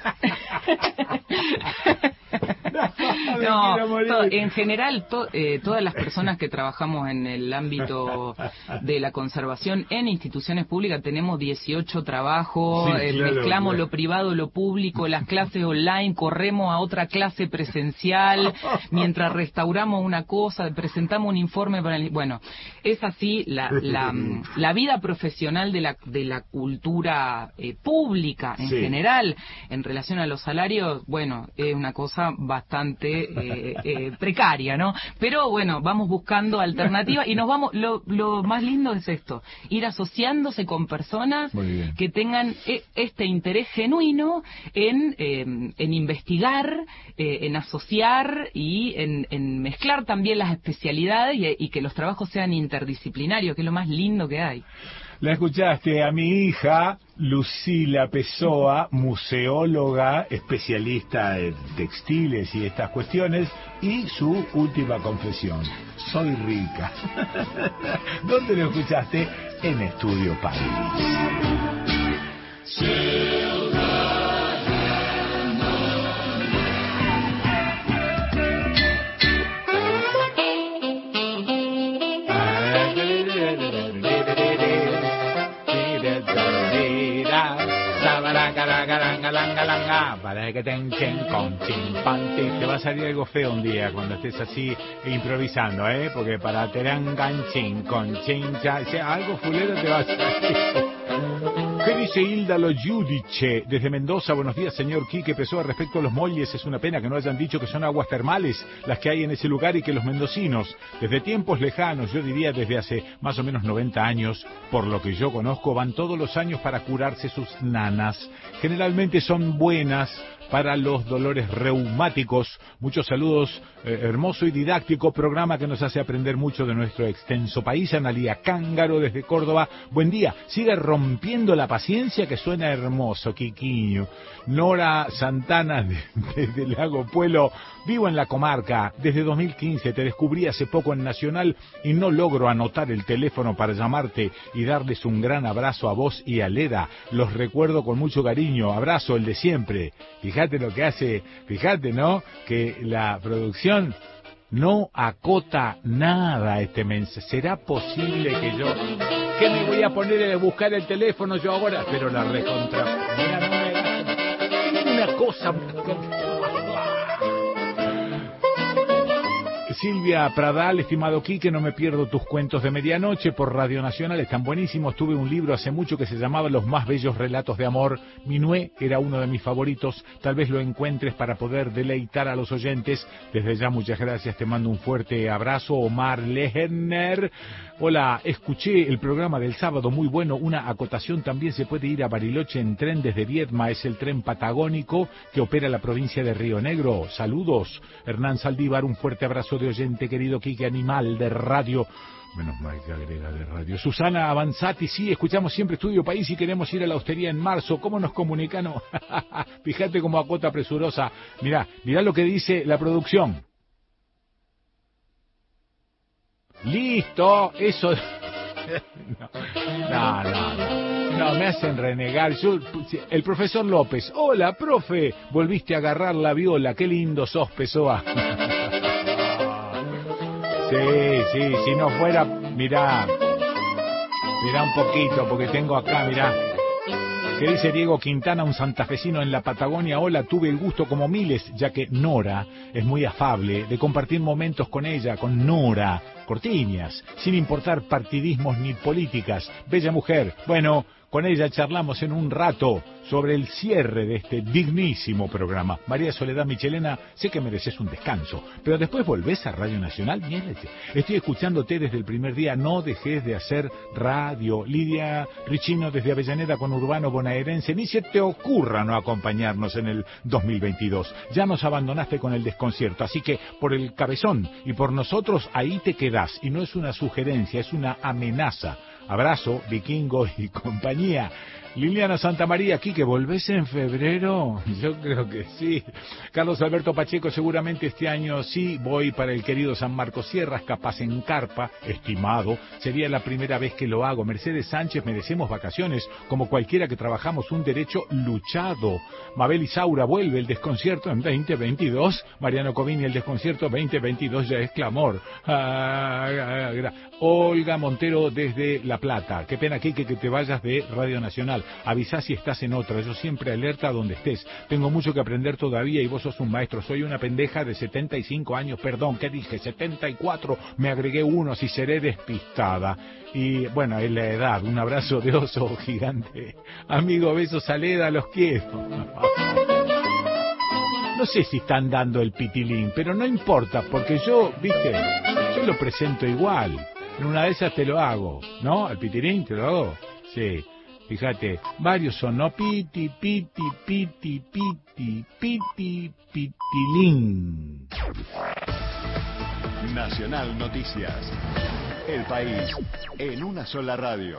No, to, en general, to, eh, todas las personas que trabajamos en el ámbito de la conservación en instituciones públicas tenemos dieciocho trabajos, sí, eh, claro, mezclamos claro. lo privado, lo público, las clases online, corremos a otra clase presencial, mientras restauramos una cosa, presentamos un informe para el... Bueno, es así la, la, la vida profesional de la, de la cultura eh, pública en sí. general, en relación a los salarios, bueno, es una cosa bastante eh, eh, precaria, ¿no? Pero bueno, vamos buscando alternativas y nos vamos, lo, lo más lindo es esto, ir asociándose con personas que tengan e, este interés genuino en, eh, en investigar, eh, en asociar y en, en mezclar también las especialidades y, y que los trabajos sean interdisciplinarios, que es lo más lindo que hay. La escuchaste a mi hija Lucila Pessoa, museóloga, especialista en textiles y estas cuestiones, y su última confesión: soy rica. ¿Dónde lo escuchaste? En Estudio País. Para que te enchen con chimpante. Te va a salir algo feo un día cuando estés así improvisando, ¿eh? Porque para terangan chin con chincha, algo fulero te va a salir. ¿Qué dice Hilda Lo Giudice desde Mendoza? Buenos días, señor Quique Pessoa. Respecto a los molles, es una pena que no hayan dicho que son aguas termales las que hay en ese lugar y que los mendocinos, desde tiempos lejanos, yo diría desde hace más o menos noventa años, por lo que yo conozco, van todos los años para curarse sus nanas. Generalmente son buenas para los dolores reumáticos. Muchos saludos, eh, hermoso y didáctico programa que nos hace aprender mucho de nuestro extenso país. Analía Cángaro desde Córdoba. Buen día, sigue rompiendo la paciencia que suena hermoso, Quiquiño. Nora Santana desde Lago Puelo. Vivo en la comarca desde dos mil quince, te descubrí hace poco en Nacional y no logro anotar el teléfono para llamarte y darles un gran abrazo a vos y a Leda. Los recuerdo con mucho cariño. Abrazo, el de siempre. Fíjate lo que hace, fíjate, ¿no? Que la producción no acota nada a este mensaje. ¿Será posible que yo... ¿Qué me voy a poner a buscar el teléfono yo ahora? Pero la recontra... Mira, no me... Una cosa... Silvia Pradal, estimado Quique, no me pierdo tus cuentos de medianoche por Radio Nacional, están buenísimos. Tuve un libro hace mucho que se llamaba Los más bellos relatos de amor. Minué era uno de mis favoritos, tal vez lo encuentres para poder deleitar a los oyentes. Desde ya muchas gracias, te mando un fuerte abrazo. Omar Lehner, hola, escuché el programa del sábado, muy bueno. Una acotación, también se puede ir a Bariloche en tren desde Viedma, es el tren patagónico que opera la provincia de Río Negro. Saludos. Hernán Saldívar, un fuerte abrazo de oyente, querido Quique, animal de radio. Menos mal que agrega de radio. Susana Avanzati, sí, escuchamos siempre Estudio País y queremos ir a la hostería en marzo. ¿Cómo nos comunican? Fíjate cómo acota presurosa. Mirá, mirá lo que dice la producción. Listo, eso... no, no, no, no, no, me hacen renegar. Yo, el profesor López, hola, profe, volviste a agarrar la viola, qué lindo sos, Pessoa. Sí, sí, si no fuera, mirá, mirá un poquito, porque tengo acá, mirá, que dice Diego Quintana, un santafesino en la Patagonia. Hola, tuve el gusto como miles, ya que Nora es muy afable, de compartir momentos con ella, con Nora Cortiñas, sin importar partidismos ni políticas. Bella mujer. Bueno, con ella charlamos en un rato sobre el cierre de este dignísimo programa. María Soledad Michelena, sé que mereces un descanso, pero después volvés a Radio Nacional. Mira, estoy escuchándote desde el primer día, no dejes de hacer radio. Lidia Richino desde Avellaneda con Urbano Bonaerense, ni se te ocurra no acompañarnos en el dos mil veintidós. Ya nos abandonaste con el desconcierto, así que por el cabezón y por nosotros ahí te quedás, y no es una sugerencia, es una amenaza. Abrazo, Vikingo y compañía. Liliana Santamaría, aquí que volvés en febrero, yo creo que sí. Carlos Alberto Pacheco, seguramente este año sí voy para el querido San Marcos Sierras, capaz en carpa, estimado, sería la primera vez que lo hago. Mercedes Sánchez, merecemos vacaciones, como cualquiera que trabajamos, un derecho luchado. Mabel Isaura, vuelve el desconcierto en veinte veintidós. Mariano Covini, el desconcierto veinte veintidós ya es clamor. Ah, ah, ah. Olga Montero desde La Plata, qué pena, Quique, que te vayas de Radio Nacional. Avisá si estás en otra, yo siempre alerta donde estés. Tengo mucho que aprender todavía y vos sos un maestro. Soy una pendeja de setenta y cinco años, perdón, ¿qué dije? setenta y cuatro, me agregué uno, si seré despistada. Y bueno, es la edad. Un abrazo de oso gigante. Amigo, besos a Leda, los quiero. No sé si están dando el pitilín, pero no importa, porque yo, viste, yo lo presento igual. En una de esas te lo hago, ¿no? El pitilín te lo hago. Sí. Fíjate, varios son, ¿no? Piti, piti, piti, piti, piti, pitilín. Nacional Noticias. El país en una sola radio.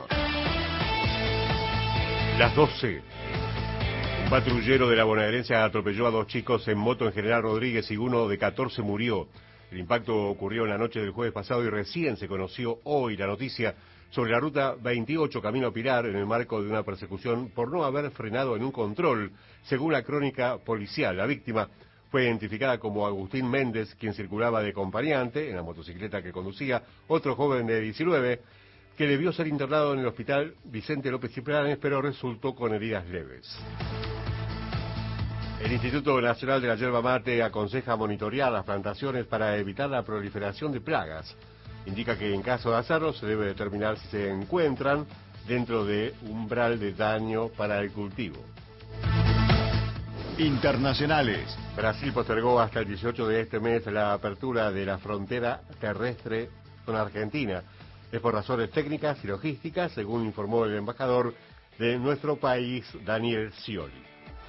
Las doce. Un patrullero de la bonaerense atropelló a dos chicos en moto en General Rodríguez y uno de catorce murió. El impacto ocurrió en la noche del jueves pasado y recién se conoció hoy la noticia sobre la ruta veintiocho camino a Pilar en el marco de una persecución por no haber frenado en un control, según la crónica policial. La víctima fue identificada como Agustín Méndez, quien circulaba de acompañante en la motocicleta que conducía otro joven de diecinueve, que debió ser internado en el hospital Vicente López y Planes, pero resultó con heridas leves. El Instituto Nacional de la Yerba Mate aconseja monitorear las plantaciones para evitar la proliferación de plagas. Indica que en caso de hacerlo se debe determinar si se encuentran dentro de umbral de daño para el cultivo. Internacionales. Brasil postergó hasta el dieciocho de este mes la apertura de la frontera terrestre con Argentina. Es por razones técnicas y logísticas, según informó el embajador de nuestro país, Daniel Scioli.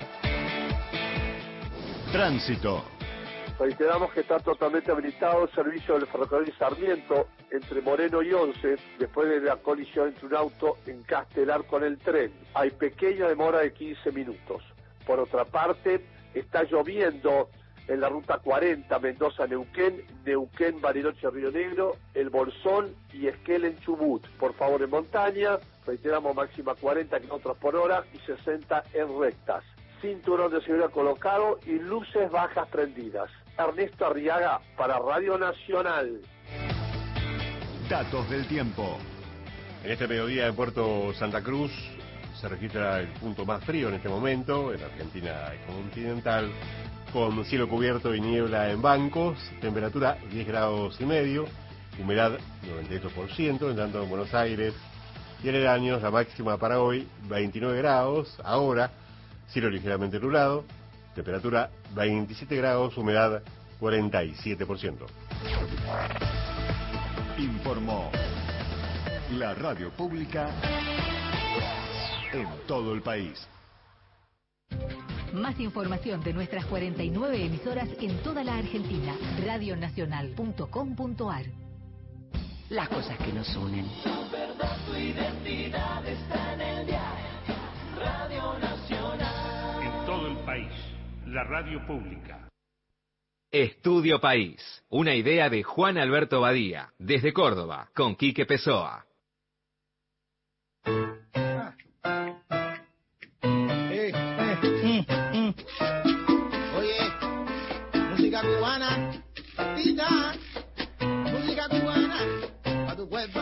Tránsito. Reiteramos que está totalmente habilitado el servicio del ferrocarril Sarmiento entre Moreno y Once, después de la colisión entre un auto en Castelar con el tren. Hay pequeña demora de quince minutos. Por otra parte, está lloviendo en la ruta cuarenta, Mendoza-Neuquén, Neuquén-Bariloche-Río Negro, El Bolsón y Esquel en Chubut. Por favor, en montaña, reiteramos máxima cuarenta kilómetros por hora y sesenta en rectas. Cinturón de seguridad colocado y luces bajas prendidas. Ernesto Arriaga para Radio Nacional. Datos del tiempo. En este mediodía en Puerto Santa Cruz se registra el punto más frío en este momento, en Argentina continental, con cielo cubierto y niebla en bancos, temperatura diez grados y medio, humedad noventa y ocho por ciento, en tanto en Buenos Aires y aledaños la máxima para hoy veintinueve grados, ahora cielo ligeramente nublado, temperatura veintisiete grados, humedad cuarenta y siete por ciento. Informó la radio pública en todo el país. Más información de nuestras cuarenta y nueve emisoras en toda la Argentina. radio nacional punto com punto ar. Las cosas que nos unen. Tu verdad, tu identidad está en el diario. Radio Nacional. En todo el país, la radio pública. Estudio País, una idea de Juan Alberto Badía, desde Córdoba, con Quique Pessoa. Eh, eh, mm, mm. Oye, música cubana, tita, música cubana, pa' tu cuerpo.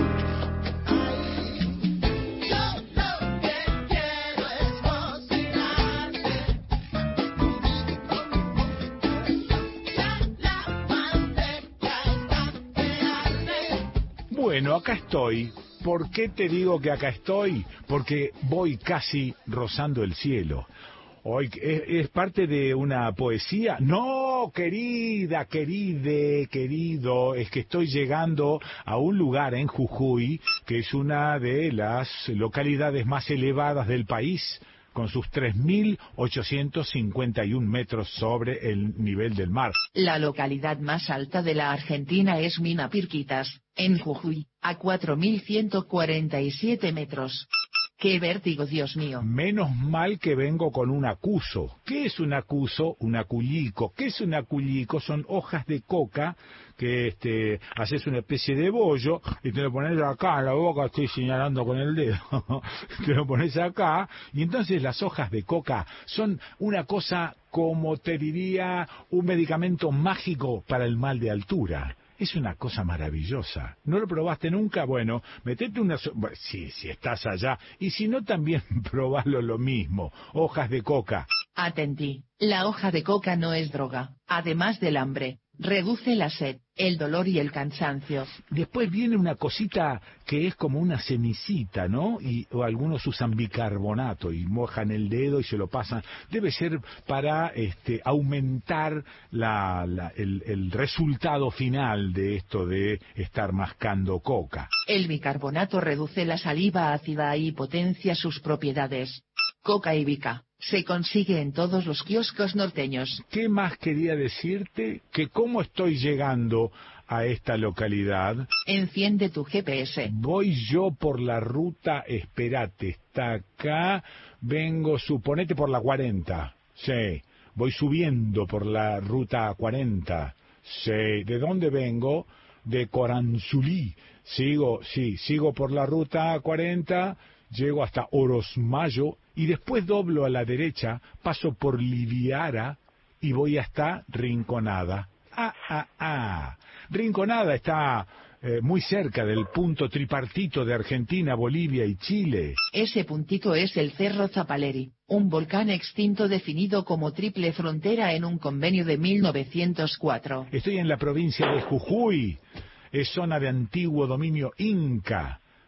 Bueno, acá estoy. ¿Por qué te digo que acá estoy? Porque voy casi rozando el cielo. Hoy ¿es, es parte de una poesía? No, querida, queride, querido, es que estoy llegando a un lugar en Jujuy que es una de las localidades más elevadas del país, con sus tres mil ochocientos cincuenta y un metros sobre el nivel del mar. La localidad más alta de la Argentina es Mina Pirquitas, en Jujuy, a cuatro mil ciento cuarenta y siete metros. ¡Qué vértigo, Dios mío! Menos mal que vengo con un acuso. ¿Qué es un acuso? Un aculico. ¿Qué es un aculico? Son hojas de coca que este, haces una especie de bollo y te lo pones acá en la boca, estoy señalando con el dedo, te lo pones acá y entonces las hojas de coca son una cosa, como te diría, un medicamento mágico para el mal de altura. Es una cosa maravillosa. ¿No lo probaste nunca? Bueno, metete una... So bueno, sí, si estás allá. Y si no, también probalo lo mismo. Hojas de coca. Atentí. La hoja de coca no es droga. Además del hambre, reduce la sed, el dolor y el cansancio. Después viene una cosita que es como una cenicita, ¿no? Y o algunos usan bicarbonato y mojan el dedo y se lo pasan. Debe ser para este, aumentar la, la, el, el resultado final de esto de estar mascando coca. El bicarbonato reduce la saliva ácida y potencia sus propiedades. Coca y bica. Se consigue en todos los kioscos norteños. ¿Qué más quería decirte? Que cómo estoy llegando a esta localidad. Enciende tu G P S. Voy yo por la ruta, espérate, está acá, vengo, suponete por la cuarenta. Sí, voy subiendo por la ruta cuarenta. Sí, ¿de dónde vengo? De Coranzulí. Sigo, sí, sigo por la ruta cuarenta, llego hasta Orosmayo y después doblo a la derecha, paso por Liviara y voy hasta Rinconada. Ah, ah, ah. Rinconada está eh, muy cerca del punto tripartito de Argentina, Bolivia y Chile. Ese puntito es el Cerro Zapaleri, un volcán extinto definido como triple frontera en un convenio de mil novecientos cuatro. Estoy en la provincia de Jujuy, es zona de antiguo dominio inca.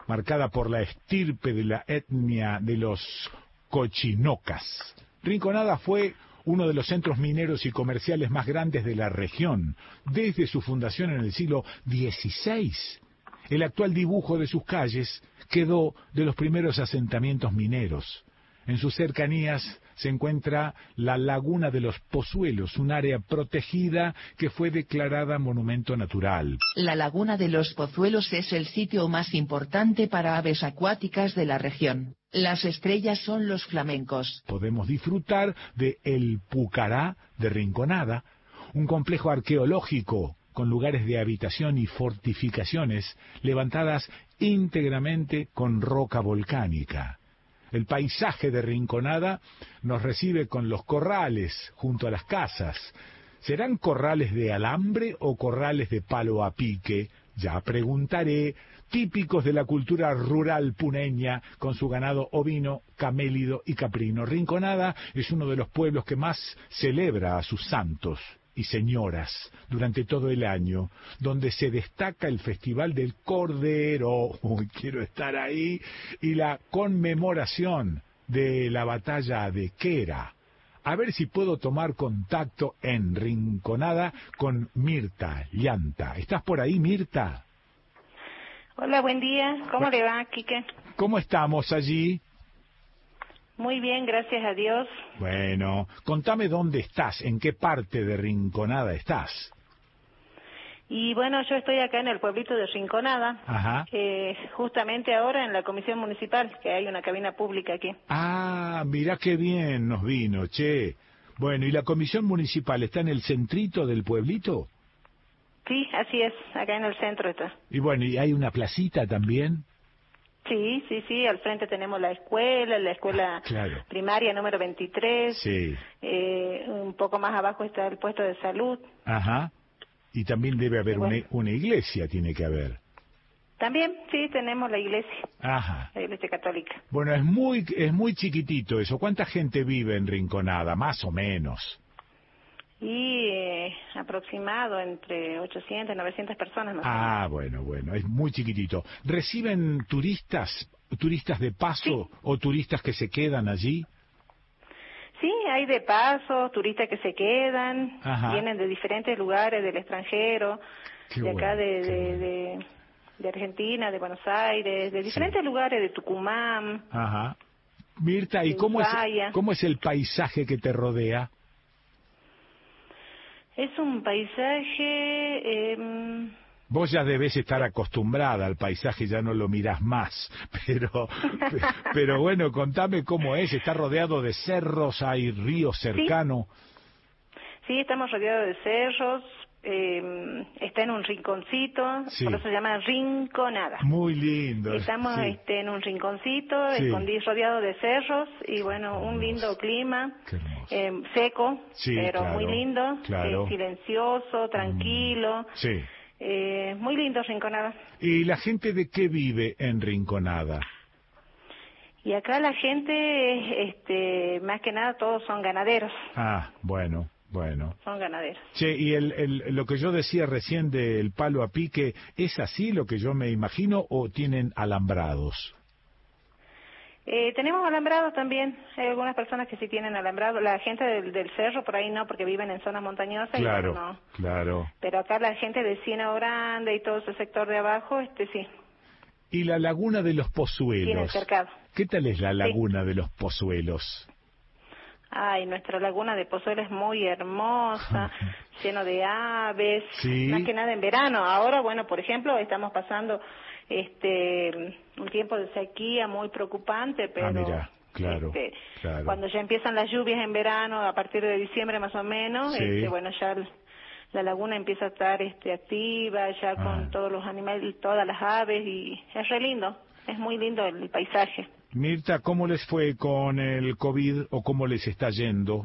marcada por la estirpe de la etnia de los cochinocas. Rinconada fue uno de los centros mineros y comerciales más grandes de la región, desde su fundación en el siglo dieciséis. El actual dibujo de sus calles quedó de los primeros asentamientos mineros. En sus cercanías se encuentra la Laguna de los Pozuelos, un área protegida que fue declarada monumento natural. La Laguna de los Pozuelos es el sitio más importante para aves acuáticas de la región. Las estrellas son los flamencos. Podemos disfrutar de El Pucará de Rinconada, un complejo arqueológico con lugares de habitación y fortificaciones levantadas íntegramente con roca volcánica. El paisaje de Rinconada nos recibe con los corrales junto a las casas. ¿Serán corrales de alambre o corrales de palo a pique? Ya preguntaré. Típicos de la cultura rural puneña, con su ganado ovino, camélido y caprino. Rinconada es uno de los pueblos que más celebra a sus santos y señoras durante todo el año, donde se destaca el Festival del Cordero, uy, quiero estar ahí, y la conmemoración de la batalla de Quera. A ver si puedo tomar contacto en Rinconada con Mirta Llanta. ¿Estás por ahí, Mirta? Hola, buen día. ¿Cómo le va, Quique? ¿Cómo estamos allí? Muy bien, gracias a Dios. Bueno, contame dónde estás, en qué parte de Rinconada estás. Y bueno, yo estoy acá en el pueblito de Rinconada, Ajá. Eh, justamente ahora en la comisión municipal, que hay una cabina pública aquí. Ah, mirá qué bien nos vino, che. Bueno, ¿y la comisión municipal está en el centrito del pueblito? Sí, así es, acá en el centro está. Y bueno, ¿y hay una placita también? Sí, sí, sí, al frente tenemos la escuela, la escuela ah, claro. primaria número veintitrés. Sí. Eh, un poco más abajo está el puesto de salud. Ajá. Y también debe haber bueno. una, una iglesia, tiene que haber. También, sí, tenemos la iglesia. Ajá. La iglesia católica. Bueno, es muy, es muy chiquitito eso. ¿Cuánta gente vive en Rinconada, más o menos? Y eh, aproximado entre ochocientas y novecientas personas más. Ah, bueno, bueno, es muy chiquitito. ¿Reciben turistas, turistas de paso sí. o turistas que se quedan allí? Sí, hay de paso, turistas que se quedan, Ajá. vienen de diferentes lugares del extranjero, qué de acá bueno, de, de, bueno. de, de Argentina, de Buenos Aires, de diferentes sí. lugares, de Tucumán. Ajá. Mirta, ¿y cómo es, cómo es el paisaje que te rodea? Es un paisaje... Eh... Vos ya debes estar acostumbrada al paisaje, ya no lo mirás más, pero pero bueno, contame cómo es, está rodeado de cerros, hay ríos cercanos. Sí, sí estamos rodeados de cerros, eh, está en un rinconcito, sí. por eso se llama Rinconada. Muy lindo. Estamos sí. este, en un rinconcito, sí. escondidos, rodeados de cerros, y bueno, un lindo clima, eh, seco, sí, pero claro, muy lindo, claro. eh, silencioso, tranquilo. Mm, sí. Eh, muy lindo Rinconada. ¿Y la gente de qué vive en Rinconada? Y acá la gente, este, más que nada, todos son ganaderos. Ah, bueno, bueno. Son ganaderos. Che, y el, el, lo que yo decía recién del palo a pique, ¿es así lo que yo me imagino o tienen alambrados? Eh, tenemos alambrado también, hay algunas personas que sí tienen alambrado, la gente del, del cerro por ahí no, porque viven en zonas montañosas. Claro, y bueno, no. claro. Pero acá la gente de Ciénaga Grande y todo ese sector de abajo, este sí. ¿Y la laguna de los Pozuelos? Tienen cercado. ¿Qué tal es la laguna sí. de los Pozuelos? Ay, nuestra laguna de Pozuelos es muy hermosa, lleno de aves, ¿Sí? más que nada en verano. Ahora, bueno, por ejemplo, estamos pasando este un tiempo de sequía muy preocupante, pero ah, mira, claro, este, claro. cuando ya empiezan las lluvias en verano, a partir de diciembre más o menos, sí. este, bueno, ya la laguna empieza a estar este, activa, ya ah. con todos los animales, todas las aves, y es re lindo, es muy lindo el, el paisaje. Mirta, ¿cómo les fue con el COVID o cómo les está yendo?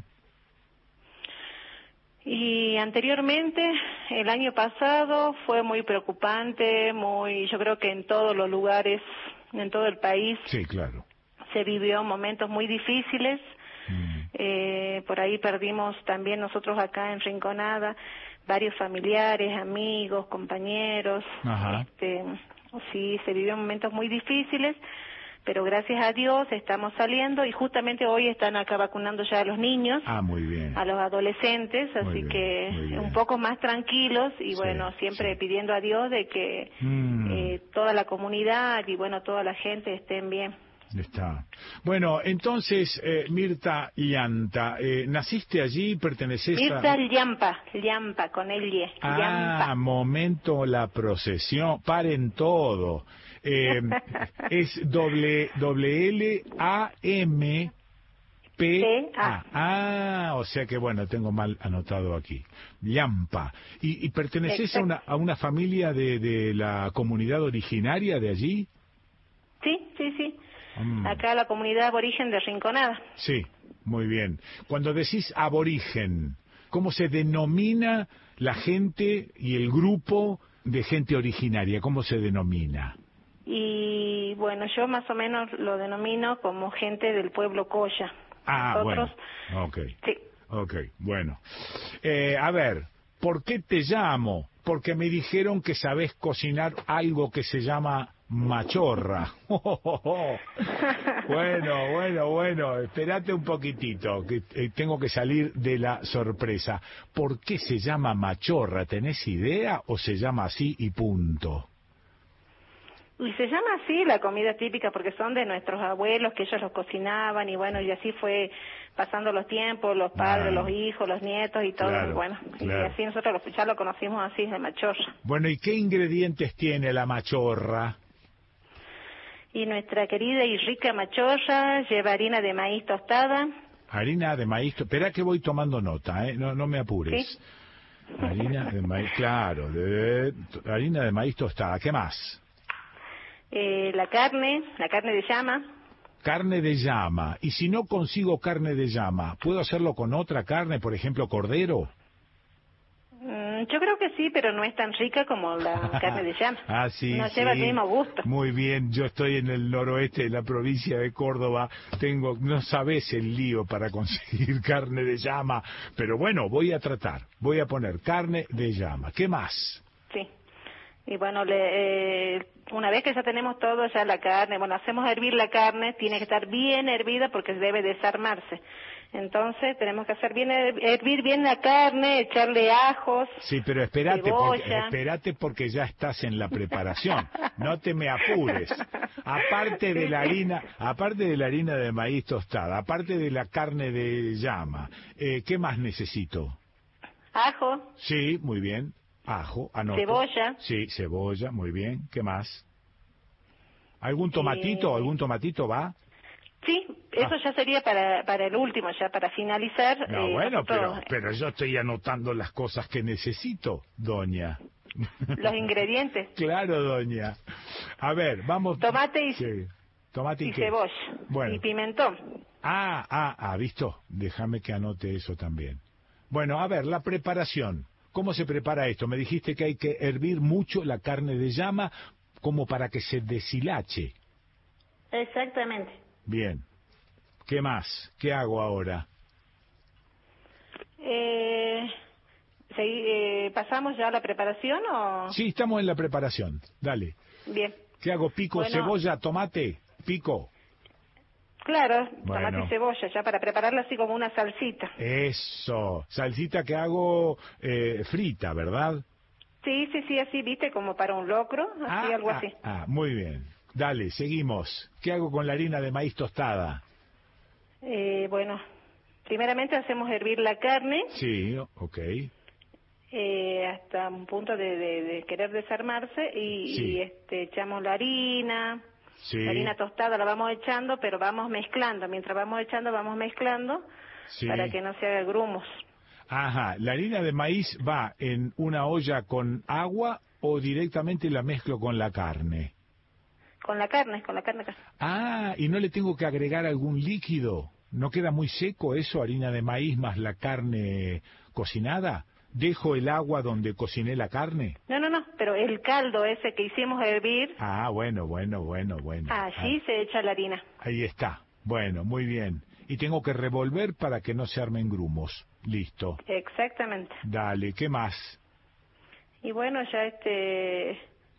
Y anteriormente, el año pasado, fue muy preocupante, muy, yo creo que en todos los lugares, en todo el país, sí, claro. se vivió momentos muy difíciles. Mm. Eh, por ahí perdimos también nosotros acá en Rinconada varios familiares, amigos, compañeros. Ajá. Este, Sí, se vivió momentos muy difíciles, pero gracias a Dios estamos saliendo y justamente hoy están acá vacunando ya a los niños, ah, muy bien. a los adolescentes, Muy así bien, que muy bien. un poco más tranquilos y Sí, bueno, siempre sí. pidiendo a Dios de que Mm. eh, toda la comunidad y bueno, toda la gente estén bien. Está. Bueno, entonces, eh, Mirta Llanta, eh, ¿naciste allí? ¿Perteneces Mirta a...? Llampa, Llampa, con el Y, Ah, Llampa. momento la procesión, paren todo. Eh, es doble, doble L A M P A. Ah, o sea que bueno, tengo mal anotado aquí. Llampa. ¿Y, y perteneces a una, a una familia de, de la comunidad originaria de allí? Sí, sí, sí. Mm. Acá la comunidad aborigen de Rinconada. Sí, muy bien. Cuando decís aborigen, ¿cómo se denomina la gente y el grupo de gente originaria? ¿Cómo se denomina? Y bueno, yo más o menos lo denomino como gente del pueblo Coya. Ah, Nosotros, bueno. Ok. Sí. Ok, bueno. Eh, a ver, ¿por qué te llamo? Porque me dijeron que sabés cocinar algo que se llama machorra. Bueno, bueno, bueno, espérate un poquitito, que eh, tengo que salir de la sorpresa. ¿Por qué se llama machorra? ¿Tenés idea o se llama así y punto? Y se llama así la comida típica porque son de nuestros abuelos, que ellos los cocinaban y bueno, y así fue pasando los tiempos, los padres, Ah. los hijos, los nietos y todo, Claro, y bueno, claro. y así nosotros lo- ya lo conocimos así, de machorra. Bueno, ¿y qué ingredientes tiene la machorra? Y nuestra querida y rica machorra lleva harina de maíz tostada. Harina de maíz, to- espera que voy tomando nota, ¿eh? No, no me apures. Sí. Harina de maíz, claro, de, harina de maíz tostada. ¿Qué más? Eh, la carne, la carne de llama. Carne de llama. Y si no consigo carne de llama, ¿puedo hacerlo con otra carne, por ejemplo, cordero? Mm, yo creo que sí, pero no es tan rica como la carne de llama. Ah, sí, No sí. lleva el mismo gusto. Muy bien, yo estoy en el noroeste de la provincia de Córdoba, tengo, no sabés el lío para conseguir carne de llama, pero bueno, voy a tratar, voy a poner carne de llama. ¿Qué más? Sí. Y bueno, le, eh, una vez que ya tenemos todo, ya la carne, bueno, hacemos hervir la carne, tiene que estar bien hervida porque debe desarmarse. Entonces tenemos que hacer bien hervir bien la carne, echarle ajos. Sí, pero espérate porque, cebolla. espérate porque ya estás en la preparación. No te me apures. Aparte de la harina, aparte de la harina de maíz tostada, aparte de la carne de llama, eh, ¿qué más necesito? Ajo. Sí, muy bien. Ajo, anoto. Cebolla. Sí, cebolla, muy bien. ¿Qué más? ¿Algún tomatito? Eh, ¿Algún tomatito va? Sí, eso ya sería para para el último, ya para finalizar. No, eh, bueno, pero, nosotros, pero yo estoy anotando las cosas que necesito, doña. los ingredientes. Claro, doña. A ver, vamos. Tomate y, Sí. Tomate y, y qué? cebolla. Bueno. Y pimentón. Ah, ah, ah, ¿visto? Déjame que anote eso también. Bueno, a ver, la preparación. ¿Cómo se prepara esto? Me dijiste que hay que hervir mucho la carne de llama como para que se deshilache. Exactamente. Bien. ¿Qué más? ¿Qué hago ahora? Eh, segui- eh, ¿Pasamos ya a la preparación o...? Sí, estamos en la preparación. Dale. Bien. ¿Qué hago? ¿Pico Bueno. cebolla, tomate? ¿Pico? Claro, Bueno. tomate y cebolla, ya para prepararla así como una salsita. Eso. Salsita que hago eh, frita, ¿verdad? Sí, sí, sí, así, viste, como para un locro, así, Ah, algo ah, así. ah, muy bien. Dale, seguimos. ¿Qué hago con la harina de maíz tostada? Eh, bueno, primeramente hacemos hervir la carne Sí, ok. eh, hasta un punto de, de- de querer desarmarse y, Sí. y, este, echamos la harina, Sí. la harina tostada la vamos echando, pero vamos mezclando, mientras vamos echando vamos mezclando Sí. para que no se haga grumos. Ajá, ¿la harina de maíz va en una olla con agua o directamente la mezclo con la carne? Con la carne, con la carne. Ah, ¿y no le tengo que agregar algún líquido? ¿No queda muy seco eso, harina de maíz más la carne cocinada? ¿Dejo el agua donde cociné la carne? No, no, no, pero el caldo ese que hicimos hervir, Ah, bueno, bueno, bueno, bueno. allí se echa la harina. Ahí está. Bueno, muy bien. Y tengo que revolver para que no se armen grumos. Listo. Exactamente. Dale, ¿qué más? Y bueno, ya este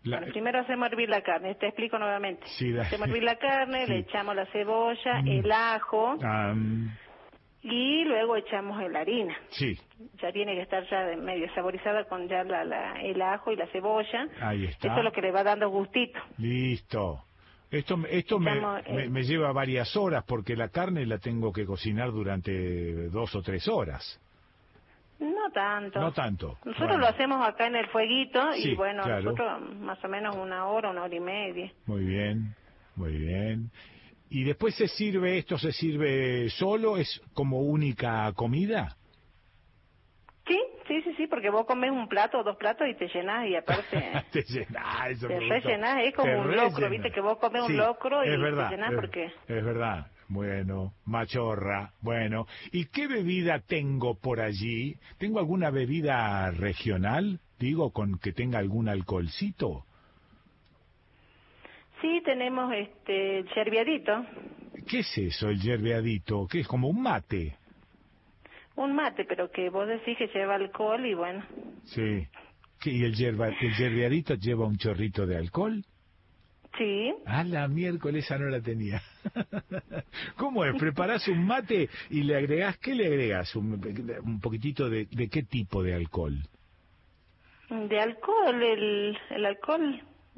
La... Bueno, primero hacemos hervir la carne, te explico nuevamente. Sí, la... Hacemos hervir la carne, sí. Le echamos la cebolla, mm. el ajo, um... y luego echamos la harina. Sí. Ya tiene que estar ya medio saborizada con ya la, la, el ajo y la cebolla. Ahí está. Eso es lo que le va dando gustito. Listo. Esto, esto Estamos, me, eh... me, me lleva varias horas porque la carne la tengo que cocinar durante dos o tres horas. No tanto. No tanto. Nosotros bueno. lo hacemos acá en el fueguito sí, y bueno, claro. nosotros más o menos una hora, una hora y media. Muy bien, muy bien. ¿Y después se sirve, esto se sirve solo? ¿Es como única comida? Sí, sí, sí, sí, porque vos comes un plato o dos platos y te llenás y aparte... te llenás, eso te me rellenás, es como te un rellenas. locro, viste que vos comes sí, un locro y es verdad, te llenás es, porque... Es verdad, bueno, machorra, bueno. ¿Y qué bebida tengo por allí? ¿Tengo alguna bebida regional? Digo, con que tenga algún alcoholcito. Sí, tenemos este el yerbiadito. ¿Qué es eso, el yerbiadito? ¿Qué es, como un mate? Un mate, pero que vos decís que lleva alcohol y bueno. Sí. ¿Y el, yerba, el yerbiadito lleva un chorrito de alcohol? Sí. Ah, la miércoles esa no la tenía. ¿Cómo es? ¿Preparás un mate y le agregás, qué le agregás? Un, un poquitito de, de qué tipo de alcohol? De alcohol, el, el alcohol...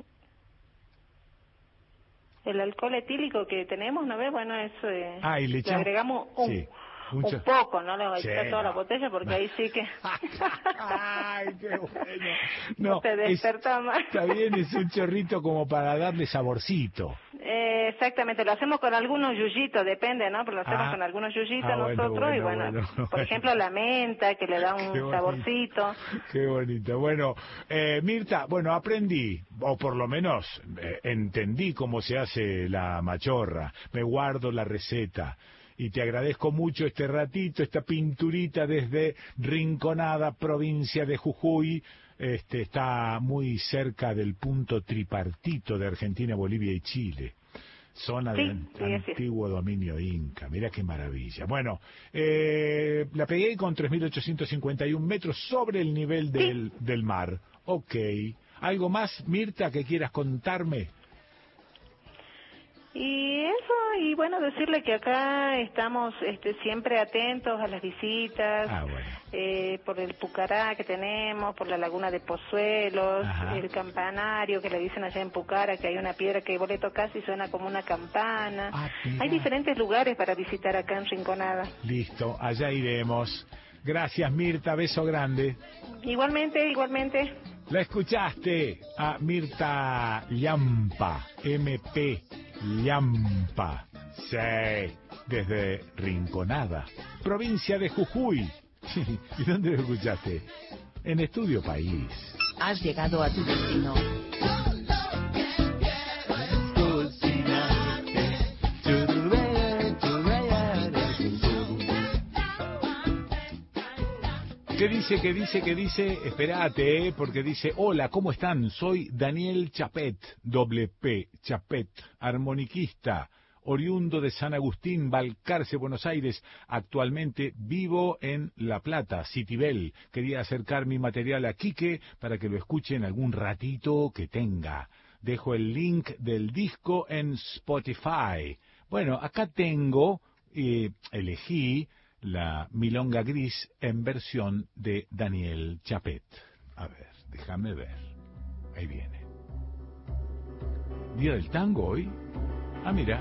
El alcohol etílico que tenemos, ¿no ves? Bueno, eso es... Ah, y le, echamos... le agregamos un... Sí. Mucho. Un poco, no le voy a sí, echar toda no. la botella porque ahí sí que... ¡Ay, qué bueno! No, no te despertás más. Está bien, es un chorrito como para darle saborcito. Eh, exactamente, lo hacemos con algunos yuyitos, depende, ¿no? Pero lo hacemos ah, con algunos yuyitos ah, nosotros bueno, bueno, y bueno, bueno, por bueno. ejemplo la menta que le da un qué saborcito. Qué bonito. Bueno, eh, Mirta, bueno, aprendí, o por lo menos eh, entendí cómo se hace la machorra, me guardo la receta. Y te agradezco mucho este ratito, esta pinturita desde Rinconada, provincia de Jujuy. Este, está muy cerca del punto tripartito de Argentina, Bolivia y Chile. Zona sí, del sí, antiguo sí. dominio inca. Mira qué maravilla. Bueno, eh, la pegué con tres mil ochocientos cincuenta y un metros sobre el nivel del, sí. del mar. Ok. ¿Algo más, Mirta, que quieras contarme? Y eso, y bueno, decirle que acá estamos este, siempre atentos a las visitas, ah, bueno. eh, por el Pucará que tenemos, por la laguna de Pozuelos, Ajá. el campanario que le dicen allá en Pucara, que hay una piedra que vos le tocás y suena como una campana. Ah, hay diferentes lugares para visitar acá en Rinconada. Listo, allá iremos. Gracias, Mirta, beso grande. Igualmente, igualmente. La escuchaste a Mirta Llampa, M P Llampa, sí, desde Rinconada, provincia de Jujuy. ¿Y dónde lo escuchaste? En Estudio País. Has llegado a tu destino. ¿Qué dice, qué dice, qué dice? Esperate, ¿eh? Porque dice, hola, ¿cómo están? Soy Daniel Chapet, doble P, Chapet, armoniquista, oriundo de San Agustín, Balcarce, Buenos Aires. Actualmente vivo en La Plata, Citibel. Quería acercar mi material a Quique para que lo escuchen algún ratito que tenga. Dejo el link del disco en Spotify. Bueno, acá tengo, eh, elegí... la Milonga Gris en versión de Daniel Chapet. A ver, déjame ver. Ahí viene. ¿Día del tango hoy? Ah, mira.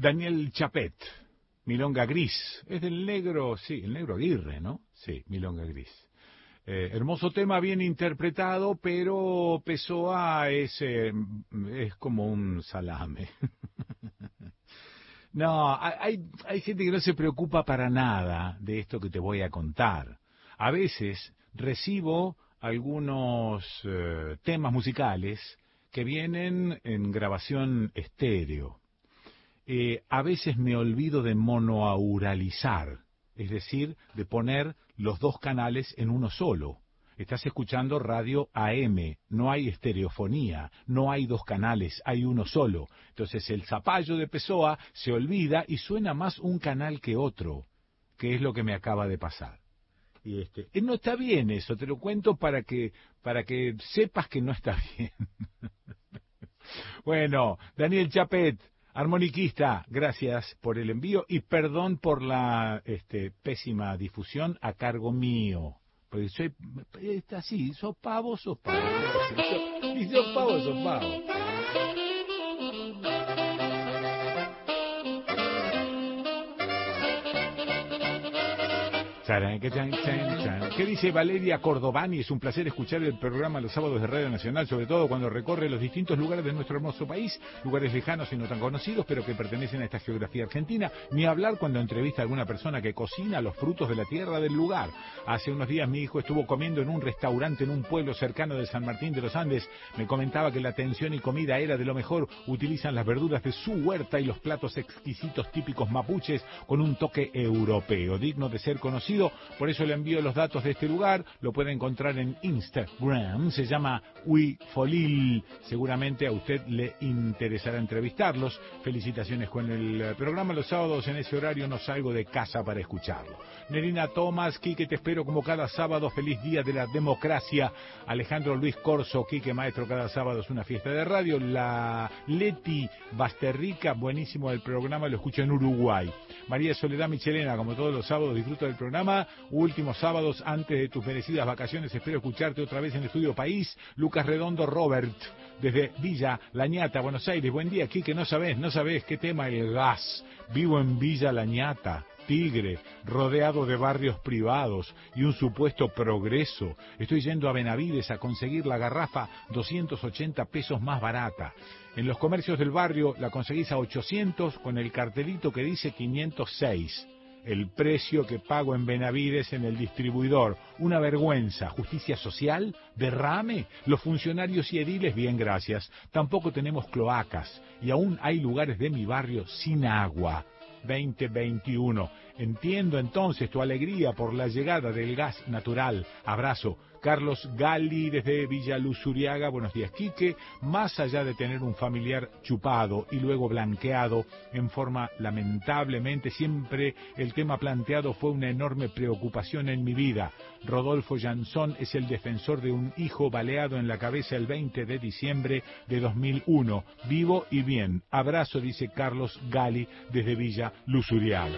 Daniel Chapet, Milonga Gris. Es del negro, sí, el negro Aguirre, ¿no? Sí, Milonga Gris. Eh, hermoso tema, bien interpretado, pero Pessoa es, eh, es como un salame. No, hay, hay gente que no se preocupa para nada de esto que te voy a contar. A veces recibo algunos eh, temas musicales que vienen en grabación estéreo. Eh, a veces me olvido de monoauralizar, es decir, de poner los dos canales en uno solo. Estás escuchando radio A M, no hay estereofonía, no hay dos canales, hay uno solo. Entonces el zapallo de Pessoa se olvida y suena más un canal que otro, que es lo que me acaba de pasar. Y este, no está bien eso, te lo cuento para que, para que sepas que no está bien. Bueno, Daniel Chapet, armoniquista, gracias por el envío y perdón por la este, pésima difusión a cargo mío. Porque soy, está así, sos pavo, sos pavo. Y sos pavo, sos pavo. ¿Qué dice Valeria Cordovani? Es un placer escuchar el programa los sábados de Radio Nacional, sobre todo cuando recorre los distintos lugares de nuestro hermoso país, lugares lejanos y no tan conocidos, pero que pertenecen a esta geografía argentina, ni hablar cuando entrevista a alguna persona que cocina los frutos de la tierra del lugar. Hace unos días mi hijo estuvo comiendo en un restaurante en un pueblo cercano de San Martín de los Andes. Me comentaba que la atención y comida era de lo mejor, utilizan las verduras de su huerta y los platos exquisitos típicos mapuches con un toque europeo, digno de ser conocido. Por eso le envío los datos de este lugar, lo puede encontrar en Instagram, se llama Huifolil, seguramente a usted le interesará entrevistarlos. Felicitaciones con el programa, los sábados en ese horario no salgo de casa para escucharlo. Nerina Tomás, Quique, te espero como cada sábado, feliz día de la democracia. Alejandro Luis Corso, Quique, maestro, cada sábado es una fiesta de radio. La Leti Basterrica, buenísimo el programa, lo escucho en Uruguay. María Soledad Michelena, como todos los sábados, disfruta del programa. Últimos sábados antes de tus merecidas vacaciones, espero escucharte otra vez en Estudio País. Lucas Redondo Robert, desde Villa Lañata, Buenos Aires. Buen día, Quique, no sabés, no sabés qué tema el gas. Vivo en Villa Lañata, Tigre, rodeado de barrios privados y un supuesto progreso. Estoy yendo a Benavides a conseguir la garrafa doscientos ochenta pesos más barata. En los comercios del barrio la conseguís a ochocientos con el cartelito que dice quinientos seis. El precio que pago en Benavides en el distribuidor. Una vergüenza. ¿Justicia social? ¿Derrame? Los funcionarios y ediles, bien, gracias. Tampoco tenemos cloacas. Y aún hay lugares de mi barrio sin agua. veinte veintiuno. Entiendo entonces tu alegría por la llegada del gas natural. Abrazo. Carlos Gali desde Villa Luzuriaga, buenos días, Quique. Más allá de tener un familiar chupado y luego blanqueado en forma lamentablemente, siempre el tema planteado fue una enorme preocupación en mi vida. Rodolfo Jansson es el defensor de un hijo baleado en la cabeza el veinte de diciembre de dos mil uno. Vivo y bien. Abrazo, dice Carlos Gali desde Villa Luzuriaga.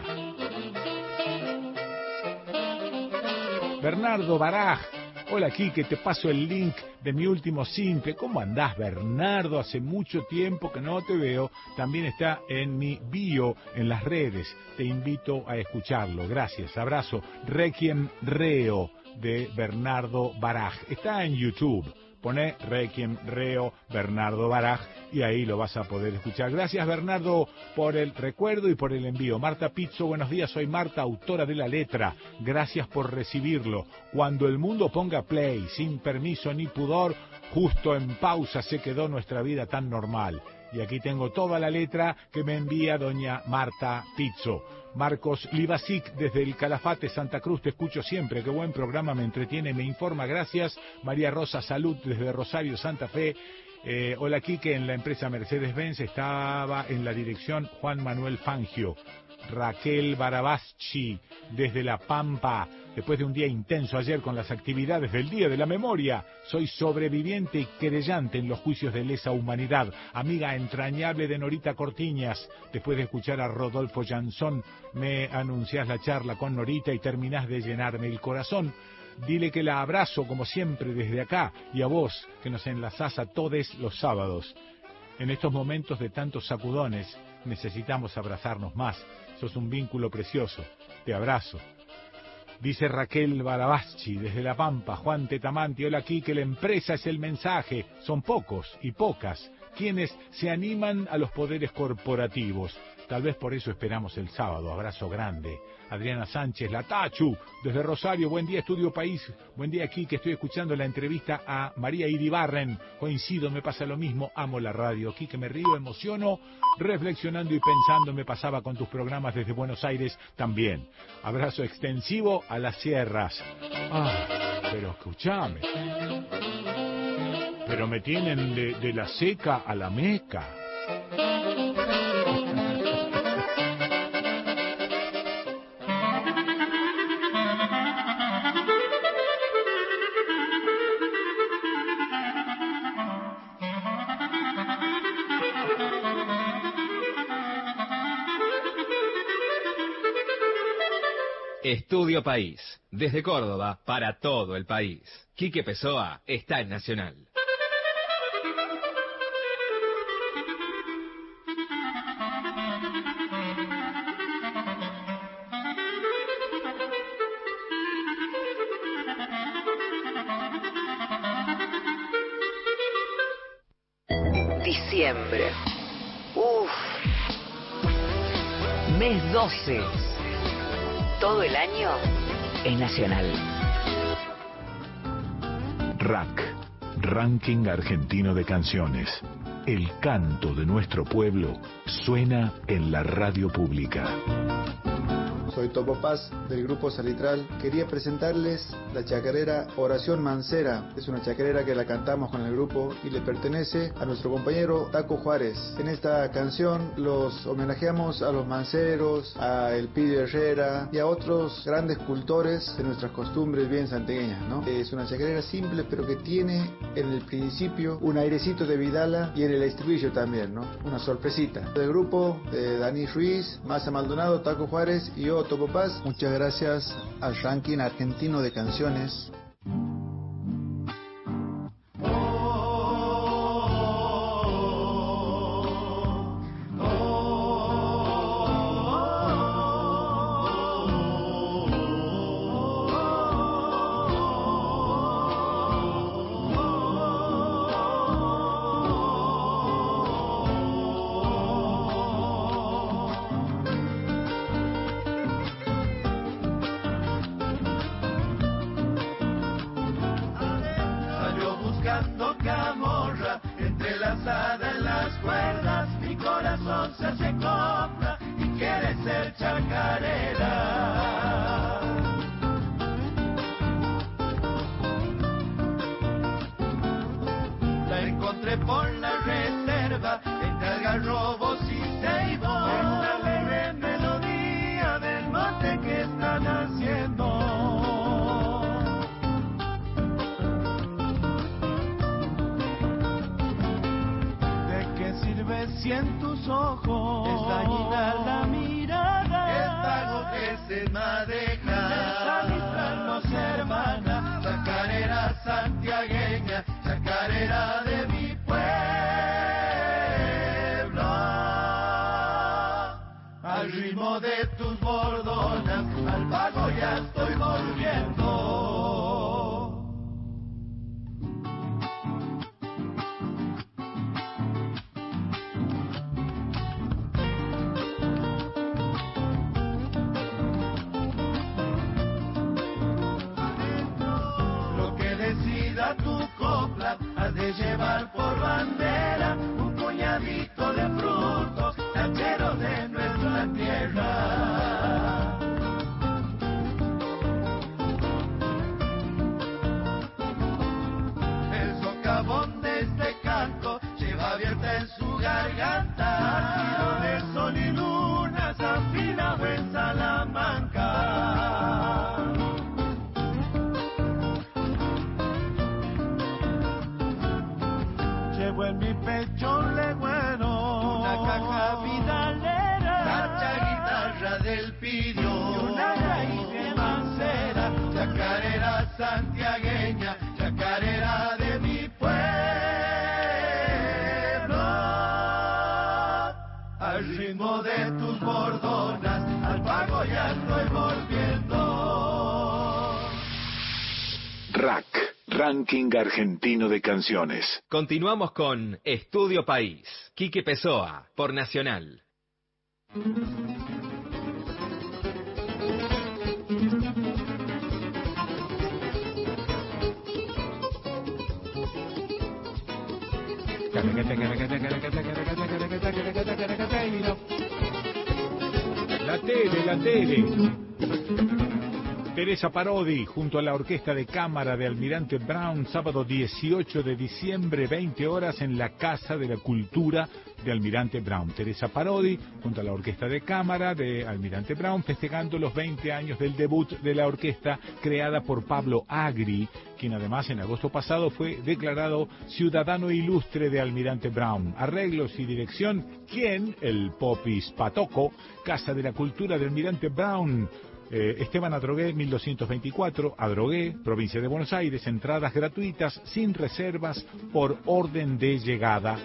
Bernardo Baraj. Hola, Quique, te paso el link de mi último simple. ¿Cómo andás, Bernardo? Hace mucho tiempo que no te veo. También está en mi bio en las redes. Te invito a escucharlo. Gracias. Abrazo. Requiem Reo de Bernardo Baraj. Está en YouTube. Pone Requiem Reo Bernardo Baraj y ahí lo vas a poder escuchar. Gracias, Bernardo, por el recuerdo y por el envío. Marta Pizzo, buenos días, soy Marta, autora de la letra. Gracias por recibirlo. Cuando el mundo ponga play, sin permiso ni pudor, justo en pausa se quedó nuestra vida tan normal. Y aquí tengo toda la letra que me envía doña Marta Pizzo. Marcos Livasic, desde el Calafate, Santa Cruz, te escucho siempre. Qué buen programa, me entretiene, me informa. Gracias. María Rosa Salud, desde Rosario, Santa Fe. Eh, hola, Quique, en la empresa Mercedes-Benz estaba en la dirección Juan Manuel Fangio. Raquel Barabaschi, desde La Pampa. Después de un día intenso ayer con las actividades del Día de la Memoria, soy sobreviviente y querellante en los juicios de lesa humanidad. Amiga entrañable de Norita Cortiñas. Después de escuchar a Rodolfo Jansson, me anunciás la charla con Norita y terminás de llenarme el corazón. Dile que la abrazo como siempre desde acá y a vos que nos enlazás a todos los sábados. En estos momentos de tantos sacudones, necesitamos abrazarnos más. Sos un vínculo precioso. Te abrazo. Dice Raquel Barabaschi, desde La Pampa. Juan Tetamanti, hola Quique, la empresa es el mensaje. Son pocos y pocas quienes se animan a los poderes corporativos. Tal vez por eso esperamos el sábado. Abrazo grande. Adriana Sánchez, la Tachu, desde Rosario. Buen día, Estudio País. Buen día aquí, que estoy escuchando la entrevista a María Iribarren. Coincido, me pasa lo mismo. Amo la radio. Aquí que me río, emociono, reflexionando y pensando. Me pasaba con tus programas desde Buenos Aires también. Abrazo extensivo a las sierras. Ah, pero escúchame. Pero me tienen de, de la seca a la meca. Estudio País, desde Córdoba para todo el país. Quique Pessoa está en Nacional. Diciembre. Uf. Mes doce. Todo el año es Nacional. R A C, Ranking Argentino de Canciones. El canto de nuestro pueblo suena en la radio pública. Soy Topo Paz, del grupo Salitral. Quería presentarles la chacarera Oración Mancera. Es una chacarera que la cantamos con el grupo y le pertenece a nuestro compañero Taco Juárez. En esta canción los homenajeamos a los manceros, a Elpidio Herrera y a otros grandes cultores de nuestras costumbres bien santiagueñas, ¿no? Es una chacarera simple, pero que tiene en el principio un airecito de Vidala y en el estribillo también, ¿no? Una sorpresita. Del grupo de Dani Ruiz, Massa Maldonado, Taco Juárez y yo, Topo Paz. Muchas gracias al Ranking Argentino de Canciones. Santiagueña, chacarera de mi pueblo. ritmo de tus bordonas, al pago ya estoy volviendo. Rack, Ranking Argentino de Canciones. Continuamos con Estudio País. Quique Pessoa, por Nacional. La tele, la tele. Teresa Parodi, junto a la Orquesta de Cámara de Almirante Brown, sábado dieciocho de diciembre, veinte horas, en la Casa de la Cultura de Almirante Brown. Teresa Parodi, junto a la Orquesta de Cámara de Almirante Brown, festejando los veinte años del debut de la orquesta creada por Pablo Agri, quien además en agosto pasado fue declarado Ciudadano Ilustre de Almirante Brown. Arreglos y dirección, ¿quién? El Popis Patoco, Casa de la Cultura de Almirante Brown. Eh, Esteban Adrogué, mil doscientos veinticuatro, Adrogué, provincia de Buenos Aires. Entradas gratuitas, sin reservas, por orden de llegada.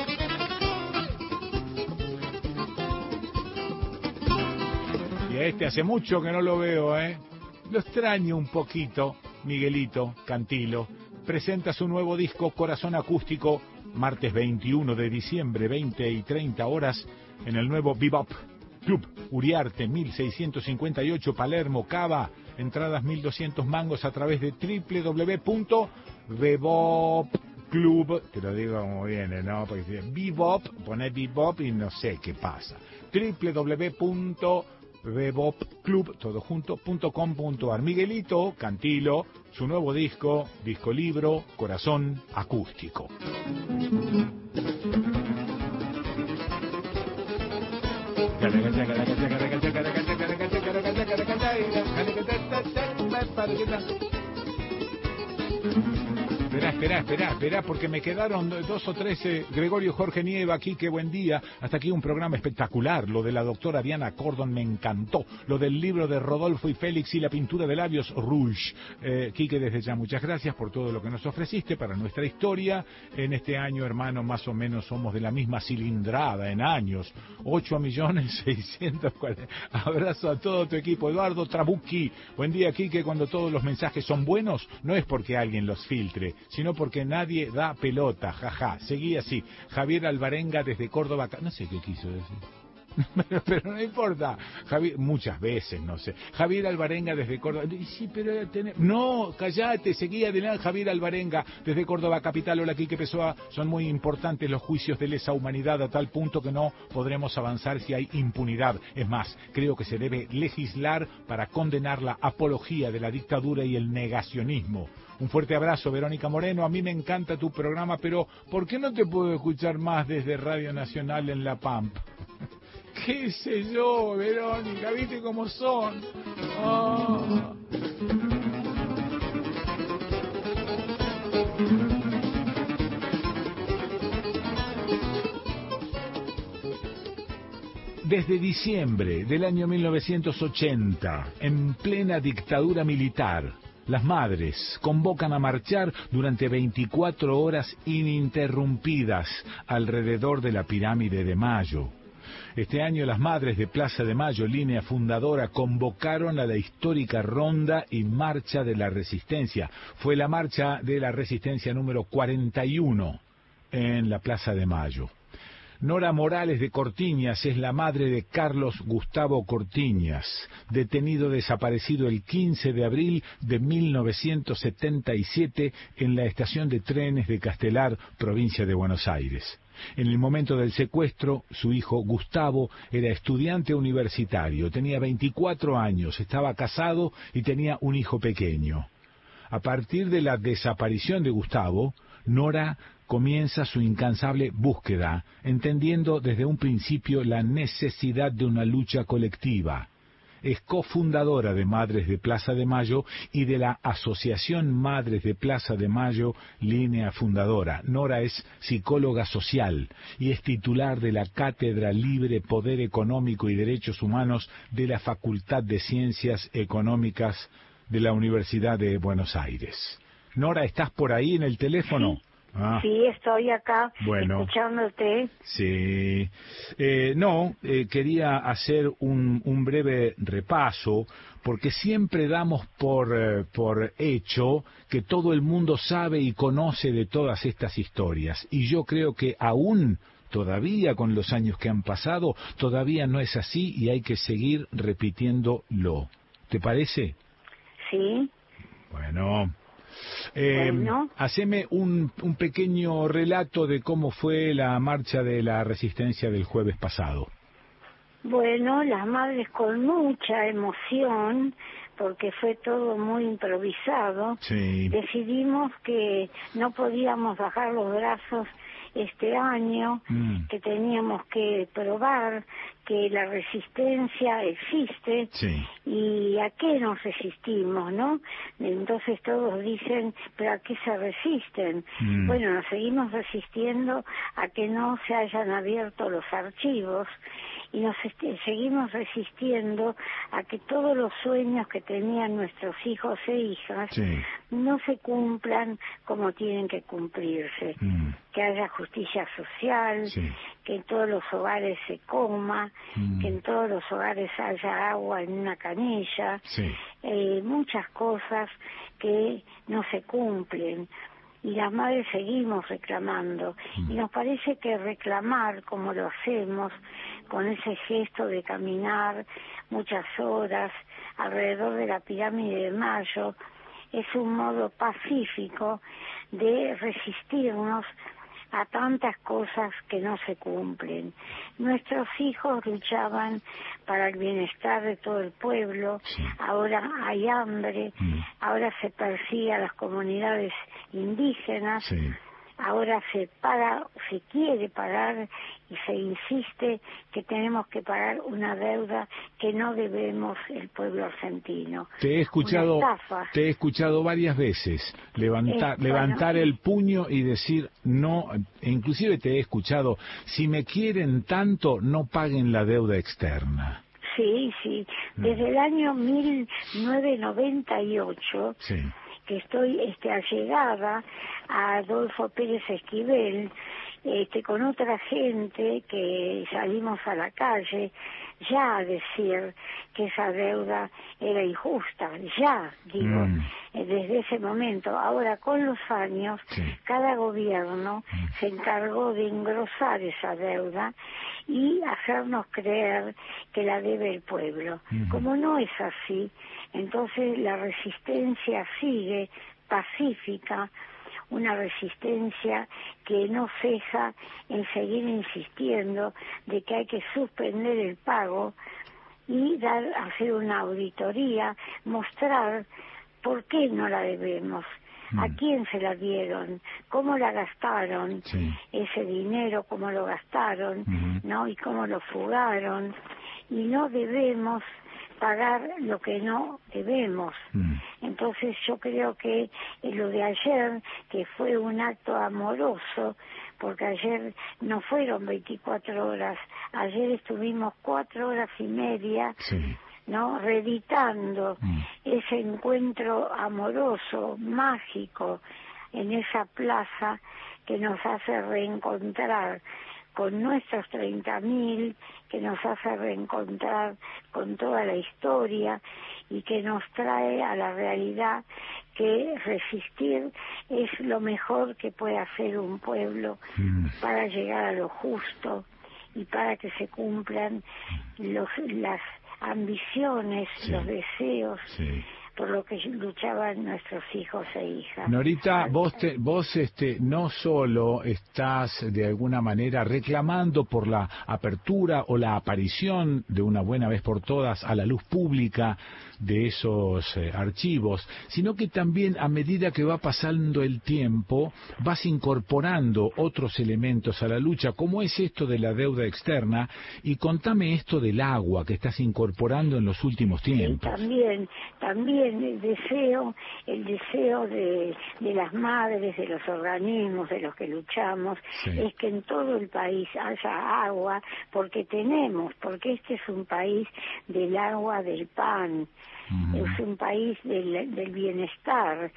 Y a este hace mucho que no lo veo, ¿eh? Lo extraño un poquito. Miguelito Cantilo presenta su nuevo disco Corazón Acústico, martes veintiuno de diciembre, veinte y treinta horas, en el nuevo Bebop Club Uriarte, mil seiscientos cincuenta y ocho, Palermo, Cava. Entradas mil doscientos mangos a través de doble u doble u doble u punto bebop club, te lo digo como viene, ¿no? Porque si Bebop, poné Bebop y no sé qué pasa. doble u doble u doble u punto bebop club, todo junto, punto com punto ar. Miguelito Cantilo, su nuevo disco, disco libro, Corazón Acústico. Esperá, esperá, esperá, esperá, porque me quedaron dos o tres. eh, Gregorio Jorge Nieva, Quique, buen día. Hasta aquí un programa espectacular. Lo de la doctora Diana Cordon me encantó. Lo del libro de Rodolfo y Félix y la pintura de labios Rouge. Eh, Quique, desde ya muchas gracias por todo lo que nos ofreciste para nuestra historia. En este año, hermano, más o menos somos de la misma cilindrada en años. ocho millones seiscientos cuarenta. Abrazo a todo tu equipo. Eduardo Trabucchi, buen día, Quique. Cuando todos los mensajes son buenos, no es porque alguien los filtre, sino porque nadie da pelota, jaja. Seguí así. Javier Alvarenga desde Córdoba, no sé qué quiso decir. Pero, pero no importa, Javier, muchas veces, no sé. Javier Alvarenga desde Córdoba. Sí, pero tenés... No, callate, seguí adelante. Javier Alvarenga desde Córdoba capital. Hola, Quique Pessoa. Son muy importantes los juicios de lesa humanidad, a tal punto que no podremos avanzar si hay impunidad. Es más, creo que se debe legislar para condenar la apología de la dictadura y el negacionismo. Un fuerte abrazo, Verónica Moreno. A mí me encanta tu programa, pero ¿por qué no te puedo escuchar más desde Radio Nacional en La Pampa? ¿Qué sé yo, Verónica? ¿Viste cómo son? Oh. Desde diciembre del año mil novecientos ochenta, en plena dictadura militar, las madres convocan a marchar durante veinticuatro horas ininterrumpidas alrededor de la pirámide de Mayo. Este año las madres de Plaza de Mayo, línea fundadora, convocaron a la histórica Ronda y Marcha de la Resistencia. Fue la Marcha de la Resistencia número cuarenta y uno en la Plaza de Mayo. Nora Morales de Cortiñas es la madre de Carlos Gustavo Cortiñas, detenido desaparecido el quince de abril de mil novecientos setenta y siete en la estación de trenes de Castelar, provincia de Buenos Aires. En el momento del secuestro, su hijo Gustavo era estudiante universitario, tenía veinticuatro años, estaba casado y tenía un hijo pequeño. A partir de la desaparición de Gustavo, Nora comienza su incansable búsqueda, entendiendo desde un principio la necesidad de una lucha colectiva. Es cofundadora de Madres de Plaza de Mayo y de la Asociación Madres de Plaza de Mayo, línea fundadora. Nora es psicóloga social y es titular de la Cátedra Libre Poder Económico y Derechos Humanos de la Facultad de Ciencias Económicas de la Universidad de Buenos Aires. Nora, ¿estás por ahí en el teléfono? Ah. Sí, estoy acá Bueno. escuchándote. Sí. Eh, no, eh, quería hacer un, un breve repaso, porque siempre damos por, eh, por hecho que todo el mundo sabe y conoce de todas estas historias. Y yo creo que aún, todavía con los años que han pasado, todavía no es así y hay que seguir repitiéndolo. ¿Te parece? Sí. Bueno... Eh, Bueno. Haceme un, un pequeño relato de cómo fue la marcha de la Resistencia del jueves pasado. Bueno, las madres con mucha emoción, porque fue todo muy improvisado, sí. decidimos que no podíamos bajar los brazos este año, mm. que teníamos que probar que la resistencia existe sí. y a qué nos resistimos, ¿no? Entonces todos dicen, ¿pero a qué se resisten? Mm. Bueno, nos seguimos resistiendo a que no se hayan abierto los archivos y nos este, seguimos resistiendo a que todos los sueños que tenían nuestros hijos e hijas sí. no se cumplan como tienen que cumplirse. Mm. Que haya justicia social, sí. que en todos los hogares se coma, mm. que en todos los hogares haya agua en una canilla, sí. eh, muchas cosas que no se cumplen. Y las madres seguimos reclamando. Mm. Y nos parece que reclamar, como lo hacemos, con ese gesto de caminar muchas horas alrededor de la pirámide de Mayo, es un modo pacífico de resistirnos a tantas cosas que no se cumplen. Nuestros hijos luchaban para el bienestar de todo el pueblo, sí. ahora hay hambre, mm. ahora se persigue a las comunidades indígenas, sí. ahora se paga, se quiere pagar y se insiste que tenemos que pagar una deuda que no debemos el pueblo argentino. Te he escuchado, una estafa. te he escuchado varias veces levantar, es, levantar bueno, el puño y decir no, e inclusive te he escuchado, si me quieren tanto, no paguen la deuda externa. Sí, sí, desde el año mil novecientos noventa y ocho, sí. que estoy este, allegada a Adolfo Pérez Esquivel, este, con otra gente que salimos a la calle ya a decir que esa deuda era injusta, ya, digo, mm. desde ese momento. Ahora, con los años, sí. cada gobierno mm. se encargó de engrosar esa deuda y hacernos creer que la debe el pueblo. Mm. Como no es así, entonces la resistencia sigue pacífica, una resistencia que no ceja en seguir insistiendo de que hay que suspender el pago y dar, hacer una auditoría, mostrar por qué no la debemos, mm. a quién se la dieron, cómo la gastaron, sí. ese dinero, cómo lo gastaron, mm. ¿no? Y cómo lo fugaron, y no debemos pagar lo que no debemos. Mm. Entonces yo creo que lo de ayer, que fue un acto amoroso, porque ayer no fueron veinticuatro horas, ayer estuvimos cuatro horas y media, sí. ¿no? Reeditando mm. ese encuentro amoroso, mágico, en esa plaza que nos hace reencontrar con nuestros treinta mil, que nos hace reencontrar con toda la historia y que nos trae a la realidad que resistir es lo mejor que puede hacer un pueblo mm. para llegar a lo justo y para que se cumplan los, las ambiciones, sí. los deseos, sí. por lo que luchaban nuestros hijos e hijas. Norita, vos, te, vos este, no solo estás de alguna manera reclamando por la apertura o la aparición de una buena vez por todas a la luz pública de esos eh, archivos, sino que también a medida que va pasando el tiempo vas incorporando otros elementos a la lucha, como es esto de la deuda externa, y contame esto del agua que estás incorporando en los últimos tiempos. Sí, también, también el deseo, el deseo de, de las madres, de los organismos, de los que luchamos, sí. es que en todo el país haya agua, porque tenemos, porque este es un país del agua, del pan, uh-huh. es un país del, del bienestar,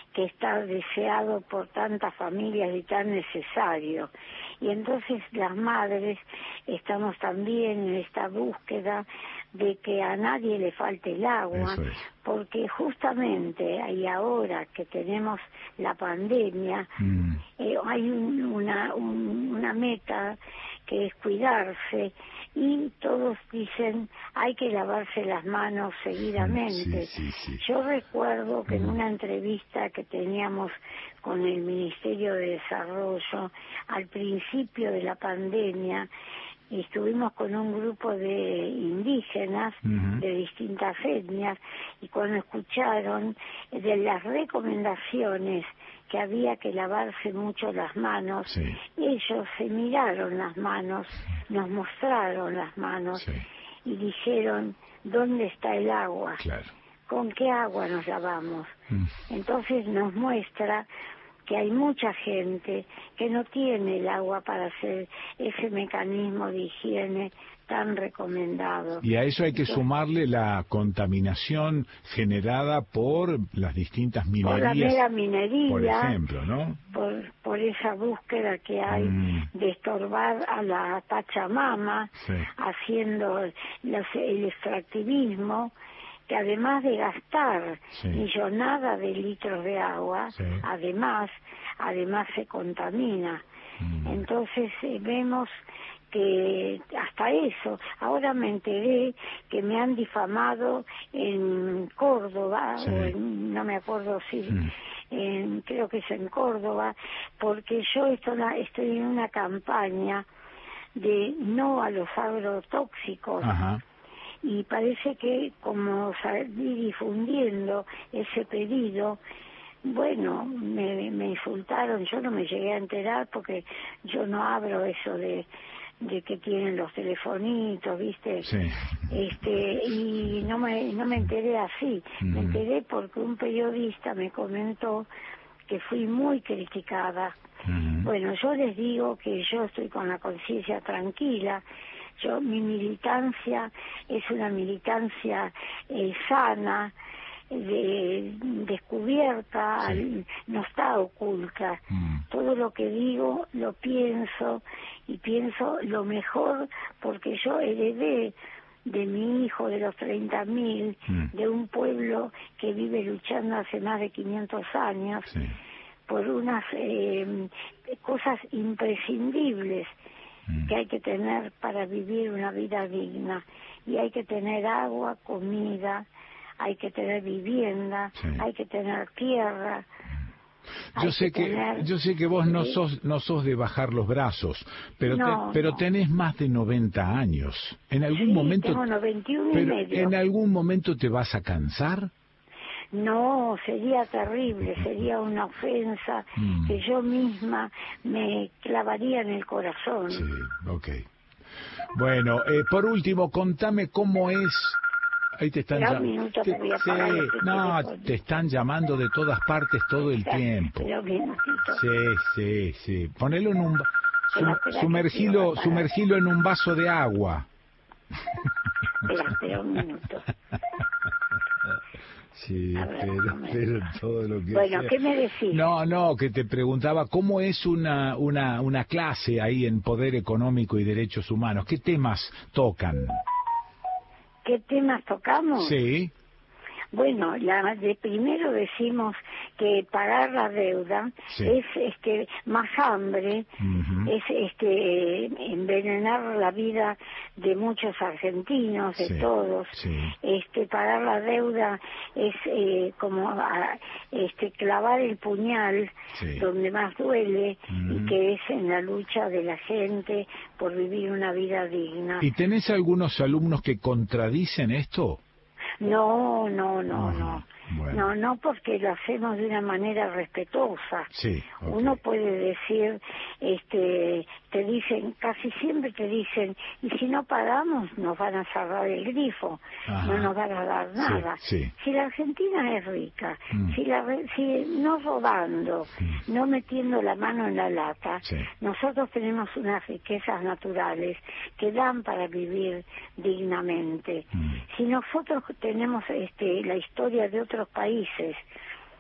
que está deseado por tantas familias y tan necesario. Y entonces las madres estamos también en esta búsqueda de que a nadie le falte el agua, Eso es. porque justamente y ahora que tenemos la pandemia, Mm. eh, hay un- una, un- una meta que es cuidarse, y todos dicen hay que lavarse las manos seguidamente. Sí, sí, sí. Yo recuerdo que en una entrevista que teníamos con el Ministerio de Desarrollo al principio de la pandemia, estuvimos con un grupo de indígenas Ujú. de distintas etnias, y cuando escucharon de las recomendaciones que había que lavarse mucho las manos, Sí. ellos se miraron las manos, nos mostraron las manos y dijeron, ¿dónde está el agua? Claro. ¿Con qué agua nos lavamos? Mm. Entonces nos muestra que hay mucha gente que no tiene el agua para hacer ese mecanismo de higiene tan recomendado. Y a eso hay que Entonces, sumarle la contaminación generada por las distintas por la minerías, mera minería, por ejemplo, ¿no? por, por esa búsqueda que hay Mm. de estorbar a la Pachamama, Sí. haciendo los- el extractivismo, que además de gastar Sí. millonada de litros de agua, Sí. además, además se contamina. Mm. Entonces eh, vemos que hasta eso, ahora me enteré que me han difamado en Córdoba, Sí. o en- no me acuerdo si, Mm. en- creo que es en Córdoba, porque yo estoy, estoy en una campaña de no a los agrotóxicos. Ajá. Y parece que como salí difundiendo ese pedido, bueno, me, me insultaron, yo no me llegué a enterar porque yo no abro eso de de que tienen los telefonitos, ¿viste? Sí. Este, y no me no me enteré así, me Mm. enteré porque un periodista me comentó que fui muy criticada. Mm. Bueno, yo les digo que yo estoy con la conciencia tranquila. Yo, mi militancia es una militancia eh, sana, de, descubierta, Sí. al- no está oculta. Mm. Todo lo que digo lo pienso, y pienso lo mejor, porque yo heredé de mi hijo de los treinta mil, Mm. de un pueblo que vive luchando hace más de quinientos años, Sí. por unas eh, cosas imprescindibles Mm. que hay que tener para vivir una vida digna. Y hay que tener agua, comida, hay que tener vivienda, Sí. hay que tener tierra. Yo hay sé que tener- yo sé que vos no Sí. sos no sos de bajar los brazos, pero te- No, pero no. tenés más de noventa años. En algún Sí, momento tengo noventa y uno y pero medio. en algún momento te vas a cansar. No, sería terrible, sería una ofensa Mm. que yo misma me clavaría en el corazón. Sí, ok. Bueno, eh, por último, contame cómo es. Ahí te están Espera un llamando. minuto que voy a apagar este No, teléfono. te están llamando de todas partes todo el Espera, tiempo. espera un minutito. Sí, sí, sí. Ponelo en un va- Espera, sum- espera, que sumergilo, quiero apagar. sumergilo en un vaso de agua. Espera, espera un minuto. Sí, A ver, pero, un momento. pero todo lo que Bueno, sea. ¿qué me decís? No, no, que te preguntaba cómo es una, una, una clase ahí en Poder Económico y Derechos Humanos. ¿Qué temas tocan? ¿Qué temas tocamos? Sí. Bueno, la de primero decimos que pagar la deuda Sí. es este más hambre, Ujú. es este envenenar la vida de muchos argentinos, de Sí, todos. sí. Este pagar la deuda es eh, como a- este clavar el puñal Sí. donde más duele, Ujú. y que es en la lucha de la gente por vivir una vida digna. ¿Y tenés algunos alumnos que contradicen esto? No, no, no, no. Bueno. No, no, porque lo hacemos de una manera respetuosa. Sí, ok. Uno puede decir, este, te dicen, casi siempre te dicen, y si no pagamos nos van a cerrar el grifo, Ajá. no nos van a dar Sí, nada. sí. Si la Argentina es rica, Mm. si, la, re- si no robando, no metiendo la mano en la lata, Sí. nosotros tenemos unas riquezas naturales que dan para vivir dignamente. Mm. Si nosotros tenemos este, la historia de otros países,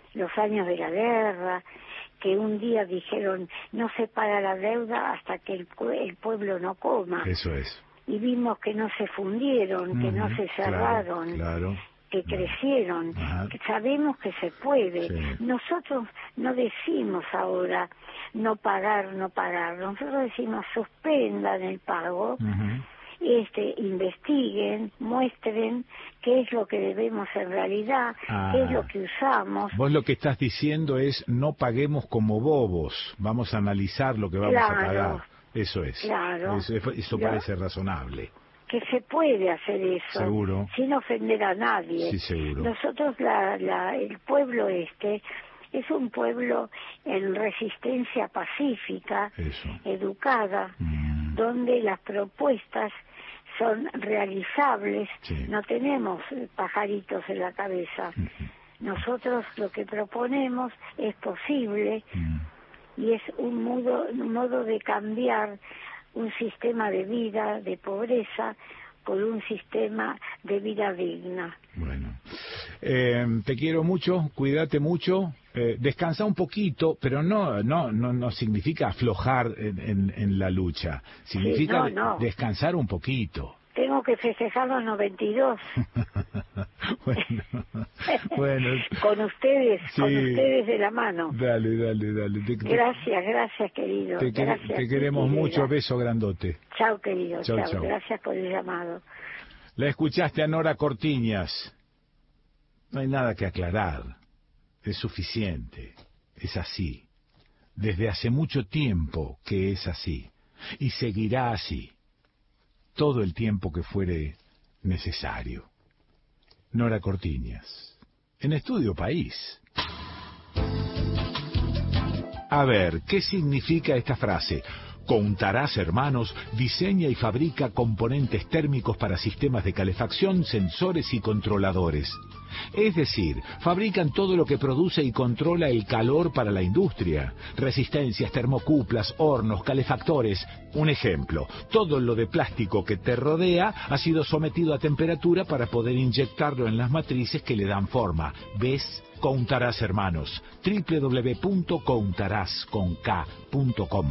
los años de la guerra, que un día dijeron no se paga la deuda hasta que el, el pueblo no coma. Eso es. Y vimos que no se fundieron, uh-huh, que no se cerraron, claro, claro. que crecieron. Ajá. Que sabemos que se puede. Sí. Nosotros no decimos ahora no pagar, no pagar. Nosotros decimos suspendan el pago, uh-huh. este, investiguen, muestren qué es lo que debemos en realidad, ah. qué es lo que usamos. Vos lo que estás diciendo es no paguemos como bobos, vamos a analizar lo que vamos claro, a pagar. Eso es. Claro. Eso, eso parece Yo, razonable. Que se puede hacer eso. Seguro. Sin ofender a nadie. Sí, seguro. Nosotros, la, la, el pueblo este, es un pueblo en resistencia pacífica, eso. educada, mm. donde las propuestas son realizables, sí. no tenemos pajaritos en la cabeza. Mm. Nosotros lo que proponemos es posible mm. y es un modo, un modo de cambiar un sistema de vida, de pobreza, por un sistema de vida digna. Bueno, eh, te quiero mucho, cuídate mucho, eh, descansa un poquito, pero no no no, no significa aflojar en, en, en la lucha, significa sí, no, no. descansar un poquito. Tengo que festejar los noventa y dos. bueno, bueno. Con ustedes, sí. con ustedes de la mano. Dale, dale, dale. Te, gracias, gracias, querido. Te, gracias, te queremos querida. mucho, beso grandote. Chao, querido, chao, chao. chao. Gracias por el llamado. La escuchaste a Nora Cortiñas. No hay nada que aclarar. Es suficiente. Es así. Desde hace mucho tiempo que es así. Y seguirá así. Todo el tiempo que fuere necesario. Nora Cortiñas, en Estudio País. A ver, ¿qué significa esta frase? Contarás Hermanos diseña y fabrica componentes térmicos para sistemas de calefacción, sensores y controladores. Es decir, fabrican todo lo que produce y controla el calor para la industria. Resistencias, termocuplas, hornos, calefactores. Un ejemplo, todo lo de plástico que te rodea ha sido sometido a temperatura para poder inyectarlo en las matrices que le dan forma. ¿Ves? Contarás Hermanos. doble u doble u doble u punto contarás punto com.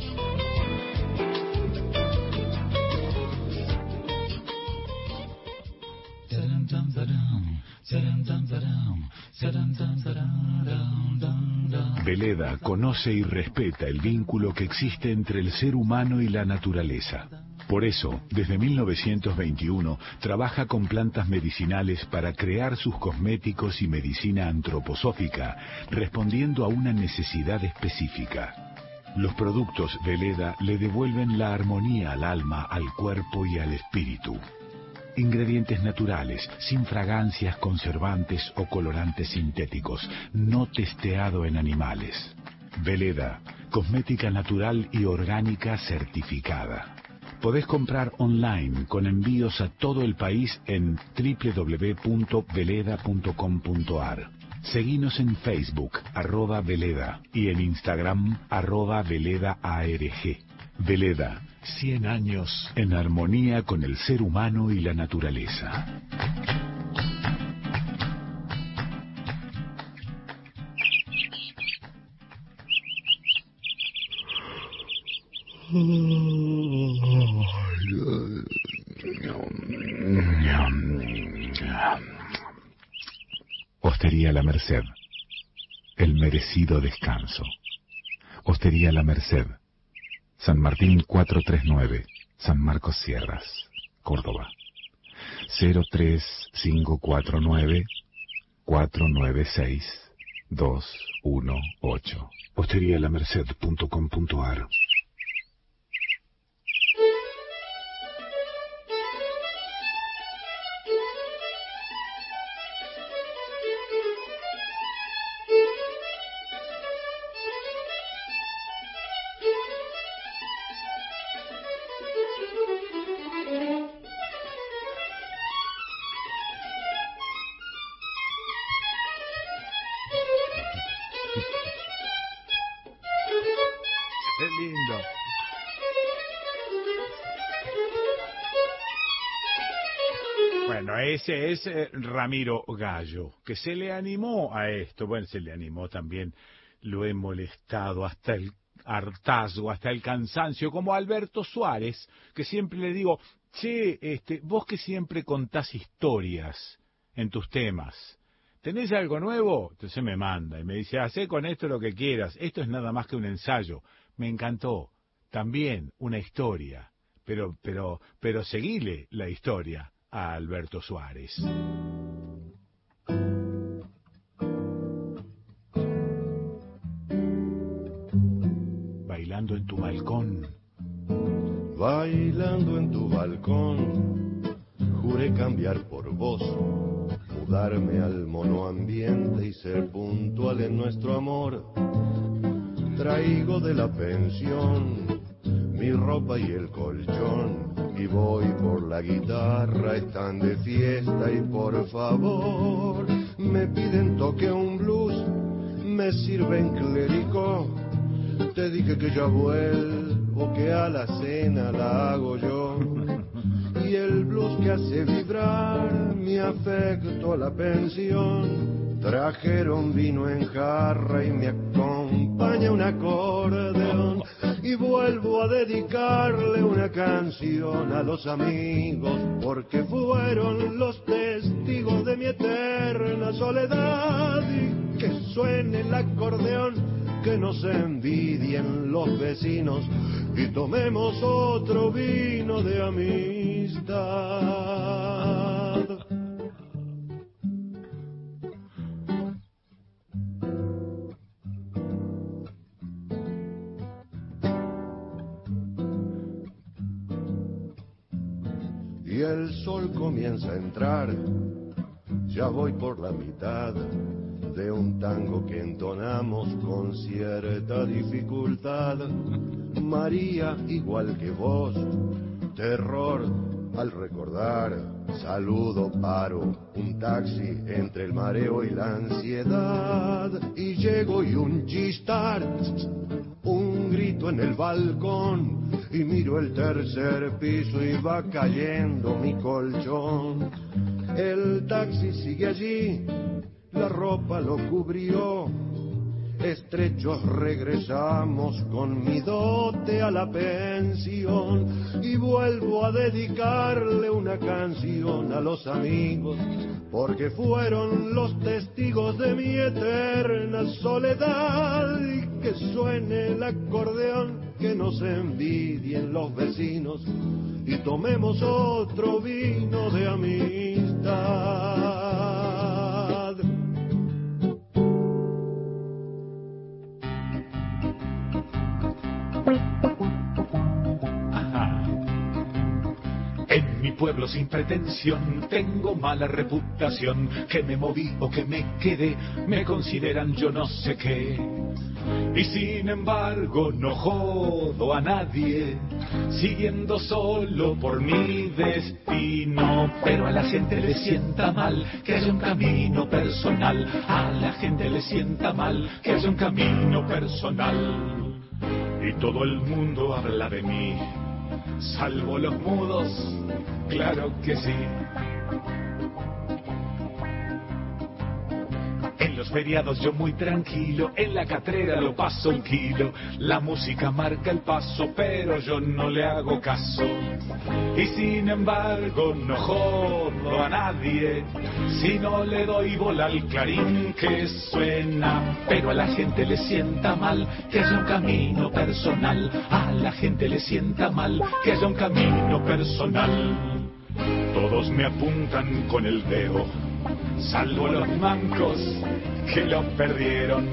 Veleda conoce y respeta el vínculo que existe entre el ser humano y la naturaleza. Por eso, desde mil novecientos veintiuno, trabaja con plantas medicinales para crear sus cosméticos y medicina antroposófica, respondiendo a una necesidad específica. Los productos Veleda le devuelven la armonía al alma, al cuerpo y al espíritu. Ingredientes naturales, sin fragancias, conservantes o colorantes sintéticos, no testeado en animales. Veleda, cosmética natural y orgánica certificada. Podés comprar online con envíos a todo el país en doble u doble u doble u punto veleda punto com punto a r. Seguinos en Facebook, arroba Veleda, y en Instagram, arroba Veleda A R G. Veleda, cien años en armonía con el ser humano y la naturaleza. Hostería La Merced, el merecido descanso. Hostería La Merced, San Martín cuatrocientos treinta y nueve, San Marcos Sierras, Córdoba. cero tres cinco cuatro nueve cuatro nueve seis dos uno ocho. hostería la merced punto com punto a r. Bueno, ese es eh, Ramiro Gallo, que se le animó a esto. Bueno, se le animó también, lo he molestado hasta el hartazgo, hasta el cansancio, como a Alberto Suárez, que siempre le digo, che, este, vos que siempre contás historias en tus temas, ¿tenés algo nuevo? Entonces me manda y me dice, hacé con esto lo que quieras, esto es nada más que un ensayo. Me encantó, también una historia, pero, pero, pero seguile la historia a Alberto Suárez. Bailando en tu balcón. Bailando en tu balcón, juré cambiar por vos, mudarme al monoambiente y ser puntual en nuestro amor. Traigo de la pensión mi ropa y el colchón, y voy por la guitarra, están de fiesta y por favor me piden toque un blues, me sirven clérico. Te dije que ya vuelvo, que a la cena la hago yo, y el blues que hace vibrar mi afecto a la pensión. Trajeron vino en jarra y me acompaña un acordeón, y vuelvo a dedicarle una canción a los amigos, porque fueron los testigos de mi eterna soledad. Y que suene el acordeón, que nos envidien los vecinos, y tomemos otro vino de amistad. Y el sol comienza a entrar, ya voy por la mitad de un tango que entonamos con cierta dificultad. María, igual que vos, terror al recordar, saludo, paro, un taxi entre el mareo y la ansiedad, y llego y un chistar, un grito en el balcón, y miro el tercer piso y va cayendo mi colchón. El taxi sigue allí, la ropa lo cubrió, estrechos regresamos con mi dote a la pensión, y vuelvo a dedicarle una canción a los amigos, porque fueron los testigos de mi eterna soledad. Y que suene el acordeón, que nos envidien los vecinos, y tomemos otro vino de amistad. En mi pueblo sin pretensión tengo mala reputación, que me moví o que me quedé, me consideran yo no sé qué. Y sin embargo no jodo a nadie, siguiendo solo por mi destino. Pero a la gente le sienta mal que haya un camino personal, a la gente le sienta mal que haya un camino personal. Y todo el mundo habla de mí, salvo los mudos, claro que sí. En los feriados yo muy tranquilo, en la catrera lo paso un kilo. La música marca el paso, pero yo no le hago caso. Y sin embargo no jodo a nadie, si no le doy bola al clarín que suena. Pero a la gente le sienta mal que haya un camino personal, a la gente le sienta mal que haya un camino personal. Todos me apuntan con el dedo, salvo los mancos que lo perdieron.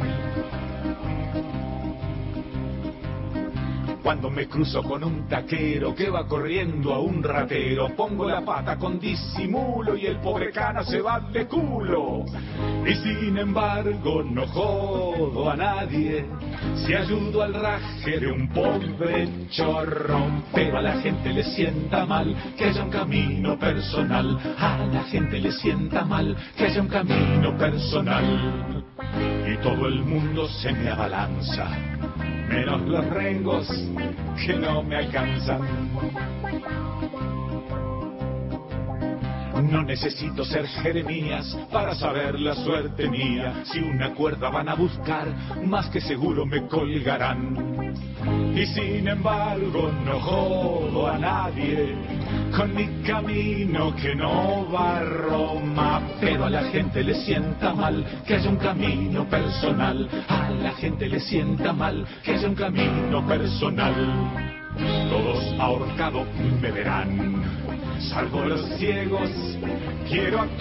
Cuando me cruzo con un taquero que va corriendo a un ratero, pongo la pata con disimulo y el pobre cana se va de culo. Y sin embargo no jodo a nadie, si ayudo al raje de un pobre chorro. Pero a la gente le sienta mal que haya un camino personal, a la gente le sienta mal que haya un camino personal. Y todo el mundo se me abalanza, menos los rengos que no me alcanzan. No necesito ser Jeremías para saber la suerte mía. Si una cuerda van a buscar, más que seguro me colgarán. Y sin embargo no jodo a nadie con mi camino que no va a Roma. Pero a la gente le sienta mal que haya un camino personal. A la gente le sienta mal que haya un camino personal. Todos ahorcados me verán, salvo los ciegos. Quiero